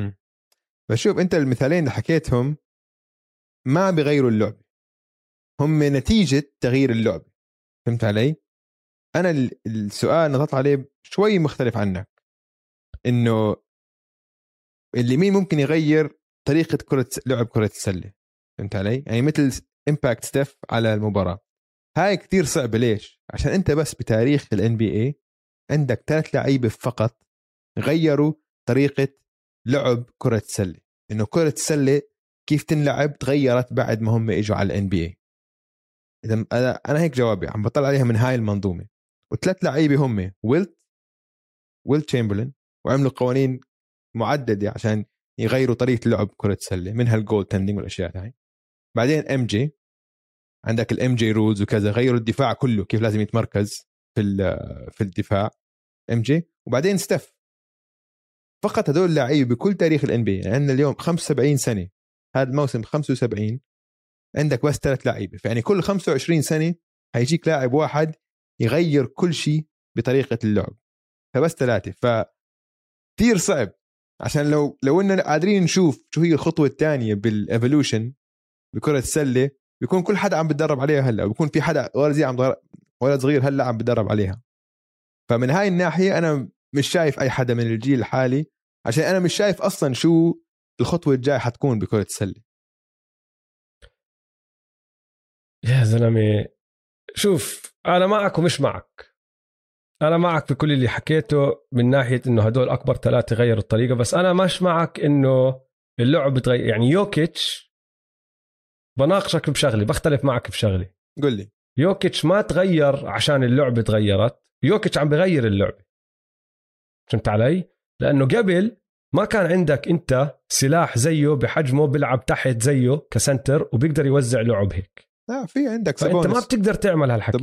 بشوف انت المثالين اللي حكيتهم ما بيغيروا اللعبة، هم نتيجة تغيير اللعبة. فهمت علي؟ انا السؤال نضغط عليه شوي مختلف عنك، انه اللي مين ممكن يغير طريقة لعب كرة السلة. فهمت علي؟ يعني مثل امباكت ستيف على المباراة هاي كتير صعبة. ليش؟ عشان انت بس بتاريخ ال NBA عندك 3 لعيبة فقط غيروا طريقة لعب كرة السلة، انه كرة السلة كيف تنلعب تغيرت بعد ما هم اجوا على ال NBA. اذا انا هيك جوابي، عم بطلع عليها من هاي المنظومة. و3 لعيبة هم ويلت تشامبرلين، وعملوا قوانين معددة عشان يغيروا طريقة لعب كرة السلة، منها الجول تندينج والاشياء هاي. بعدين MJ، عندك الMJ رولز وكذا، غيروا الدفاع كله كيف لازم يتمركز في الدفاع MJ. وبعدين ستيف. فقط هدول اللاعبين بكل تاريخ ال NBA، يعني عندنا اليوم 75 سنة، هذا الموسم 75، عندك بس 3 لعيبة. يعني كل 25 سنة هيجيك لاعب واحد يغير كل شيء بطريقة اللعب، فبس 3. فكتير صعب، عشان لو إننا قادرين نشوف شو هي الخطوة الثانية بالإيفولوشن بكرة السلة، بيكون كل حدا عم بتدرب عليها هلا، بيكون في حدا ولد صغير هلا عم بتدرب عليها. فمن هاي الناحية أنا مش شايف أي حدا من الجيل الحالي، عشان أنا مش شايف أصلا شو الخطوة الجاية حتكون بكرة السلة. يا زلمة شوف، أنا معك ومش معك. أنا معك في كل اللي حكيته من ناحية إنه هدول أكبر 3 غيروا الطريقة، بس أنا مش معك إنه اللعب بتغير. يعني يوكيتش بناقشك بشغلي، بختلف معك بشغلي. قل لي. يوكيتش ما تغير عشان اللعبة تغيرت، يوكيتش عم بغير اللعبة. فهمت علي؟ لأنه قبل ما كان عندك أنت سلاح زيه بحجمه بيلعب تحت زيه كسنتر وبيقدر يوزع لعب هيك. في عندك سابونس، فأنت ما بتقدر تعمل هالحكي.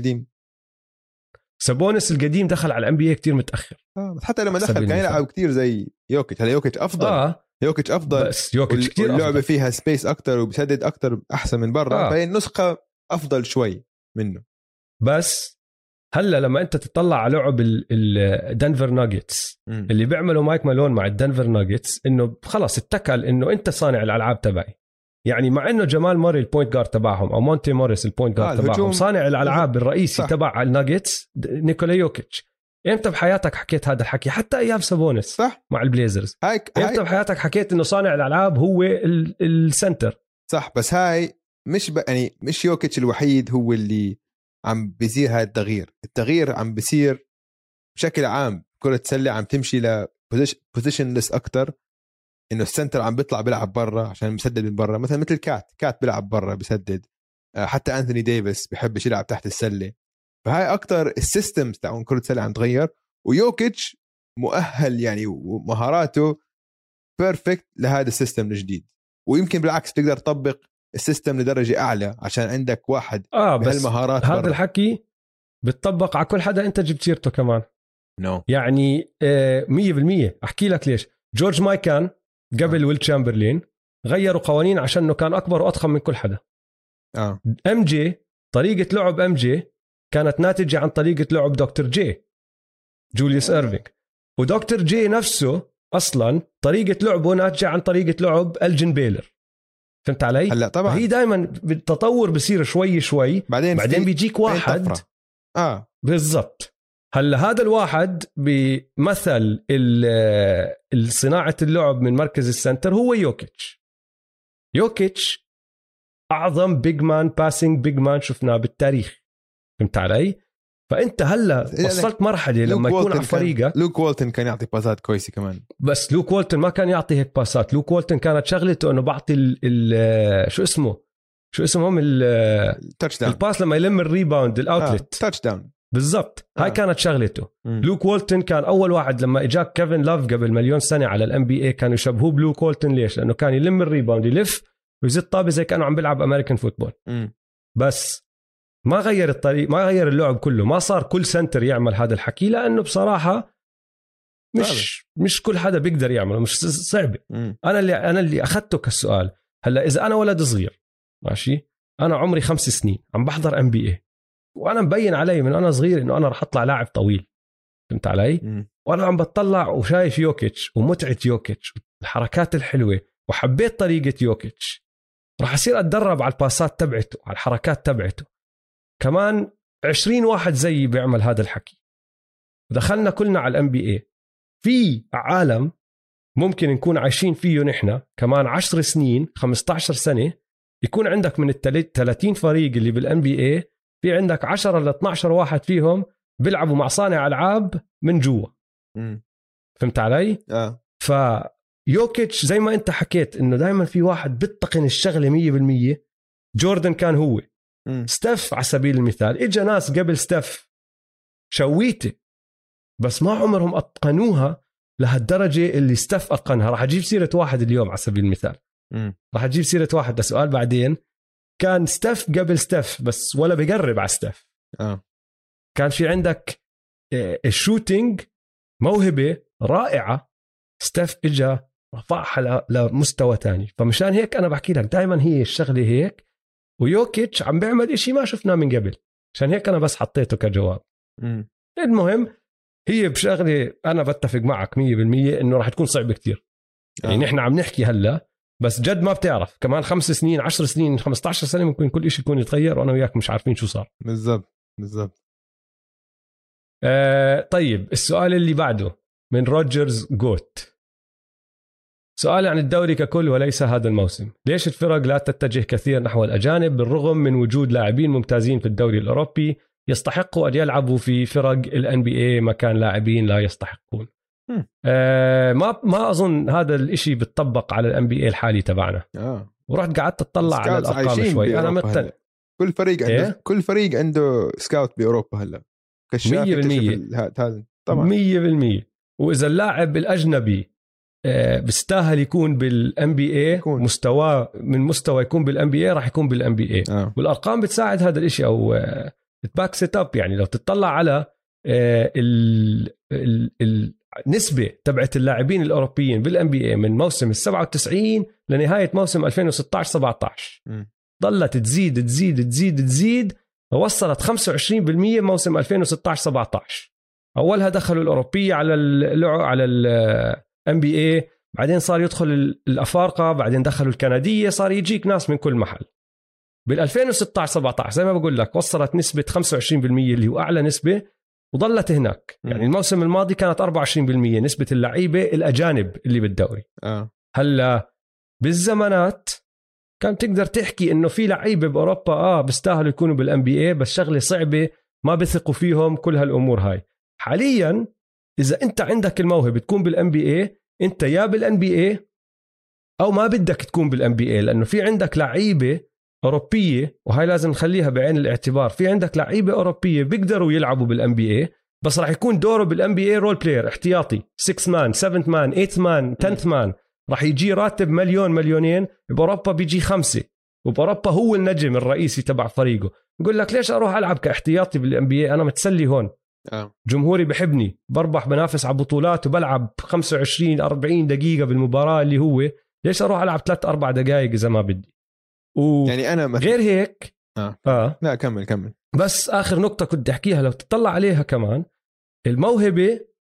سابونس القديم دخل على الأنبياء كتير متأخر. بس حتى لما دخل كان يلعب كتير زي يوكيتش. هلا يوكيتش أفضل. يوكيتش أفضل، بس يوكيتش كتير اللعبة أفضل. فيها سبيس أكتر وبسدد أكتر أحسن من برا. فهي النسخة أفضل شوي منه. بس هلا لما انت تطلع على لعب الدنفر ناجتس اللي بيعملوا مايك مالون مع الدنفر ناجتس، انه خلاص اتكل انه انت صانع الالعاب تبعي. يعني مع انه جمال موري البوينت جارد تبعهم او مونتي موريس البوينت جارد تبعهم، صانع الالعاب الرئيسي تبع الناجتس نيكولا يوكيتش. امتى بحياتك حكيت هذا الحكي؟ حتى ايام سابونس صح مع البليزرز. امتى بحياتك حكيت انه صانع الالعاب هو السنتر؟ صح، بس هاي مش يعني مش يوكيتش الوحيد هو اللي عم بيصير هذا التغيير عم بيصير بشكل عام. كرة سلة عم تمشي ل بوزيشنلس أكتر، إنه السنتر عم بيطلع بيلعب برا عشان مسدد من برا. مثل كات بيلعب برا بيسدد. حتى أنثوني ديفيس بيحبش يلعب تحت السلة. فهاي أكتر السيستمز تاعون كرة سلة عم تغير، ويوكيتش مؤهل يعني ومهاراته بيرفكت لهذا السيستم الجديد. ويمكن بالعكس تقدر تطبق السيستم لدرجة أعلى عشان عندك واحد بهالمهارات. هذا الحكي بتطبق على كل حدا أنت جبت سيرته كمان. يعني 100%. أحكي لك ليش. جورج مايكان قبل ويل تشامبرلين غيروا قوانين عشان إنه كان أكبر وأضخم من كل حدا. MJ طريقة لعب MJ كانت ناتجة عن طريقة لعب دكتور جوليوس إيرفينغ. ودكتور جي نفسه اصلا طريقه لعبه ناتجه عن طريقه لعب الجين بيلر. فهمت علي؟ هلا طبعا هي دائما بالتطور بصير شوي بعدين بيجيك واحد بالضبط. هلا هذا الواحد بمثل صناعه اللعب من مركز السنتر هو يوكيتش اعظم بيج مان باسنج بيج مان شفناه بالتاريخ. فهمت علي؟ فانت هلا وصلت مرحله لما يكون على فريقك. لوك وولتن كان يعطي باسات كويسه كمان، بس لوك وولتن ما كان يعطي هيك باسات. لوك وولتن كانت شغلته انه بعطي شو اسمهم التاتش داون، الباس لما يلم الريباوند الاوتلت تاتش داون بالضبط. هاي كانت شغلته. لوك وولتن كان اول واحد لما اجاك كيفن لاف قبل مليون سنه على الام بي اي كانوا يشبهوه بلوك وولتن. ليش؟ لانه كان يلم الريباوند يلف ويزت طابه زي كانه عم بيلعب امريكان فوتبول. بس ما غير الطريق، ما غير اللعب كله. ما صار كل سنتر يعمل هذا الحكي لانه بصراحه مش كل حدا بيقدر يعمله، مش صعبه. انا اللي اخذته كالسؤال. هلا اذا انا ولد صغير ماشي، انا عمري 5 سنين عم بحضر ام بي اي وانا مبين علي من انا صغير انه انا رح اطلع لاعب طويل. فهمت علي؟ وانا عم بتطلع وشايف يوكيتش ومتعه يوكيتش الحركات الحلوه وحبيت طريقه يوكيتش، رح اصير اتدرب على الباسات تبعته على الحركات تبعته. كمان 20 واحد زيي بيعمل هذا الحكي. دخلنا كلنا على الام بي اي في عالم ممكن نكون عايشين فيه نحن كمان 10 سنين 15 سنه، يكون عندك من 30 فريق اللي بالان بي اي في عندك 10 ل 12 واحد فيهم بيلعبوا مع صانع العاب من جوا. فهمت علي؟ فيوكيتش زي ما انت حكيت انه دائما في واحد بيتقن الشغله 100%. جوردن كان هو. ستيف على سبيل المثال اجى ناس قبل ستيف شويته بس ما عمرهم اتقنوها لهالدرجه اللي ستيف اتقنها. راح اجيب سيره واحد اليوم على سبيل المثال. راح اجيب سيره واحد لسؤال بعدين. كان ستيف قبل ستيف بس ولا بيقرب على ستيف. كان في عندك الشوتينج موهبه رائعه، ستيف اجى رفعها لمستوى تاني. فمشان هيك انا بحكي لك دائما هي الشغله هيك، ويوكيتش عم بيعمل إشي ما شفناه من قبل. عشان هيك أنا بس حطيته كجواب. المهم هي بشغلة أنا بتفق معك 100% إنه راح تكون صعبة كتير. يعني نحن عم نحكي هلا بس جد ما بتعرف كمان 5 سنين 10 سنين 15 سنة ممكن كل إشي يكون يتغير وأنا وياك مش عارفين شو صار. بالضبط. طيب السؤال اللي بعده من روجرز جوت. سؤال عن الدوري ككل وليس هذا الموسم. ليش الفرق لا تتجه كثير نحو الأجانب بالرغم من وجود لاعبين ممتازين في الدوري الأوروبي يستحقوا أن يلعبوا في فرق ال NBA مكان لاعبين لا يستحقون؟ ما أظن هذا الإشي بتطبق على ال NBA الحالي تبعنا. ورحت قعدت أطلع على الأرقام شوي. أنا مثلا كل فريق عنده كل فريق عنده سكاوت بأوروبا هلا 100% هذا طبعا 100%. وإذا اللاعب الأجنبي بيستاهل يكون بالان بي اي مستوى من مستوى يكون بالان بي اي راح يكون بالان بي اي. والارقام بتساعد هذا الاشي او تباك سيت اب. يعني لو تطلع على النسبه تبعت اللاعبين الاوروبيين بالان بي اي من موسم ال97 لنهايه موسم 2016 17 ظلت تزيد ووصلت 25% موسم 2016 17. اولها دخلوا الاوروبيه على ال NBA، بعدين صار يدخل الأفارقة، بعدين دخلوا الكندية، صار يجيك ناس من كل محل. بال2016-17 زي ما بقول لك وصلت نسبة 25% اللي هو أعلى نسبة وظلت هناك. يعني الموسم الماضي كانت 24% نسبة اللعيبة الأجانب اللي بالدوري. هلا بالزمانات كان تقدر تحكي إنه في لعيبة بأوروبا بيستاهلوا يكونوا بالNBA بس شغلة صعبة ما بيثقوا فيهم كل هالأمور هاي. حالياً إذا أنت عندك الموهبة تكون بالNBA أنت يا بالNBA أو ما بدك تكون بالNBA، لأنه في عندك لعيبة أوروبية وهاي لازم نخليها بعين الاعتبار. في عندك لعيبة أوروبية بيقدروا يلعبوا بالNBA بس راح يكون دوره بالNBA رول بلاير احتياطي 6 مان 7 مان 8 مان 10 مان، راح يجي راتب مليون مليونين. بأوروبا بيجي 5 وبأوروبا هو النجم الرئيسي تبع فريقه. يقول لك ليش أروح ألعب كاحتياطي بالNBA؟ أنا متسلي هون، جمهوري بحبني، بربح بنافس على بطولات وبلعب 25-40 دقيقة بالمباراة اللي هو ليش أروح ألعب 3-4 دقائق إذا ما بدي. يعني أنا غير هيك لا كمل بس آخر نقطة كنت أحكيها لو تطلع عليها كمان الموهبة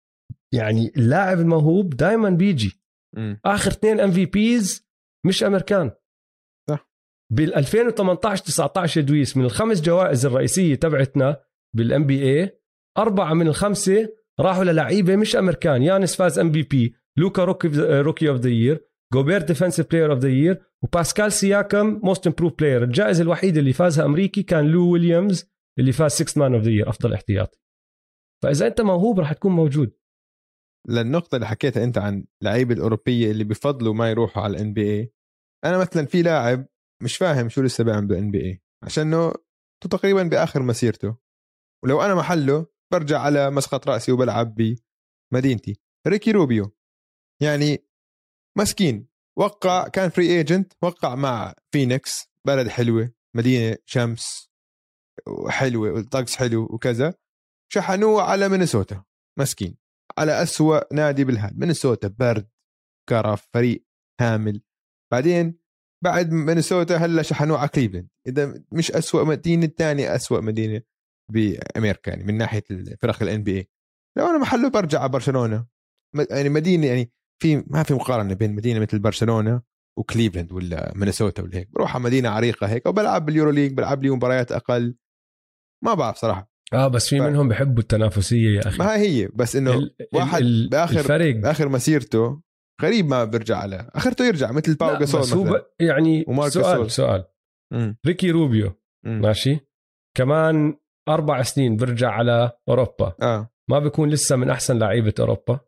يعني اللاعب الموهوب دائما بيجي. اخر 2 MVPs مش امريكان. صح. بال 2018 19 دويس من ال5 جوائز الرئيسيه تبعتنا بالNBA 4 من ال5 راحوا للعيبه مش امريكان. يانس فاز MVP، لوكا روكي اوف ذا يير، جوبير ديفنسيف بلاير اوف ذا يير، وباسكال سياكم موست امبروف بلاير. الجائزه الوحيده اللي فازها امريكي كان لو ويليامز اللي فاز 6 مان اوف ذا يير افضل احتياطي. فاذا انت موهوب راح تكون موجود. للنقطه اللي حكيتها انت عن لعيبه الاوروبيه اللي بفضلوا ما يروحوا على الNBA، انا مثلا في لاعب مش فاهم شو لسه بيعمل بالNBA عشانه تقريبا باخر مسيرته، ولو انا محله برجع على مسقط راسي وبلعب بمدينتي. ريكي روبيو يعني مسكين، وقع كان فري ايجنت، وقع مع فينيكس، بلد حلوه، مدينه شمس وحلوه والطقس حلو وكذا، شحنوه على مينيسوتا مسكين، على أسوأ نادي بالهاد. مينيسوتا برد، كرف، فريق هامل. بعدين بعد مينيسوتا هلا شحنوه على كليفلاند، اذا مش أسوأ مدينه، الثاني أسوأ مدينه بامريكا يعني من ناحيه الفرق الNBA. لو انا محله برجع على برشلونه، يعني مدينه يعني ما في مقارنه بين مدينه مثل برشلونه وكليفلاند ولا مينيسوتا ولا هيك. بروح على مدينه عريقه هيك وبلعب باليورو ليج، بلعب لي مباريات اقل. ما بعرف صراحه. بس في منهم بحبوا التنافسيه يا اخي. ما هي بس انه واحد باخر مسيرته غريب ما برجع على اخرته، يرجع مثل باو جاسول مثلا. يعني سؤال ريكي روبيو ماشي كمان 4 سنين برجع على اوروبا، ما بيكون لسه من احسن لعيبه اوروبا؟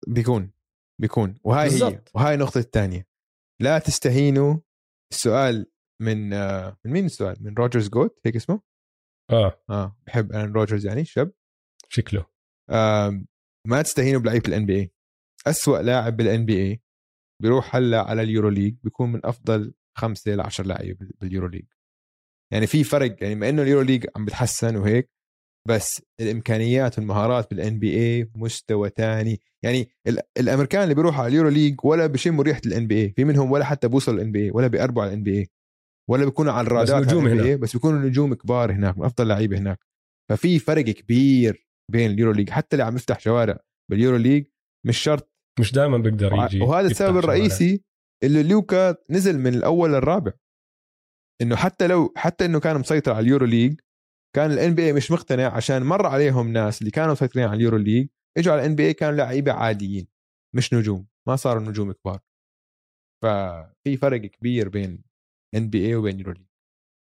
بيكون وهاي بالزبط. هي وهاي النقطه الثانيه، لا تستهينوا. السؤال من مين السؤال؟ من روجرز جوت هيك اسمه. بحب أنا روجرز يعني شاب شكله. ما تستهينوا بلعيبه الNBA. أسوأ لاعب بالNBA بيروح هلا على اليورو ليج بيكون من افضل 5 ل 10 لعيبه باليورو ليج. يعني في فرق، يعني ما انه اليورو ليج عم بتحسن وهيك، بس الامكانيات والمهارات بالNBA مستوى تاني. يعني الامريكان اللي بيروحوا على اليورو ليج ولا بيشموا ريحه الNBA، في منهم ولا حتى بوصلوا الNBA ولا بيقربوا على الNBA ولا بيكونوا على الرادار على الNBA، بس بيكونوا نجوم كبار هناك، من افضل لعيبه هناك. ففي فرق كبير بين اليورو ليج. حتى اللي عم يفتح شوارع باليورو ليج مش شرط، مش دائما بيقدر يجي. وهذا السبب الرئيسي اللي لوكا نزل من الاول للرابع، انه حتى انه كان مسيطر على اليورو ليج، كان الNBA مش مقتنع، عشان مر عليهم ناس اللي كانوا مسيطرين على اليورو ليج اجوا على الNBA كانوا لعيبه عاديين مش نجوم، ما صاروا نجوم كبار. ففي فرق كبير بين NBA وبين يورو ليج.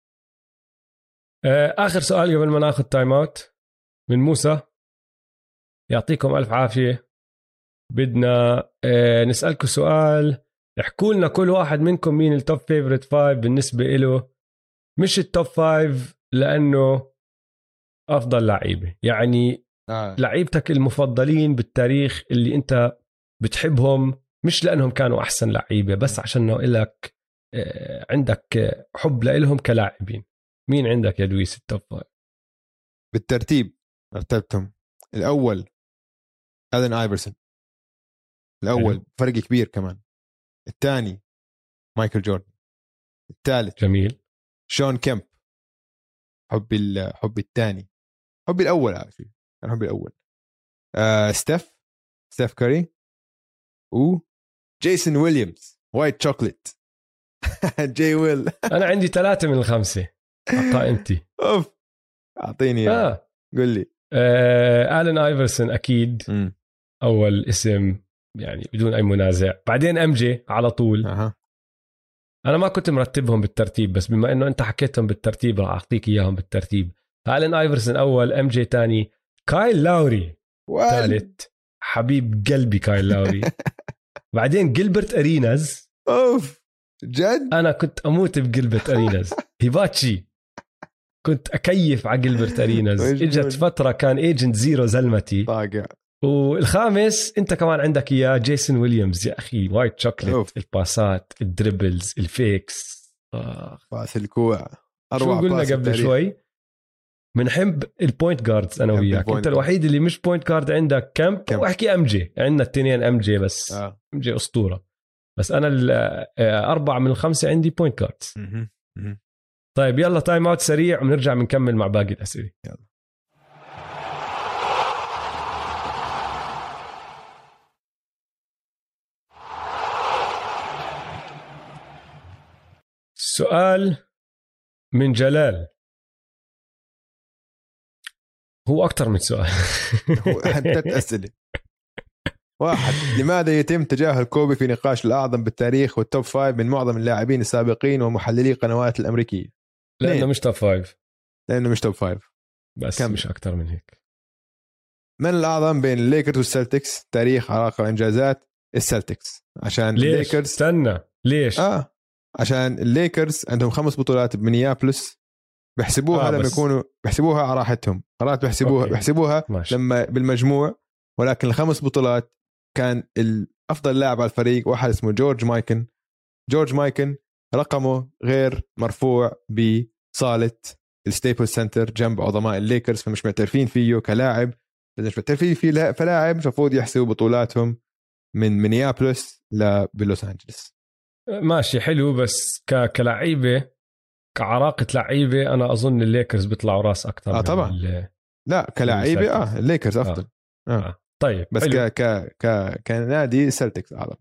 آخر سؤال قبل ما ناخذ تايم اوت من موسى، يعطيكم ألف عافية. بدنا نسألكم سؤال، احكوا لنا كل واحد منكم مين التوب فيفورت 5 بالنسبة له، مش التوب 5 لأنه أفضل لعيبة، يعني لعيبتك المفضلين بالتاريخ اللي أنت بتحبهم، مش لأنهم كانوا أحسن لعيبة، بس عشان إلك عندك حب لإلهم كلاعبين. مين عندك يا دويس التوب 5 بالترتيب؟ رتبتهم الأول آلين آيفرسون، الأول فرق كبير كمان. الثاني مايكل جوردن. الثالث جميل شون كيمب. حبي الثاني، حبي الأول عارفين، أنا حبي الأول ستيف كاري وجيسون ويليامز وايت شوكليت. جاي ويل. أنا عندي 3 من 5 قائمتي. أوف أعطيني قل لي. آلين آيفرسون أكيد أول اسم يعني بدون أي منازع، بعدين MJ على طول. أنا ما كنت مرتبهم بالترتيب، بس بما أنه أنت حكيتهم بالترتيب راح أعطيك إياهم بالترتيب. آلين آيفرسون أول، MJ تاني، كايل لاوري ثالث، حبيب قلبي كايل لاوري. بعدين جيلبرت أريناز. أوف جد أنا كنت أموت بجيلبرت أريناز. هيباتشي كنت أكيف على جيلبرت أريناز. إجت فترة كان ايجنت زيرو زلمتي طاقع. والخامس انت كمان عندك اياه جيسون ويليامز يا اخي، وايت شوكليت. الباسات، الدريبلز، الفيكس، باس الكوع. شو قلنا قبل شوي؟ بنحب البوينت جاردز انا وياك. انت الوحيد اللي مش بوينت جارد عندك كامب. واحكي MJ، عندنا الاثنين MJ بس. MJ اسطوره، بس انا 4 من 5 عندي بوينت جاردز. طيب يلا تايم اوت سريع ونرجع بنكمل مع باقي الاسئله. يلا سؤال من جلال، هو أكتر من سؤال. هو 3 أسئلة. 1. لماذا يتم تجاهل كوبي في نقاش الأعظم بالتاريخ والتوب 5 من معظم اللاعبين السابقين ومحللي القنوات الأمريكية؟ لأنه مش توب 5. لأنه مش توب 5 بس مش أكتر من هيك. من الأعظم بين الليكرز والسلتكس تاريخ علاقة وإنجازات؟ السلتكس. عشان ليش؟ الليكرز استنى ليش؟ عشان الليكرز عندهم 5 بطولات بمينيابوليس، بيحسبوها لما يكونوا بيحسبوها على راحتهم، قرارات بيحسبوها ماشي. لما بالمجموع، ولكن ال5 بطولات كان الأفضل لاعب على الفريق واحد اسمه جورج مايكن رقمه غير مرفوع بصالة الستيبل سنتر جنب عظماء الليكرز، فمش معترفين فيه كلاعب. إذا مش معترفين فيه فلاعب المفروض يحسبوا بطولاتهم من مينيابوليس لبلوس أنجلس. ماشي حلو، بس كلعيبة كعراقة لعيبة أنا أظن الليكرز بيطلعوا راس أكتر. طبعا لا كلاعيبة الليكرز أفضل. طيب بس كنادي السلتكس أعظم.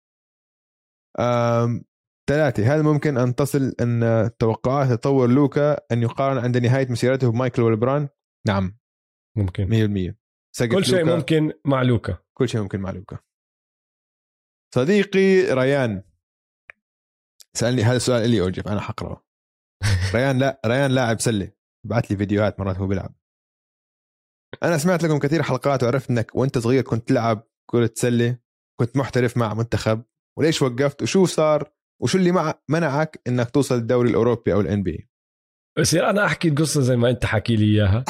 3. هل ممكن أن تصل أن توقعات تطور لوكا أن يقارن عند نهاية مسيرته بمايكل ولبران؟ نعم ممكن 100%. كل شيء ممكن مع لوكا. كل شيء ممكن مع لوكا. صديقي ريان سألني هذا السؤال اللي أوجب أنا حقرأه. ريان لاعب سلة، بعت لي فيديوهات مرات هو بيلعب. أنا سمعت لكم كثير حلقات وعرفت أنك وأنت صغير كنت تلعب كرة سلة، كنت محترف مع منتخب، وليش وقفت وشو صار وشو اللي منعك أنك توصل الدوري الأوروبي أو الNBA؟ بس أنا أحكي القصة زي ما أنت حكي لي إياها.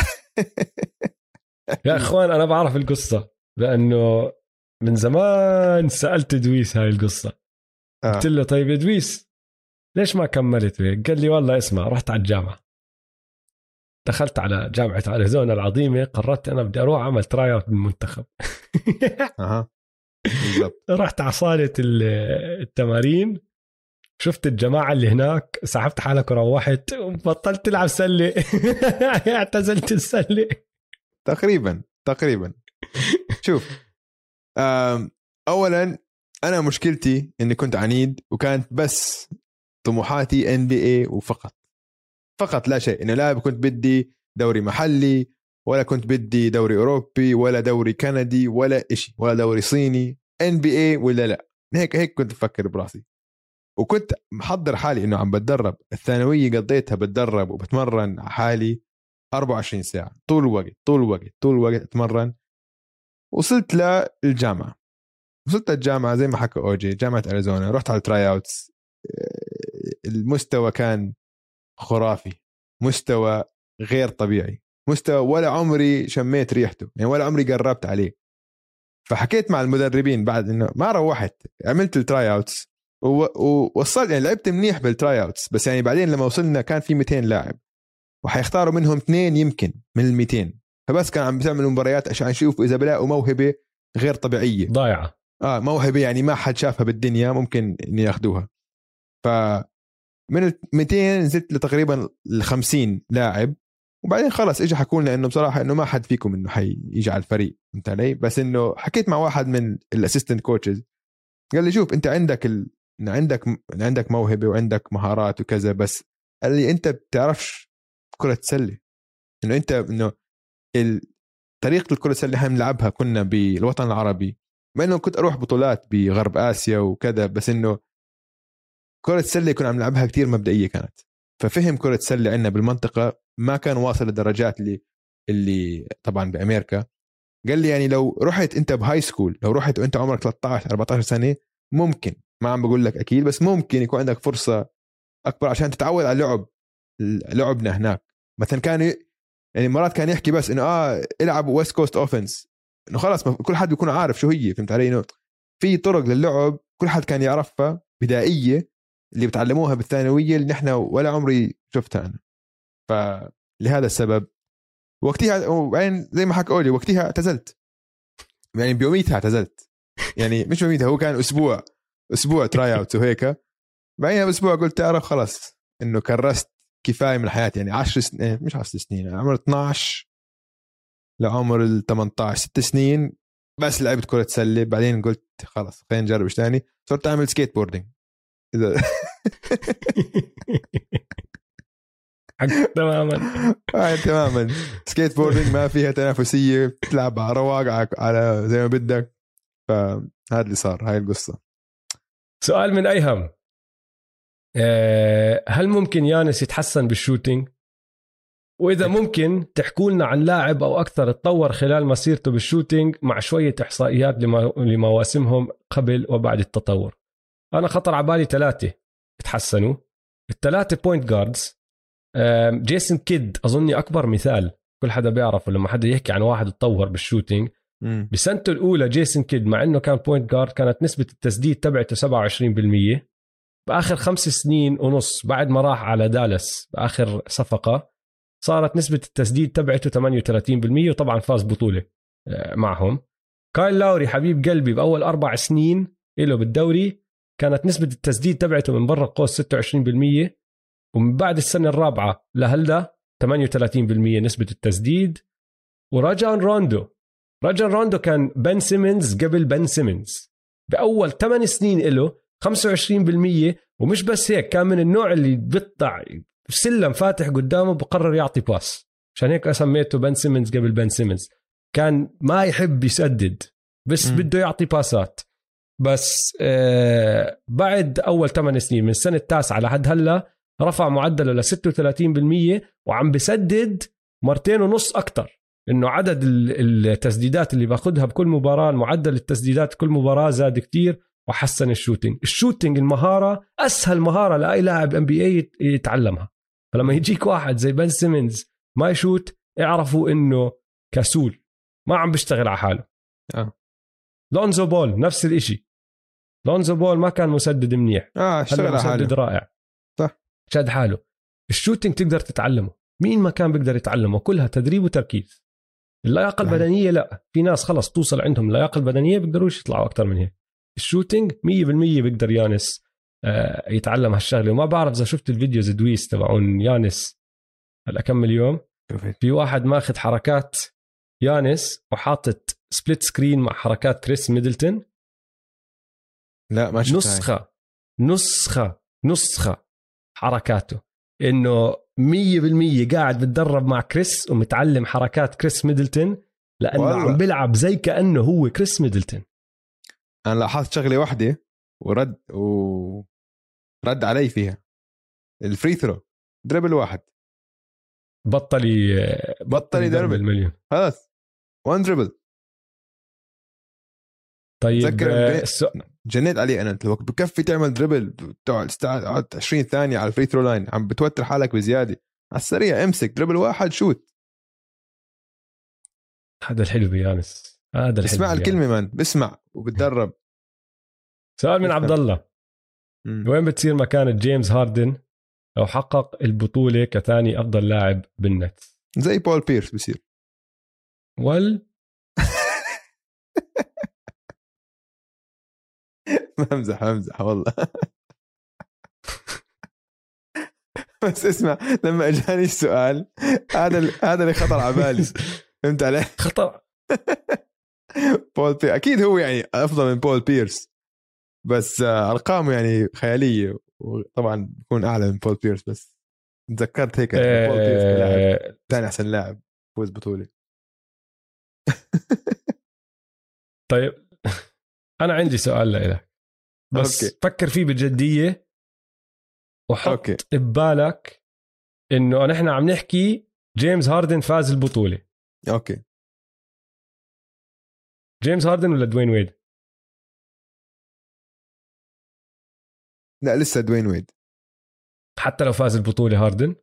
يا أخوان أنا بعرف القصة لأنه من زمان سألت دويس هاي القصة. قلت له طيب يا دويس ليش ما كملت هيك؟ قال لي والله اسمع، رحت على الجامعة، دخلت على جامعة أريزونا العظيمة، قررت أنا بدي أروح أعمل تراي اوت بالمنتخب. رحت على صالة التمارين، شفت الجماعة اللي هناك، سحبت حالك وروحت وبطلت تلعب سلة. اعتزلت السلة تقريبا. شوف أولا أنا مشكلتي إني كنت عنيد، وكانت بس طموحاتي NBA فقط لا شيء. إنه لا كنت بدي دوري محلي، ولا كنت بدي دوري أوروبي، ولا دوري كندي، ولا إشي، ولا دوري صيني. NBA ولا لا، هيك كنت أفكر براسي. وكنت محضر حالي إنه عم بتدرب. الثانوية قضيتها بتدرب وبتمرن حالي 24 ساعة طول الوقت أتمرن. وصلت للجامعة، زي ما حكى أوجي، جامعة أريزونا. رحت على التراي اوتس، المستوى كان خرافي، مستوى غير طبيعي، مستوى ولا عمري شميت ريحته، يعني ولا عمري قربت عليه. فحكيت مع المدربين بعد انه ما روحت، عملت التراي اوتس ووصلت، يعني لعبت منيح بالتراي اوتس، بس يعني بعدين لما وصلنا كان في 200 لاعب وحيختاروا منهم 2 يمكن من ال200، فبس كان عم بيعملوا مباريات عشان يشوفوا اذا بلاقوا موهبة غير طبيعية ضايعة، موهبة يعني ما حد شافها بالدنيا ممكن إن ياخدوها. فمن 200 نزلت لتقريبا 50 لاعب، وبعدين خلص اجى حكوا لنا انه بصراحه انه ما حد فيكم انه حيجي على الفريق، فهمت علي؟ بس انه حكيت مع واحد من الاسيستنت كوتشز، قال لي شوف انت عندك موهبه وعندك مهارات وكذا، بس قال لي انت بتعرفش كره سله. انه طريقه الكره السله اللي احنا بنلعبها كنا بالوطن العربي، ما انه كنت اروح بطولات بغرب اسيا وكذا، بس انه كره السله كنا عم نلعبها كتير مبدئيه كانت. ففهم كره السله عندنا بالمنطقه ما كان واصل للدرجات اللي طبعا بامريكا. قال لي يعني لو رحت انت بهاي سكول، لو رحت وانت عمرك 13 14 سنه، ممكن، ما عم بقول لك اكيد، بس ممكن يكون عندك فرصه اكبر عشان تتعود على لعبنا هناك. مثلا كان يعني مرات كان يحكي بس انه العب ويست كوست اوفنس، انه خلاص كل حد بيكون عارف شو هي، فهمت علي؟ انه في طرق للعب كل حد كان يعرفها بدائيه اللي بتعلموها بالثانويه اللي نحن ولا عمري شفتها انا. فلهذا السبب وقتها، وبعدين زي ما حكى أولي وقتها اعتزلت، يعني بيوميتها اعتزلت، يعني مش بيوميتها، هو كان اسبوع تراي اوت وهيك. بعدين باسبوع قلت تعرف خلاص انه كرست كفايه من حياتي، يعني 10 سنين، مش 10 سنين، عمر 12 لعمر ال 18 6 سنين بس لعبت كرة سلة. بعدين قلت خلاص خلينا نجرب ايش ثاني، صرت اعمل سكيت بوردينج. اذا تماما. تماما. سكيت بوردينج ما فيها تنافسيه، تلعب على رواق على زي ما بدك. فهذا اللي صار، هاي القصه. سؤال من ايهم، هل ممكن يانس يتحسن بالشوتينج؟ واذا ممكن تحكوا لنا عن لاعب او اكثر تطور خلال مسيرته بالشوتينج مع شويه احصائيات لمواسمهم قبل وبعد التطور. انا خطر على بالي 3 تحسنوا، ال3 بوينت جاردز. جيسون كيد اظني اكبر مثال كل حدا بيعرفه لما حدا يحكي عن واحد تطور بالشوتينج. بسنته الاولى جيسون كيد مع انه كان بوينت جارد كانت نسبه التسديد تبعته 27%. باخر 5 سنين ونص بعد ما راح على دالاس باخر صفقه صارت نسبه التسديد تبعته 38%، وطبعا فاز بطوله معهم. كايل لاوري حبيب قلبي باول 4 سنين له بالدوري كانت نسبه التسديد تبعته من برا القوس 26%، ومن بعد السنه الرابعه لهلا 38% نسبه التسديد. وراجان روندو كان بن سيمنز قبل بن سيمنز باول 8 سنين له 25%. ومش بس هيك، كان من النوع اللي بيطلع سلم فاتح قدامه بقرر يعطي باس، عشان هيك سميته بن سيمنز قبل بن سيمنز. كان ما يحب يسدد بس بده يعطي باسات. بس بعد أول 8 سنين من السنة التاسعة لحد هلا رفع معدله ل 36%، وعم بسدد 2.5 أكتر. إنه عدد التسديدات اللي باخدها بكل مباراة، معدل التسديدات كل مباراة زاد كتير، وحسن الشوتينج المهارة أسهل مهارة لأي لاعب NBA يتعلمها. فلما يجيك واحد زي بن سيمنز ما يشوت، اعرفوا إنه كسول، ما عم بيشتغل على حاله. لونزو بول نفس الاشي، لونزو بول ما كان مسدد منيح، اشتغل على حاله، مسدد رائع، صح، شاد حاله. الشوتينج تقدر تتعلمه، مين ما كان بيقدر يتعلمه، كلها تدريب وتركيز. اللياقة البدنية لا، في ناس خلص توصل عندهم اللياقة البدنية بيقدروش يطلعوا أكتر من هيك. الشوتينج 100% بيقدر يانس يتعلم هالشغلة. وما بعرف إذا شفت الفيديوز دويس تبعون يانس هلا كم اليوم، في واحد ماخذ حركات يانس وحاطط سبليت سكرين مع حركات كريس ميدلتون. لا ما شفت نسخة حركاته، إنه 100% قاعد بتدرب مع كريس ومتعلم حركات كريس ميدلتون، لأنه عم بيلعب زي كأنه هو كريس ميدلتون. أنا لاحظت شغلة واحدة ورد علي فيها، الفري ثرو دربل واحد، بطلي دربل المليون، خلاص وان دربل. طيب جنيت عليه انا، لو بكفي تعمل دربل تقعد 20 ثانيه على الفري ثرو لاين، عم بتوتر حالك بزياده. على السريع امسك دربل واحد شوت. هذا الحلو بيانس، هذا اسمع الكلمه مان، بسمع وبتدرب. سؤال من عبد الله، وين بتصير مكانة جيمس هاردن لو حقق البطولة كثاني أفضل لاعب بالنت؟ زي بول بيرس بصير. امزح والله. بس اسمع، لما اجاني السؤال هذا اللي خطر على بالي. فهمت علي؟ خطر. بول بيرس اكيد هو يعني افضل من بول بيرس، بس ارقامه يعني خياليه، وطبعا بيكون اعلى من بول بيرس. بس تذكرت هيك بول بيرس كلاعب ثاني احسن لاعب فوز بطوله. طيب انا عندي سؤال لك، بس أوكي. فكر فيه بجديه وحط أوكي. ببالك انه نحن عم نحكي جيمس هاردن فاز البطوله. اوكي، جيمس هاردن ولا دوين ويد؟ لا لسه دوين ويد. حتى لو فاز البطوله هاردن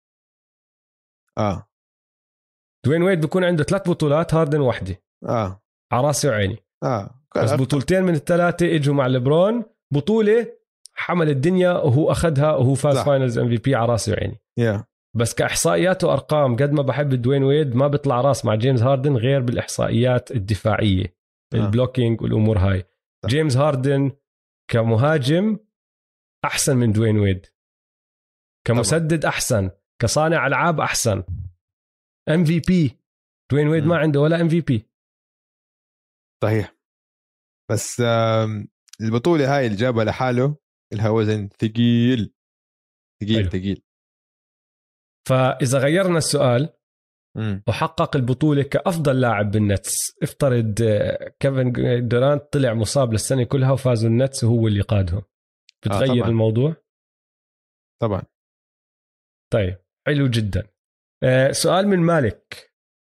دوين ويد بيكون عنده 3 بطولات، هاردن واحده. على راسي وعيني. بس بطولتين من ال3 اجوا مع ليبرون، بطوله حمل الدنيا وهو اخذها وهو فاز فاينلز MVP على راسي وعيني. بس كاحصائيات وارقام قد ما بحب دوين ويد ما بيطلع راس مع جيمس هاردن غير بالاحصائيات الدفاعيه، البلوكينج والامور هاي. جيمس هاردن كمهاجم احسن من دوين ويد، كمسدد احسن، كصانع العاب احسن، MVP. دوين ويد ما عنده ولا MVP. صحيح، بس البطولة هاي اللي جابها لحاله الهوازن ثقيل ثقيل حلو. ثقيل. فإذا غيرنا السؤال مم. وحقق البطولة كأفضل لاعب بالنتس، افترض كيفن دورانت طلع مصاب للسنة كلها وفازوا النتس وهو اللي قادهم، بتغير طبعاً. الموضوع؟ طبعا. طيب حلو جدا. سؤال من مالك،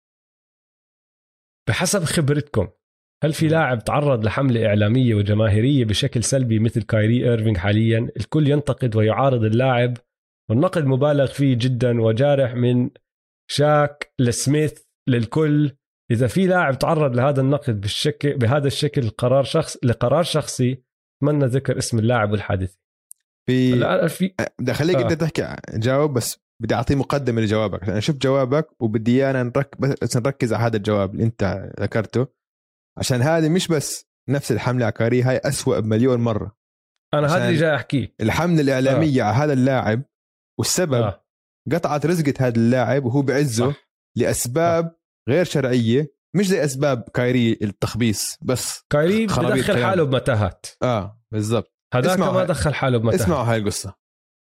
بحسب خبرتكم هل في لاعب تعرض لحملة إعلامية وجماهيرية بشكل سلبي مثل كايري إيرفينغ حاليا؟ الكل ينتقد ويعارض اللاعب والنقد مبالغ فيه جدا وجارح من شاك لسميث للكل. إذا في لاعب تعرض لهذا النقد بهذا الشكل لقرار شخصي، أتمنى ذكر اسم اللاعب والحادث. في بدي اخليك انت تحكي جاوب، بس بدي اعطي مقدمه لجوابك عشان انا شفت جوابك وبدي انا بس نركز على هذا الجواب اللي انت ذكرته، عشان هذه مش بس نفس الحمله عكاري، هاي أسوأ بمليون مره. انا هذا اللي جاي احكيه، الحمله الاعلاميه على هذا اللاعب والسبب قطعت رزقة هذا اللاعب وهو بعزه لاسباب غير شرعيه، مش زي اسباب كايري التخبيص، بس كايري بدخل حاله بمتاهات. بالضبط. هذاك ما دخل حاله بمتاهات. اسمعوا هاي القصه.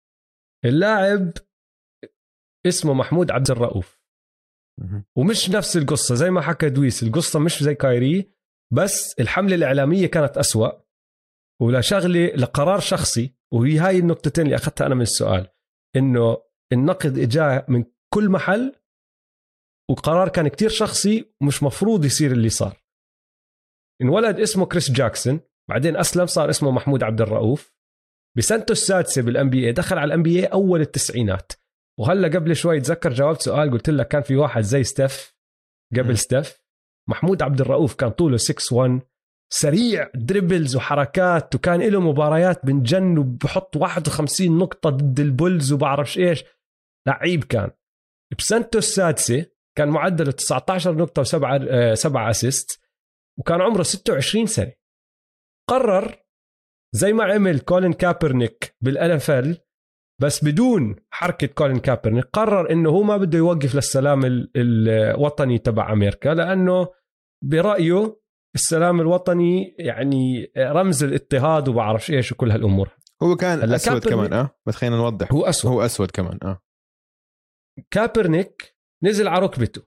اللاعب اسمه محمود عبد الرؤوف، ومش نفس القصة زي ما حكى دويس، القصة مش زي كايري، بس الحملة الإعلامية كانت أسوأ ولا شغلة لقرار شخصي. وهي هاي النقطتين اللي أخذتها أنا من السؤال، إنه النقد إجاه من كل محل وقرار كان كتير شخصي ومش مفروض يصير اللي صار. انولد اسمه كريس جاكسون، بعدين أسلم صار اسمه محمود عبد الرؤوف. بسنته السادسة بالNBA دخل على الNBA أول التسعينات. وهلا قبل شوي تذكر جاوبت سؤال قلت لك كان في واحد زي ستيف قبل ستيف، محمود عبد الرؤوف كان طوله 6'1، سريع دريبلز وحركات، وكان له مباريات بنجن وبحط 51 نقطة ضد البولز وبعرفش ايش، لعيب كان. بسنته السادسة كان معدله 19 نقطة و7 أسيست، وكان عمره 26 سنة. قرر زي ما عمل كولين كابرنيك بالNFL بس بدون حركة كولين كابرنيك، قرر إنه هو ما بده يوقف للسلام الوطني تبع أمريكا، لأنه برأيه السلام الوطني يعني رمز الاضطهاد وبعرفش إيش وكل هالأمور. هو كان أسود كمان بس خلينا نوضح، هو أسود كمان. كابرنيك نزل على ركبته،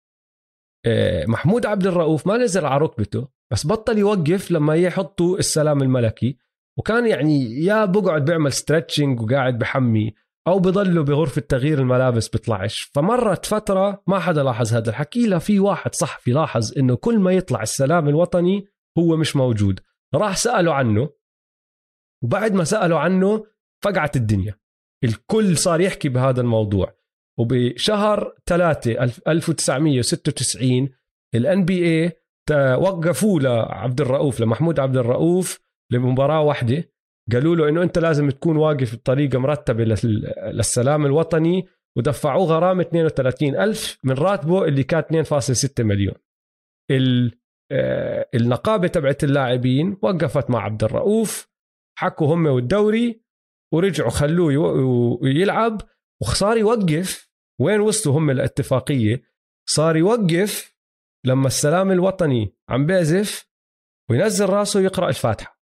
محمود عبد الرؤوف ما نزل على ركبته، بس بطل يوقف لما يحطوا السلام الملكي، وكان يعني يا بقعد بيعمل ستريتشنج وقاعد بحمي أو بضله بغرفة تغيير الملابس بيطلعش. فمرت فترة ما حدا لاحظ هذا الحكي، لا في واحد صحفي لاحظ إنه كل ما يطلع السلام الوطني هو مش موجود، راح سألوا عنه، وبعد ما سألوا عنه فقعت الدنيا، الكل صار يحكي بهذا الموضوع. وبشهر 3 1996 الNBA وقفوا لعبد الرؤوف، لمحمود عبد الرؤوف، لمباراة واحدة، قالوا له إنه أنت لازم تكون واقف بطريقة مرتبة للسلام الوطني، ودفعوه غرامة 32,000 من راتبه اللي كانت 2.6 مليون. النقابة تبعت اللاعبين وقفت مع عبد الرؤوف، حكوا هم والدوري ورجعوا خلوه يلعب، وصار يوقف. وين وصلوا هم الاتفاقية؟ صار يوقف لما السلام الوطني عم بيعزف وينزل راسه يقرأ الفاتحة.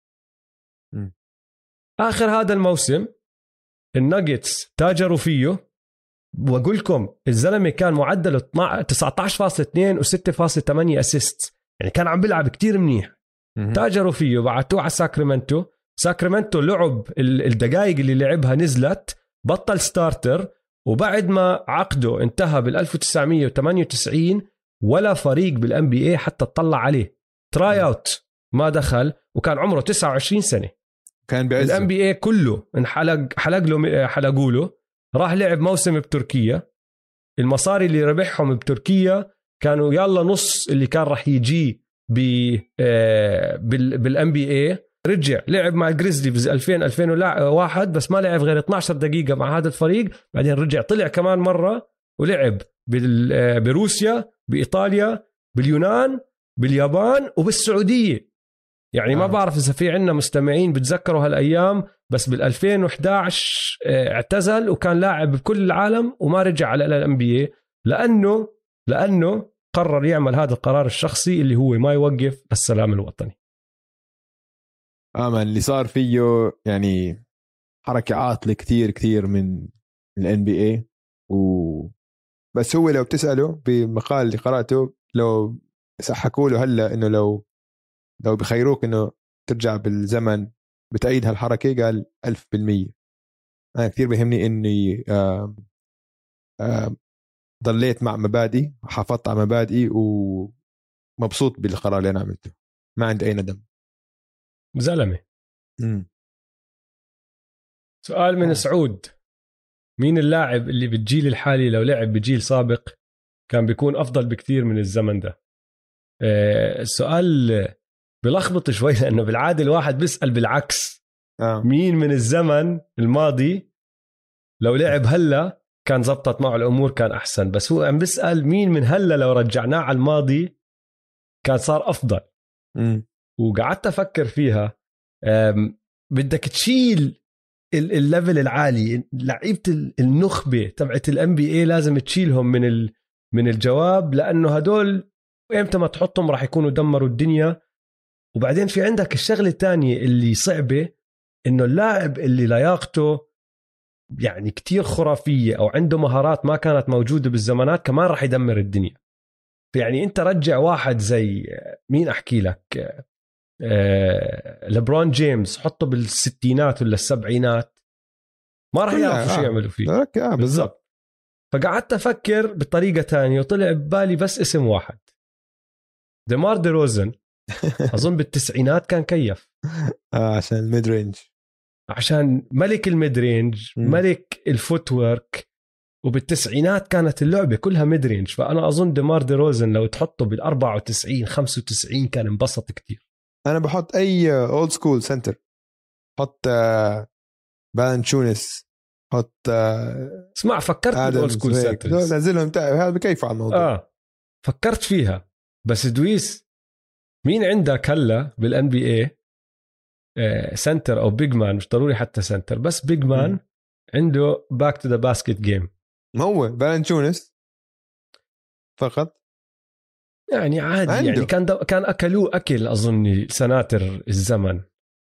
آخر هذا الموسم الناجتس تاجروا فيه، وأقول لكم الزلمة كان معدله 19.2 و6.8 أسيست، يعني كان عم بيلعب كتير منيح. تاجروا فيه بعتوه على ساكرامنتو لعب الدقائق اللي لعبها نزلت، بطل ستارتر، وبعد ما عقده انتهى 1998 ولا فريق بالNBA حتى تطلع عليه، تراي اوت ما دخل، وكان عمره 29 سنة. كان بعزه الNBA كله حلقوا له، راح لعب موسم بتركيا، المصاري اللي ربحهم بتركيا كانوا يلا نص اللي كان راح يجي بالNBA. رجع لعب مع الجريزليز 2001 بس ما لعب غير 12 دقيقة مع هذا الفريق، بعدين رجع طلع كمان مرة ولعب بروسيا، بإيطاليا، باليونان، باليابان وبالسعودية. يعني ما بعرف إذا في عنا مستمعين بتذكروا هالأيام، بس بال2011 اعتزل وكان لاعب بكل العالم وما رجع على الNBA لأنه قرر يعمل هذا القرار الشخصي اللي هو ما يوقف السلام الوطني. اللي صار فيه يعني حركة عاطلة كتير كتير من NBA بس هو لو بتسأله بمقال اللي قرأته، لو حكوا له هلا إنه لو بخيروك إنه ترجع بالزمن بتأيد هالحركة، قال 1000%. أنا كتير بيهمني إني ضليت مع مبادئي وحافظت على مبادئي ومبسوط بالقرار اللي أنا عملته، ما عندي أي ندم. زلمة. سؤال من سعود: مين اللاعب اللي بالجيل الحالي لو لعب بجيل سابق كان بيكون أفضل بكتير من الزمن ده؟ السؤال بلخبط شوي لأنه بالعادة الواحد بيسأل بالعكس. مين من الزمن الماضي لو لعب هلا كان زبطت معه الأمور كان أحسن، بس هو عم بيسأل مين من هلا لو رجعناه على الماضي كان صار أفضل. وقعدت أفكر فيها. بدك تشيل الليفل العالي، لعيبة النخبة تبعت الNBA لازم تشيلهم من الجواب، لأنه هدول إمتى ما تحطهم راح يكونوا دمروا الدنيا. وبعدين في عندك الشغلة الثانية اللي صعبة، إنه اللاعب اللي لياقته يعني كتير خرافية أو عنده مهارات ما كانت موجودة بالزمانات كمان راح يدمر الدنيا. يعني أنت رجع واحد زي مين أحكي لك، لبرون جيمس، حطه بالستينات ولا السبعينات ما راح يعرفوا شو يعملوا فيه. بالضبط. فقعدت أفكر بطريقة تانية وطلع ببالي بس اسم واحد: ديمار دي روزن. أظن بالتسعينات كان كيف عشان الميد رينج، عشان ملك الميد رينج، ملك الفوتورك. وبالتسعينات كانت اللعبة كلها ميد رينج. فأنا أظن ديمار دي روزن لو تحطه بال94 95 كان انبسط كتير. أنا بحط أي أولد سكول سنتر، حط بالانشونس، حط اسمع فكرت بالأولد سكول سنترز نزلهم هذا بكيف على الموضوع. فكرت فيها. بس دويس مين عندك هلا بالNBA سنتر أو بيج مان؟ مش ضروري حتى سنتر، بس بيج مان عنده باك تو ذا باسكت جيم. ما هو بالانشونس فقط يعني عادي عنده. يعني كان أكلوه أكل أظن سناتر الزمن.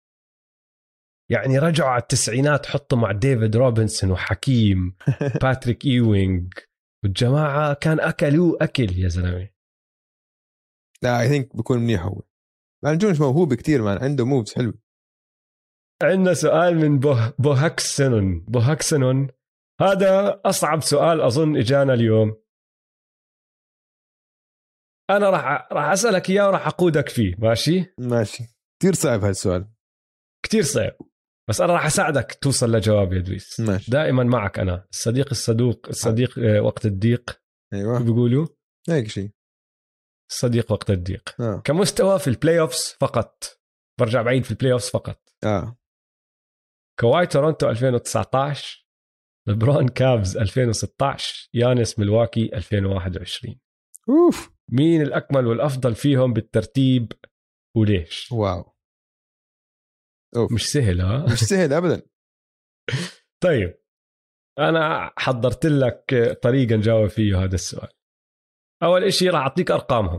يعني رجعوا على التسعينات حطوا مع ديفيد روبنسون وحكيم باتريك إيوينغ والجماعة، كان أكلوه أكل يا زلمة. لا I think بيكون منيح. هو بالانشونس موهوب كتير، مان عنده موفز حلو. عندنا سؤال من بوهكسنون. هذا أصعب سؤال أظن إجانا اليوم. أنا راح أسألك إياه وراح أقودك فيه. ماشي. كتير صعب هالسؤال، كتير صعب، بس أنا راح أساعدك توصل لجواب يا دويس. ماشي. دائما معك أنا، الصديق وقت الضيق. أيوة بيقولوا هيك شيء، الصديق وقت الضيق. كمستوى في البلاي أوفس فقط، برجع بعيد في البلاي أوفس فقط. كواي تورونتو 2019، لبرون كابز 2016، يانس ملواكي 2021. مين الأكمل والأفضل فيهم بالترتيب وليش؟ واو مش سهل. مش سهل أبدا. طيب أنا حضرت لك طريقة نجاوب فيه هذا السؤال. أول إشي راح أعطيك أرقامهم.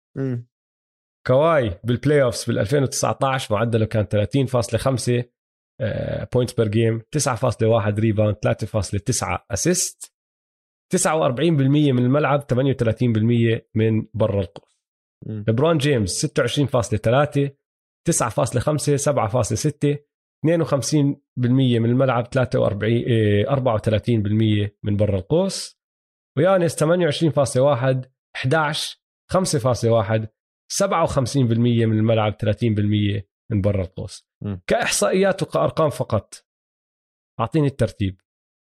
كواي بالبلاي أوفس بال2019 معدله كان 30.5 بوينتس بير جيم، 9.1 ريباوند، 3.9 أسيست، 49% من الملعب، 38% من برا القوس. لبرون جيمس 26.3، 9.5، 7.6، 52% من الملعب، 34% من برا القوس. ويانس 28.1، 11، 5.1، 57% من الملعب، 30% من برا القوس. كإحصائيات وكأرقام فقط أعطيني الترتيب.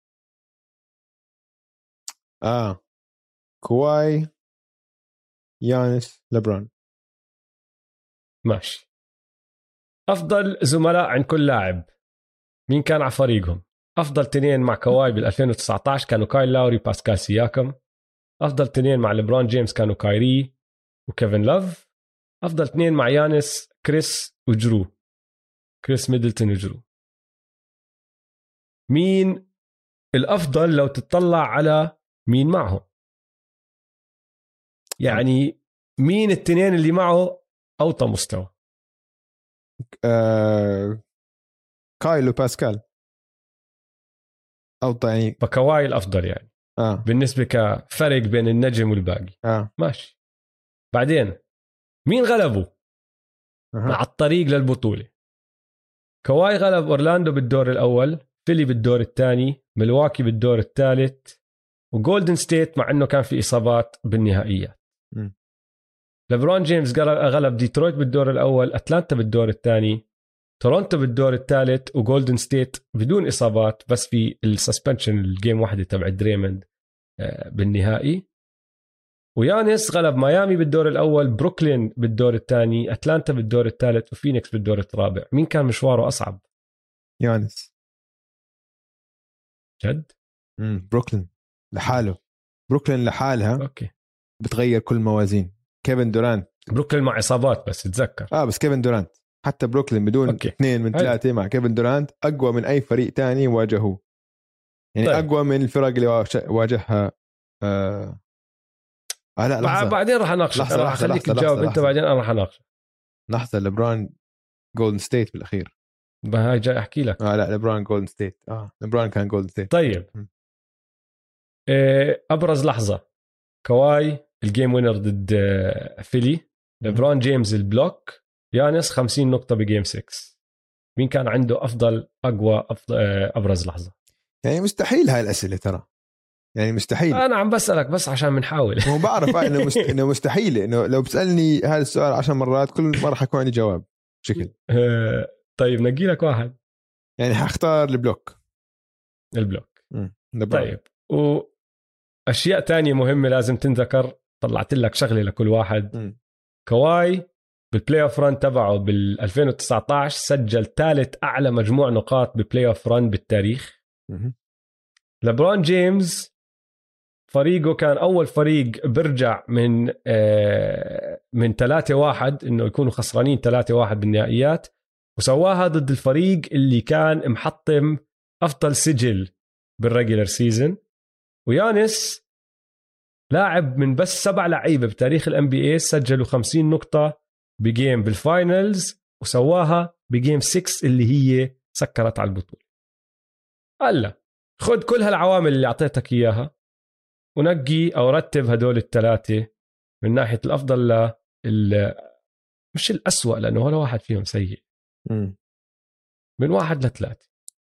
كواي، يانس، لبرون. ماشي. أفضل زملاء عند كل لاعب مين كان على فريقهم؟ أفضل تنين مع كواي بال2019 كانوا كايل لاوري باسكال سياكم. أفضل تنين مع لبرون جيمس كانوا كايري وكيفن لوف. أفضل تنين مع يانس كريس ميدلتون وجرو. مين الأفضل لو تطلع على مين معه؟ يعني مين التنين اللي معه أوطى مستوى؟ كايل وباسكال. او يعني فكواي الافضل يعني بالنسبه كفرق بين النجم والباقي. ماشي. بعدين مين غلبوا على الطريق للبطوله؟ كواي غلب اورلاندو بالدور الاول، فيلي بالدور الثاني، ميلواكي بالدور الثالث، وجولدن ستيت مع انه كان في اصابات بالنهائيات. ليبرون جيمس غلب ديترويت بالدور الاول، اتلانتا بالدور الثاني، تورونتو بالدور الثالث، وجولدن ستيت بدون اصابات بس في السسبنشن الجيم واحده تبع دريموند بالنهائي. ويانس غلب ميامي بالدور الاول، بروكلين بالدور الثاني، اتلانتا بالدور الثالث، وفينيكس بالدور الرابع. مين كان مشواره اصعب؟ يانس. جد؟ بروكلين لحاله، بروكلين لحالها اوكي بتغير كل موازين. كيفن دورانت، بروكلين مع اصابات بس تتذكر. بس كيفن دورانت حتى بروكلين بدون أوكي. 2 من 3 مع كيفن دورانت اقوى من اي فريق تاني واجهوه يعني. طيب. اقوى من الفرق اللي واجهها لا لحظة. بعدين راح اناقشك، انا راح اخليك تجاوب انت بعدين انا راح اناقشك. لحظه، ليبرون جولدن ستيت بالاخير هاي جاي احكي لك. لا ليبرون جولدن ستيت. ليبرون كان جولدن ستيت. طيب ابرز لحظه كواي الجيم وينر ضد فيلي، ليبرون جيمس البلوك، يانس 50 نقطه بجيم 6. مين كان عنده اقوى ابرز لحظه؟ يعني مستحيل هاي الاسئله ترى، يعني مستحيل. انا عم بسالك بس عشان بنحاول. هو بعرف انه مستحيل، انه لو بتسالني هذا السؤال 10 مرات كل مره حيكون عندي جواب بشكل. طيب نقي لك واحد. يعني حختار البلوك. طيب واشياء تانية مهمه لازم تنذكر، طلعت لك شغله لكل واحد. كواي بالبلاي اوف ران تبعه بال 2019 سجل ثالث اعلى مجموع نقاط ببلاي اوف ران بالتاريخ. ليبرون جيمس فريقه كان اول فريق برجع من 3-1 انه يكونوا خسرانين 3-1 بالنهائيات، وسواها ضد الفريق اللي كان محطم افضل سجل بالريجولر سيزن. ويانس لاعب من بس 7 لعيبه بتاريخ الام بي اي سجلوا 50 نقطه بجيم بالفاينلز، وسواها بجيم 6 اللي هي سكرت على البطوله. هلا خد كل هالعوامل اللي اعطيتك اياها ونقي او رتب هدول الثلاثه من ناحيه الافضل مش الأسوأ لانه ولا واحد فيهم سيء. من 1 ل3.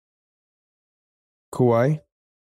كواي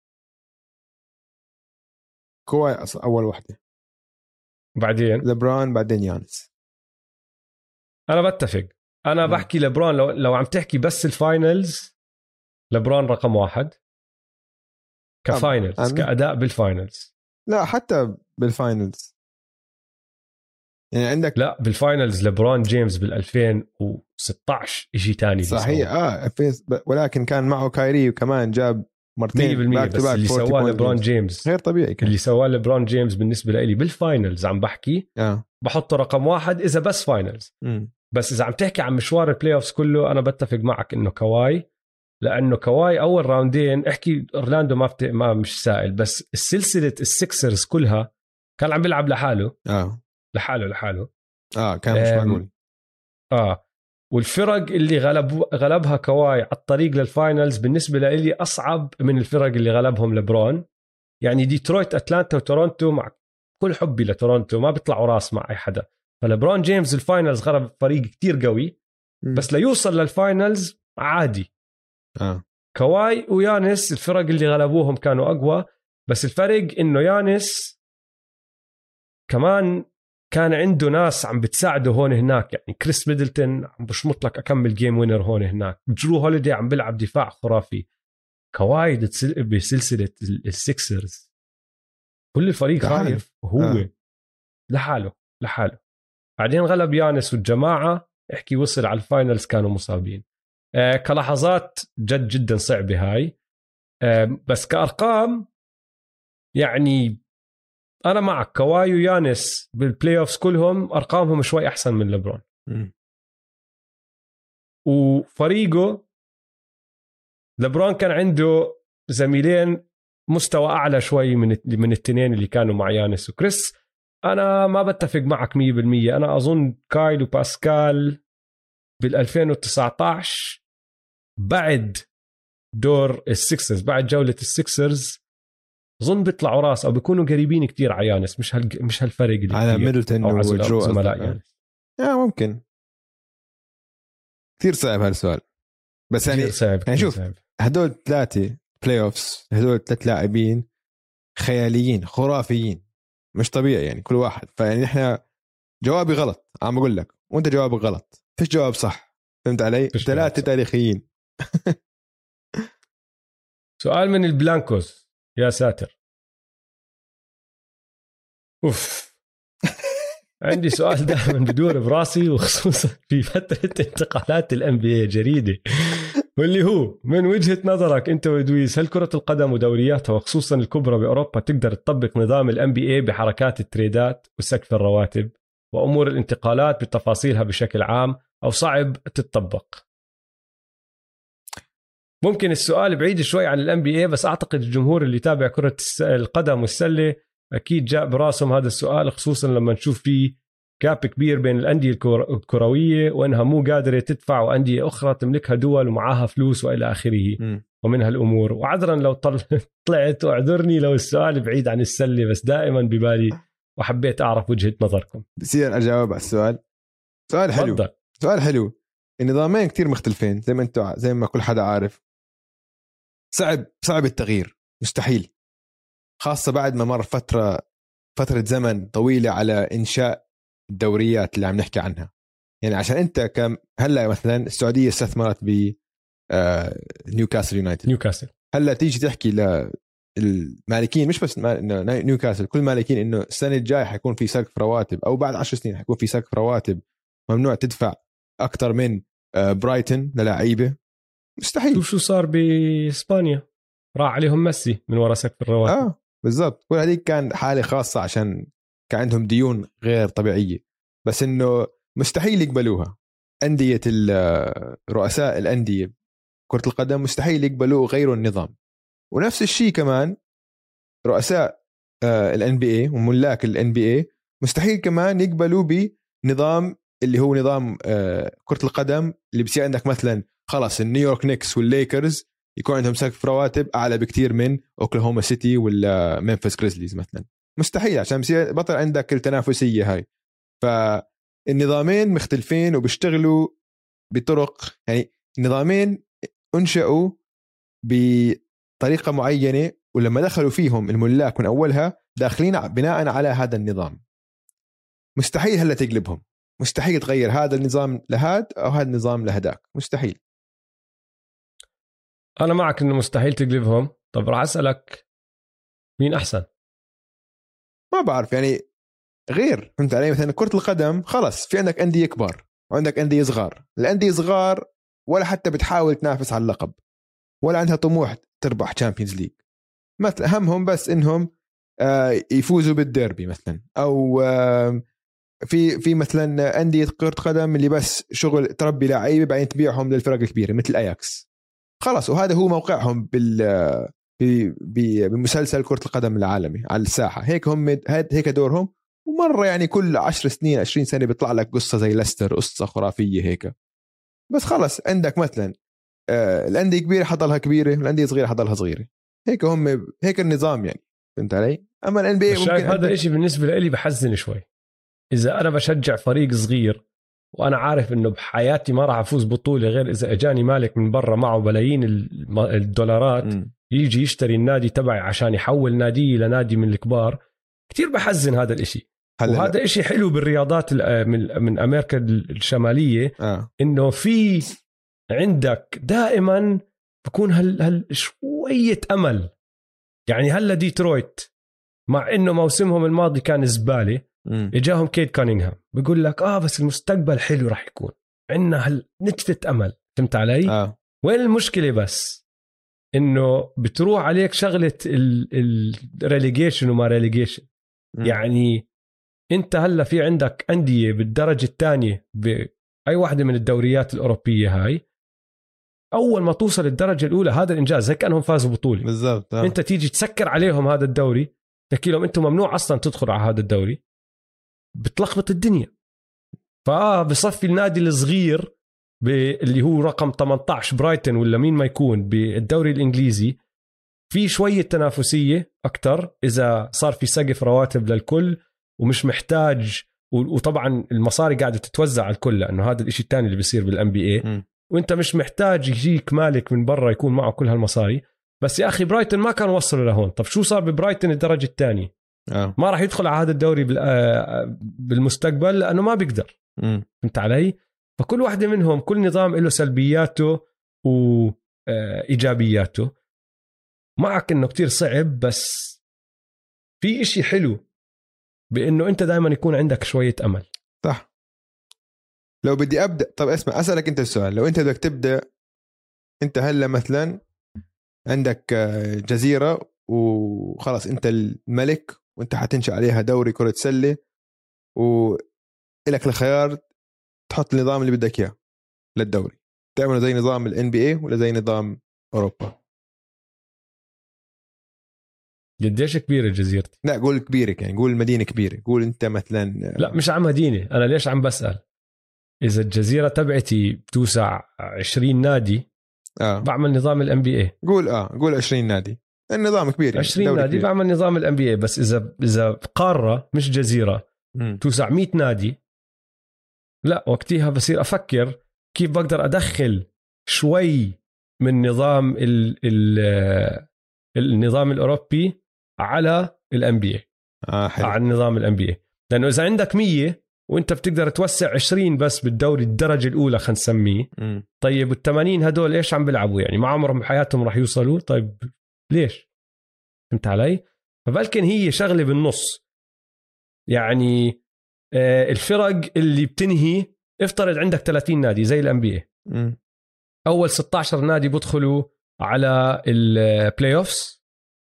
اول وحده، بعدين ليبرون، بعدين يانس. انا بتفق. انا بحكي ليبرون لو عم تحكي بس الفاينلز، ليبرون رقم 1 كفاينلز، كأداء بالفاينلز. لا حتى بالفاينلز يعني عندك. لا بالفاينلز ليبرون جيمس بال2016 إشي تاني. صحيح ولكن كان معه كايري وكمان جاب مرتين باك تو باك. اللي سواه ليبرون جيمس غير طبيعي كان. اللي سواه ليبرون جيمس بالنسبة لي بالفاينلز عم بحكي بحطه رقم 1 إذا بس فاينلز. بس إذا عم تحكي عن مشوار البلاي أوفس كله أنا بتفق معك إنه كواي، لأنه كواي أول راوندين احكي أورلاندو ما مش سائل، بس السلسلة السكسرز كلها كان عم بيلعب لحاله. لحاله كان مش معقول. والفرق اللي غلبها كواي على الطريق للفاينلز بالنسبة لي أصعب من الفرق اللي غلبهم لبرون. يعني ديترويت، أتلانتا، وتورونتو، مع كل حبي لتورونتو ما بيطلعوا راس مع أي حدا. فلبرون جيمس الفاينلز غلب فريق كتير قوي بس ليوصل للفاينلز عادي. كواي ويانس الفرق اللي غلبوهم كانوا أقوى، بس الفرق إنه يانس كمان كان عنده ناس عم بتساعده هون هناك. يعني كريس ميدلتون عم بشمط لك أكمل جيم وينر هون هناك، جرو هوليدي عم بلعب دفاع خرافي. كواي بسلسلة السيكسرز كل الفريق خايف وهو لحاله. بعدين غلب يانس والجماعة احكي وصل على الفاينلز كانوا مصابين. كلحظات جد جدا صعبة هاي. بس كأرقام يعني أنا معك، كواي ويانس بالبلاي أوفس كلهم أرقامهم شوي أحسن من ليبرون. وفريقه ليبرون كان عنده زميلين مستوى أعلى شوي من التنين اللي كانوا مع يانس وكريس. أنا ما بتفق معك 100%. أنا أظن كايل وباسكال بال2019 بعد دور السكسرز بعد جولة السكسرز ظن بيطلعوا راس أو بيكونوا قريبين كتير على يانس، مش هالفرق اللي على ميدلتون وجو زملاء يانس. ممكن كتير صعب هالسؤال، بس يعني صعب. يعني شوف صعب. هدول 3 بلاي اوفس، هدول 3 لاعبين خياليين خرافيين مش طبيعي يعني كل واحد. فيعني احنا جوابي غلط عم بقول لك، وانت جوابك غلط، فيش جواب صح، فهمت علي؟ 3 تاريخيين. سؤال من البلانكوز، يا ساتر. اوف عندي سؤال دائما بدور براسي، وخصوصا في فترة انتقالات الNBA جريدة، واللي هو من وجهة نظرك انت ودويس، هل كرة القدم ودورياتها وخصوصا الكبرى بأوروبا تقدر تطبق نظام الNBA بحركات التريدات وسقف الرواتب وأمور الانتقالات بتفاصيلها بشكل عام، أو صعب تتطبق؟ ممكن السؤال بعيد شوي عن الNBA، بس أعتقد الجمهور اللي يتابع كرة القدم والسلة أكيد جاء براسهم هذا السؤال، خصوصا لما نشوف فيه جاب كبير بين الأندية الكروية وأنها مو قادرة تدفع، وأندية أخرى تملكها دول ومعاها فلوس وإلى آخره ومن هالأمور. وعذرا لو طلعت، واعذرني لو السؤال بعيد عن السلة، بس دائما ببالي وحبيت أعرف وجهة نظركم. بصير أجاوب على السؤال. سؤال حلو فضل. سؤال حلو. النظامين كتير مختلفين زي ما كل حدا عارف. صعب التغيير، مستحيل، خاصة بعد ما مر فترة زمن طويلة على إنشاء الدوريات اللي عم نحكي عنها. يعني عشان أنت هلأ مثلا السعودية استثمرت ب نيوكاسل يونايتد، هلأ تيجي تحكي للمالكين، مش بس نيوكاسل، كل مالكين إنه السنة الجاية حيكون في سقف رواتب، أو بعد 10 سنين حيكون في سقف رواتب، ممنوع تدفع أكتر من برايتن للاعيبة. مستحيل. شو صار بإسبانيا؟ راح عليهم ميسي من وراء سقف الرواتب. بالضبط. كل هذيك كان حالة خاصة عشان كان عندهم ديون غير طبيعية، بس إنه مستحيل يقبلوها. أندية رؤساء الأندية كرة القدم مستحيل يقبلوا غيروا النظام. ونفس الشيء كمان رؤساء الNBA وملاك الNBA مستحيل كمان يقبلوا بنظام اللي هو نظام كرة القدم اللي بصير عندك مثلا خلاص النيويورك نيكس والليكرز يكون عندهم سقف رواتب أعلى بكتير من أوكلاهوما سيتي ولا ممفيس غريزليز مثلا. مستحيل، عشان بصير بطل عندك التنافسية هاي. فالنظامين مختلفين وبيشتغلوا بطرق، يعني النظامين انشأوا بطريقة معينة، ولما دخلوا فيهم الملاك من أولها داخلين بناء على هذا النظام. مستحيل هلا تقلبهم، مستحيل تغير هذا النظام لهاد أو هذا النظام لهداك، مستحيل. أنا معك إنه مستحيل تقلبهم. طب راح أسألك مين أحسن؟ ما بعرف يعني غير، فهمت علي؟ مثلا كرة القدم خلص في عندك أندية كبار وعندك أندية صغار. الأندية صغار ولا حتى بتحاول تنافس على اللقب، ولا عندها طموح تربح تشامبيونز ليج. مثلا همهم بس إنهم يفوزوا بالديربي مثلا، أو في مثلا أندية كرة قدم اللي بس شغل تربي لاعيبة بعدين تبيعهم للفرق الكبيرة مثل أياكس. خلاص، وهذا هو موقعهم بمسلسل كرة القدم العالمي على الساحة. هيك دورهم. ومرة يعني كل 10 سنين 20 سنة بيطلع لك قصة زي ليستر، قصة خرافية هيك. بس خلاص عندك مثلا الأندية كبيرة حضلها كبيرة والأندية صغيرة حضلها صغيرة. هيك النظام يعني، فهمت علي؟ أما الNBA ممكن هذا الاشي بالنسبة لي بحزن شوي. إذا أنا بشجع فريق صغير وأنا عارف إنه بحياتي ما راح أفوز بطولة غير إذا أجاني مالك من برا معه بلايين الدولارات يجي يشتري النادي تبعي عشان يحول نادي لنادي من الكبار، كتير بحزن هذا الاشي. وهذا إشي حلو بالرياضات من أمريكا الشمالية، إنه في عندك دائما بكون هل شوية أمل. يعني هلا ديترويت مع إنه موسمهم الماضي كان زبالة، إجاهم كيد كانينغهام بيقول لك بس المستقبل حلو راح يكون عندنا نتفة أمل. فهمت علي؟ وين المشكلة؟ بس إنه بتروح عليك شغلة الريليجيشن وما ريليجيشن. يعني أنت هلا في عندك أندية بالدرجة الثانية بأي واحدة من الدوريات الأوروبية هاي، أول ما توصل الدرجة الأولى هذا الإنجاز، هيك أنهم فازوا بطولة بالضبط. أنت تيجي تسكر عليهم هذا الدوري، تحكي لهم أنتم ممنوع أصلا تدخلوا على هذا الدوري، بتلخبط الدنيا. بصفي النادي الصغير اللي هو رقم 18 برايتن ولا مين ما يكون بالدوري الإنجليزي في شوية تنافسية أكتر إذا صار في سقف رواتب للكل ومش محتاج، وطبعا المصاري قاعدة تتوزع على الكل لأنه هذا الإشي الثاني اللي بيصير بالNBA، وانت مش محتاج يجيك مالك من برا يكون معه كل هالمصاري. بس يا أخي برايتن ما كان وصلوا لهون. طب شو صار ببرايتن الدرجة الثانية؟ ما راح يدخل على هذا الدوري بالمستقبل لأنه ما بيقدر. فهمت علي؟ فكل واحدة منهم كل نظام له سلبياته وإيجابياته. معك إنه كتير صعب، بس في إشي حلو بإنه أنت دائما يكون عندك شوية أمل. صح. لو بدي أبدأ، طب اسمع أسألك أنت السؤال، لو أنت بدك تبدأ أنت هلا مثلا عندك جزيرة وخلاص أنت الملك وأنت حتنشأ عليها دوري كرة سلة وإلك الخيار تحط النظام اللي بدك إياه للدوري، تعمله زي نظام NBA ولا زي نظام أوروبا؟ قديش كبيرة جزيرتي؟ لا قول كبيرة، يعني قول مدينة كبيرة، قول أنت مثلا. لا مش عم مدينة، أنا ليش عم بسأل إذا الجزيرة تبعتي بتوسع 20 نادي بعمل نظام الNBA. قول 20 نادي، النظام كبير يعني 20 نادي كبير. بعمل نظام الNBA. بس إذا قارة مش جزيرة توسع 100 نادي، لا وقتها بصير أفكر كيف بقدر أدخل شوي من نظام النظام الأوروبي على الNBA. حلو. على النظام الNBA، لأنه إذا عندك 100 وانت بتقدر توسع 20 بس بالدوري الدرجة الأولى خلينا نسميه، طيب ال80 هدول إيش عم بيلعبوا؟ يعني ما عمرهم بحياتهم راح يوصلوا. طيب ليش؟ فهمت علي؟ فبالكن هي شغلة بالنص. يعني الفرق اللي بتنهي، افترض عندك 30 نادي زي الNBA، أول 16 نادي بدخلوا على البلاي أوفس،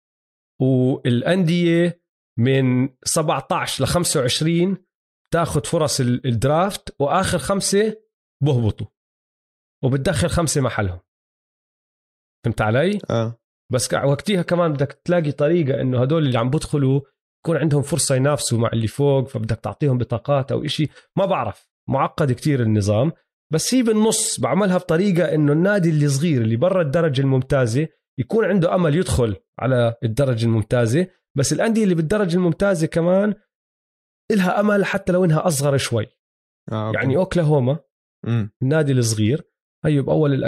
والأندية من 17 ل 25 تاخد فرص الدرافت، وآخر 5 بهبطوا وبتدخل 5 محلهم. فهمت علي؟ بس وقتها كمان بدك تلاقي طريقة إنه هدول اللي عم بدخلوا يكون عندهم فرصة ينافسوا مع اللي فوق، فبدك تعطيهم بطاقات أو إشي. ما بعرف، معقد كتير النظام، بس هي بالنص بعملها بطريقة إنه النادي اللي صغير اللي برا الدرجة الممتازة يكون عنده أمل يدخل على الدرجة الممتازة، بس الأندية اللي بالدرجة الممتازة كمان إلها أمل حتى لو إنها أصغر شوي. يعني أوكلاهوما النادي الصغير هي بأول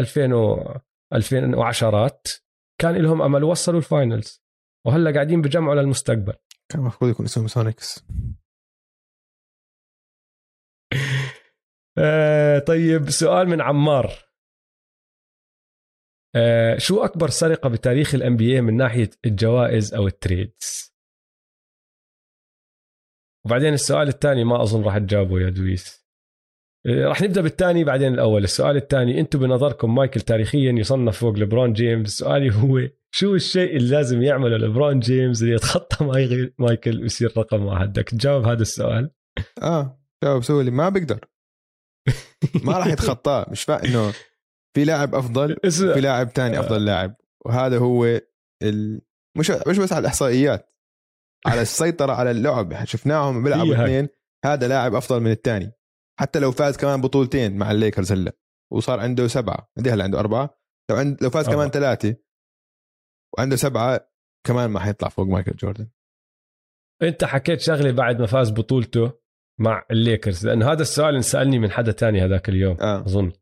2010 كان لهم أمل وصلوا الفاينلز، وهلأ قاعدين بجمعوا للمستقبل. كان مفروض يكون اسمه سونيكس. طيب سؤال من عمار. شو أكبر سرقة بتاريخ الNBA من ناحية الجوائز أو التريدز؟ وبعدين السؤال الثاني ما أظن راح تجاوبه يا دويس. راح نبدأ بالثاني بعدين الأول. السؤال الثاني، أنتم بنظركم مايكل تاريخيا يصنف فوق لبرون جيمس. سؤالي هو شو الشيء اللي لازم يعمله لبرون جيمس اللي يتخطى مايكل ويصير رقم 1؟ بدك تجاوب هذا السؤال. جاوب سؤالي. ما بقدر. ما راح يتخطاه. مش فاهم انه في لاعب افضل في لاعب تاني افضل لاعب، وهذا هو مش بس على الاحصائيات، على السيطره على اللعب. شفناهم بيلعبوا اثنين، هذا لاعب افضل من الثاني. حتى لو فاز كمان بطولتين مع الليكرز هلا وصار عنده 7، هلا عنده 4، لو فاز كمان 3 وعنده 7 كمان ما حيطلع فوق مايكل جوردن. انت حكيت شغله بعد ما فاز بطولته مع الليكرز، لانه هذا السؤال انسالني من حدا تاني هذاك اليوم. اظن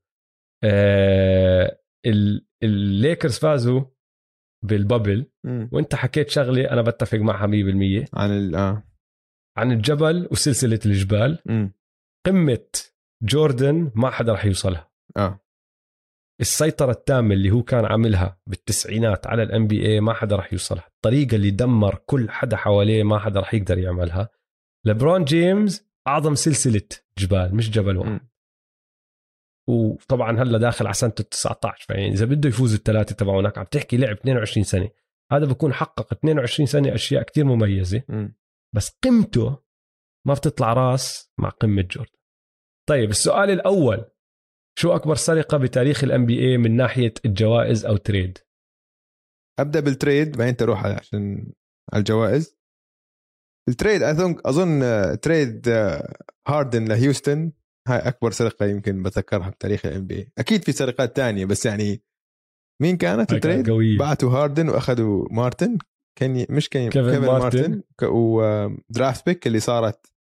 الليكرز فازوا بالبابل، وانت حكيت شغله انا بتفق معها 100% عن الجبل وسلسله الجبال. قمه جوردن ما حدا رح يوصلها. السيطره التامه اللي هو كان عاملها بالتسعينات على الNBA ما حدا رح يوصلها. الطريقه اللي دمر كل حدا حواليه ما حدا رح يقدر يعملها. لبرون جيمس اعظم سلسله جبال، مش جبل واحد. وطبعا هلا داخل على سنه 19، فيعني اذا بده يفوز الثلاثه تبعه هناك عم تحكي لعب 22 سنه. هذا بكون حقق 22 سنه اشياء كتير مميزه. بس قيمته ما بتطلع راس مع قمه جوردن. طيب السؤال الاول، شو اكبر سرقه بتاريخ الNBA من ناحيه الجوائز او تريد؟ ابدا بالتريد بعدين تروح عشان على الجوائز. التريد اظن تريد هاردن لهيوستن، هاي أكبر سرقة يمكن بتذكرها بتاريخ NBA. أكيد في سرقات تانية بس يعني مين كانت التريد؟ بعتوا هاردن وأخذوا مارتن، مش كيفن مارتن ودرافت بيك اللي صارت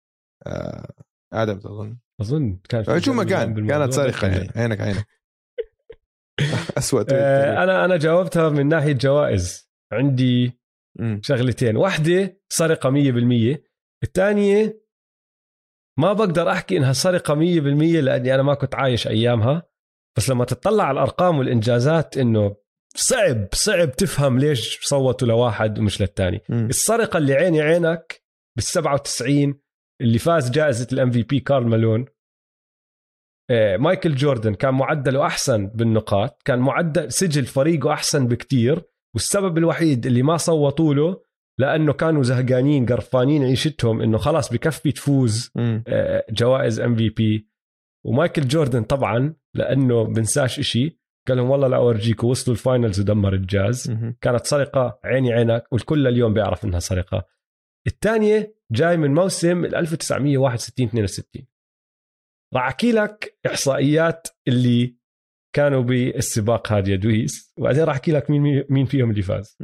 آدم أظن كان شو ما كانت سرقة يعني. عينك أسوأ أنا جاوبتها من ناحية جوائز. عندي شغلتين، واحدة سرقة 100%، الثانية ما بقدر أحكي إنها سرقة 100% لأني أنا ما كنت عايش أيامها، بس لما تطلع على الأرقام والإنجازات إنه صعب تفهم ليش صوتوا لواحد ومش للتاني. السرقة اللي عيني عينك بال97 اللي فاز جائزة الMVP كارل مالون، مايكل جوردن كان معدله أحسن بالنقاط، كان معدل سجل فريقه أحسن بكتير، والسبب الوحيد اللي ما صوتوا له لأنه كانوا زهقانين قرفانين عيشتهم إنه خلاص بكفي تفوز جوائز MVP. ومايكل جوردن طبعا لأنه بنساش إشي قال لهم والله لا أورجيكم، وصلوا الفاينلز ودمر الجاز. كانت سرقة عيني عينك، والكل اليوم بيعرف إنها سرقة. الثانية جاي من موسم 1961-62. راح أحكي لك إحصائيات اللي كانوا بالسباق هذا يا دويس، وبعدين راح أحكي لك مين فيهم اللي فاز.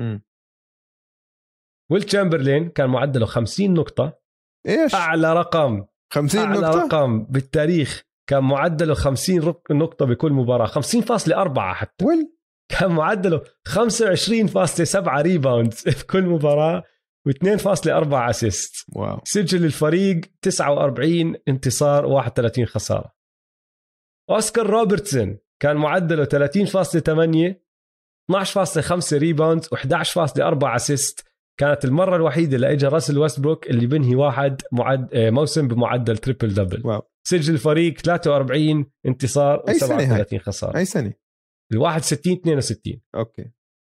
ويل تشامبرلين كان معدله 50 نقطة. إيش؟ أعلى رقم 50 أعلى نقطة؟ رقم بالتاريخ. كان معدله 50 نقطة بكل مباراة، 50.4 حتى. كان معدله 25.7 ريباوندز في كل مباراة، و2.4 أسيست. واو. سجل الفريق 49 انتصار و31 خسارة. أوسكار روبرتسون كان معدله 30.8، 12.5 ريباوندز و11.4 أسيست. كانت المرة الوحيدة اللي اجى راسل ويستبروك اللي بنهي واحد موسم بمعدل تريبل دبل. واو. سجل الفريق 43 انتصار و37 خسارة. أي سنة؟ 61-62. أوكي.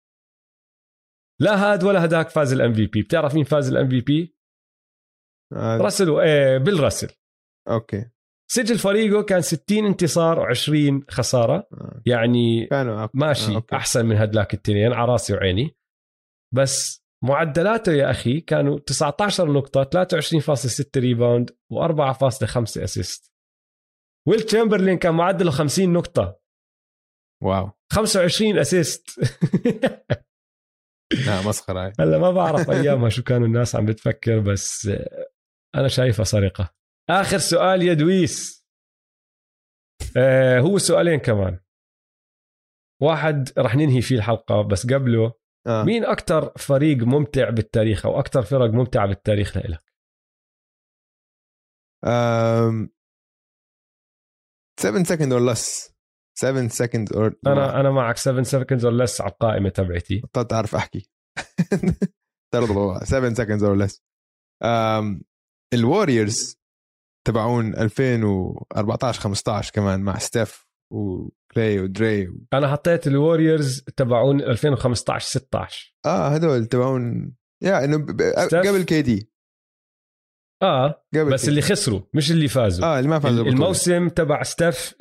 لا هاد ولا هداك فاز الMVP. بتعرف مين فاز الMVP؟ راسل بيل راسل. أوكي. سجل فريقه كان 60 انتصار و20 خسارة. يعني ماشي. أحسن من هدلاك التنين على راسي وعيني، بس معدلاته يا أخي كانوا 19 نقطة، 23.6 ريباوند و4.5 أسيست. ويل تشامبرلين كان معدله 50 نقطة. واو. 25 أسيست. لا مسخرة. هلا ما بعرف أيامها شو كانوا الناس عم بتفكر، بس أنا شايفها سرقة. آخر سؤال يا دويس. هو سؤالين كمان، واحد رح ننهي فيه الحلقة، بس قبله مين أكتر فريق ممتع بالتاريخ أو أكتر فرق ممتعة بالتاريخ لإلك؟ 7 seconds or less. 7 seconds or أنا معك 7 seconds or less على القائمة تبعتي. طب أعرف أحكي. 7 seconds or less. الواريورز تبعون 2014-15 كمان مع ستيف وكلاي ودري أنا حطيت الواريورز تبعون 2015-16. هدول تبعون إنه قبل KD. بس اللي خسروا مش اللي فازوا. اللي ما فازوا الموسم تبع ستيف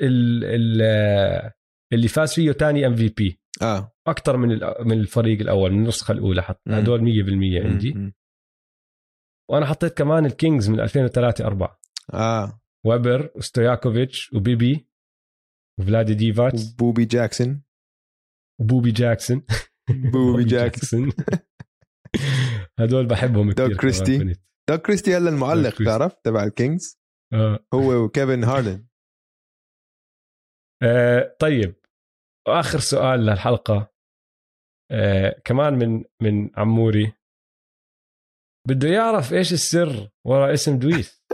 اللي فاز فيه تاني MVP. أكتر من الفريق الأول من النسخة الأولى. حط هدول 100% عندي. وأنا حطيت كمان الكينجز من 2003-4. ويبر وستوياكوفيتش وبيبي وفلادي ديفاتس وبوبي جاكسون. بوبي جاكسون. هدول بحبهم كتير. دوغ كريستي هلا المعلق تعرف تبع الكينجز. هو وكيفن هاردن. طيب آخر سؤال للحلقة كمان من عموري، بده يعرف إيش السر وراء اسم دويس.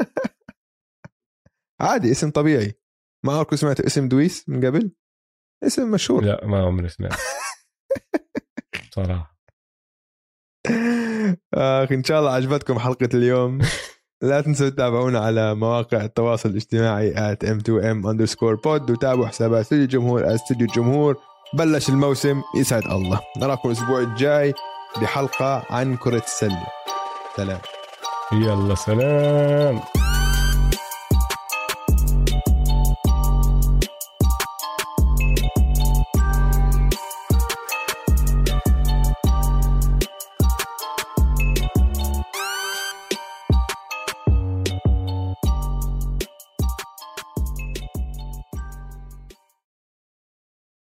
عادي اسم طبيعي. ما عمرك سمعت اسم دويس من قبل؟ اسم مشهور. لا ما عمري سمعت صراحة. إن شاء الله عجبتكم حلقة اليوم. لا تنسوا تتابعونا على مواقع التواصل الاجتماعي @m2m_pod وتابعوا حسابات استوديو الجمهور @استوديو الجمهور. بلش الموسم، يسعد الله. نراكم الأسبوع الجاي بحلقة عن كرة السلة. سلام. يلا سلام.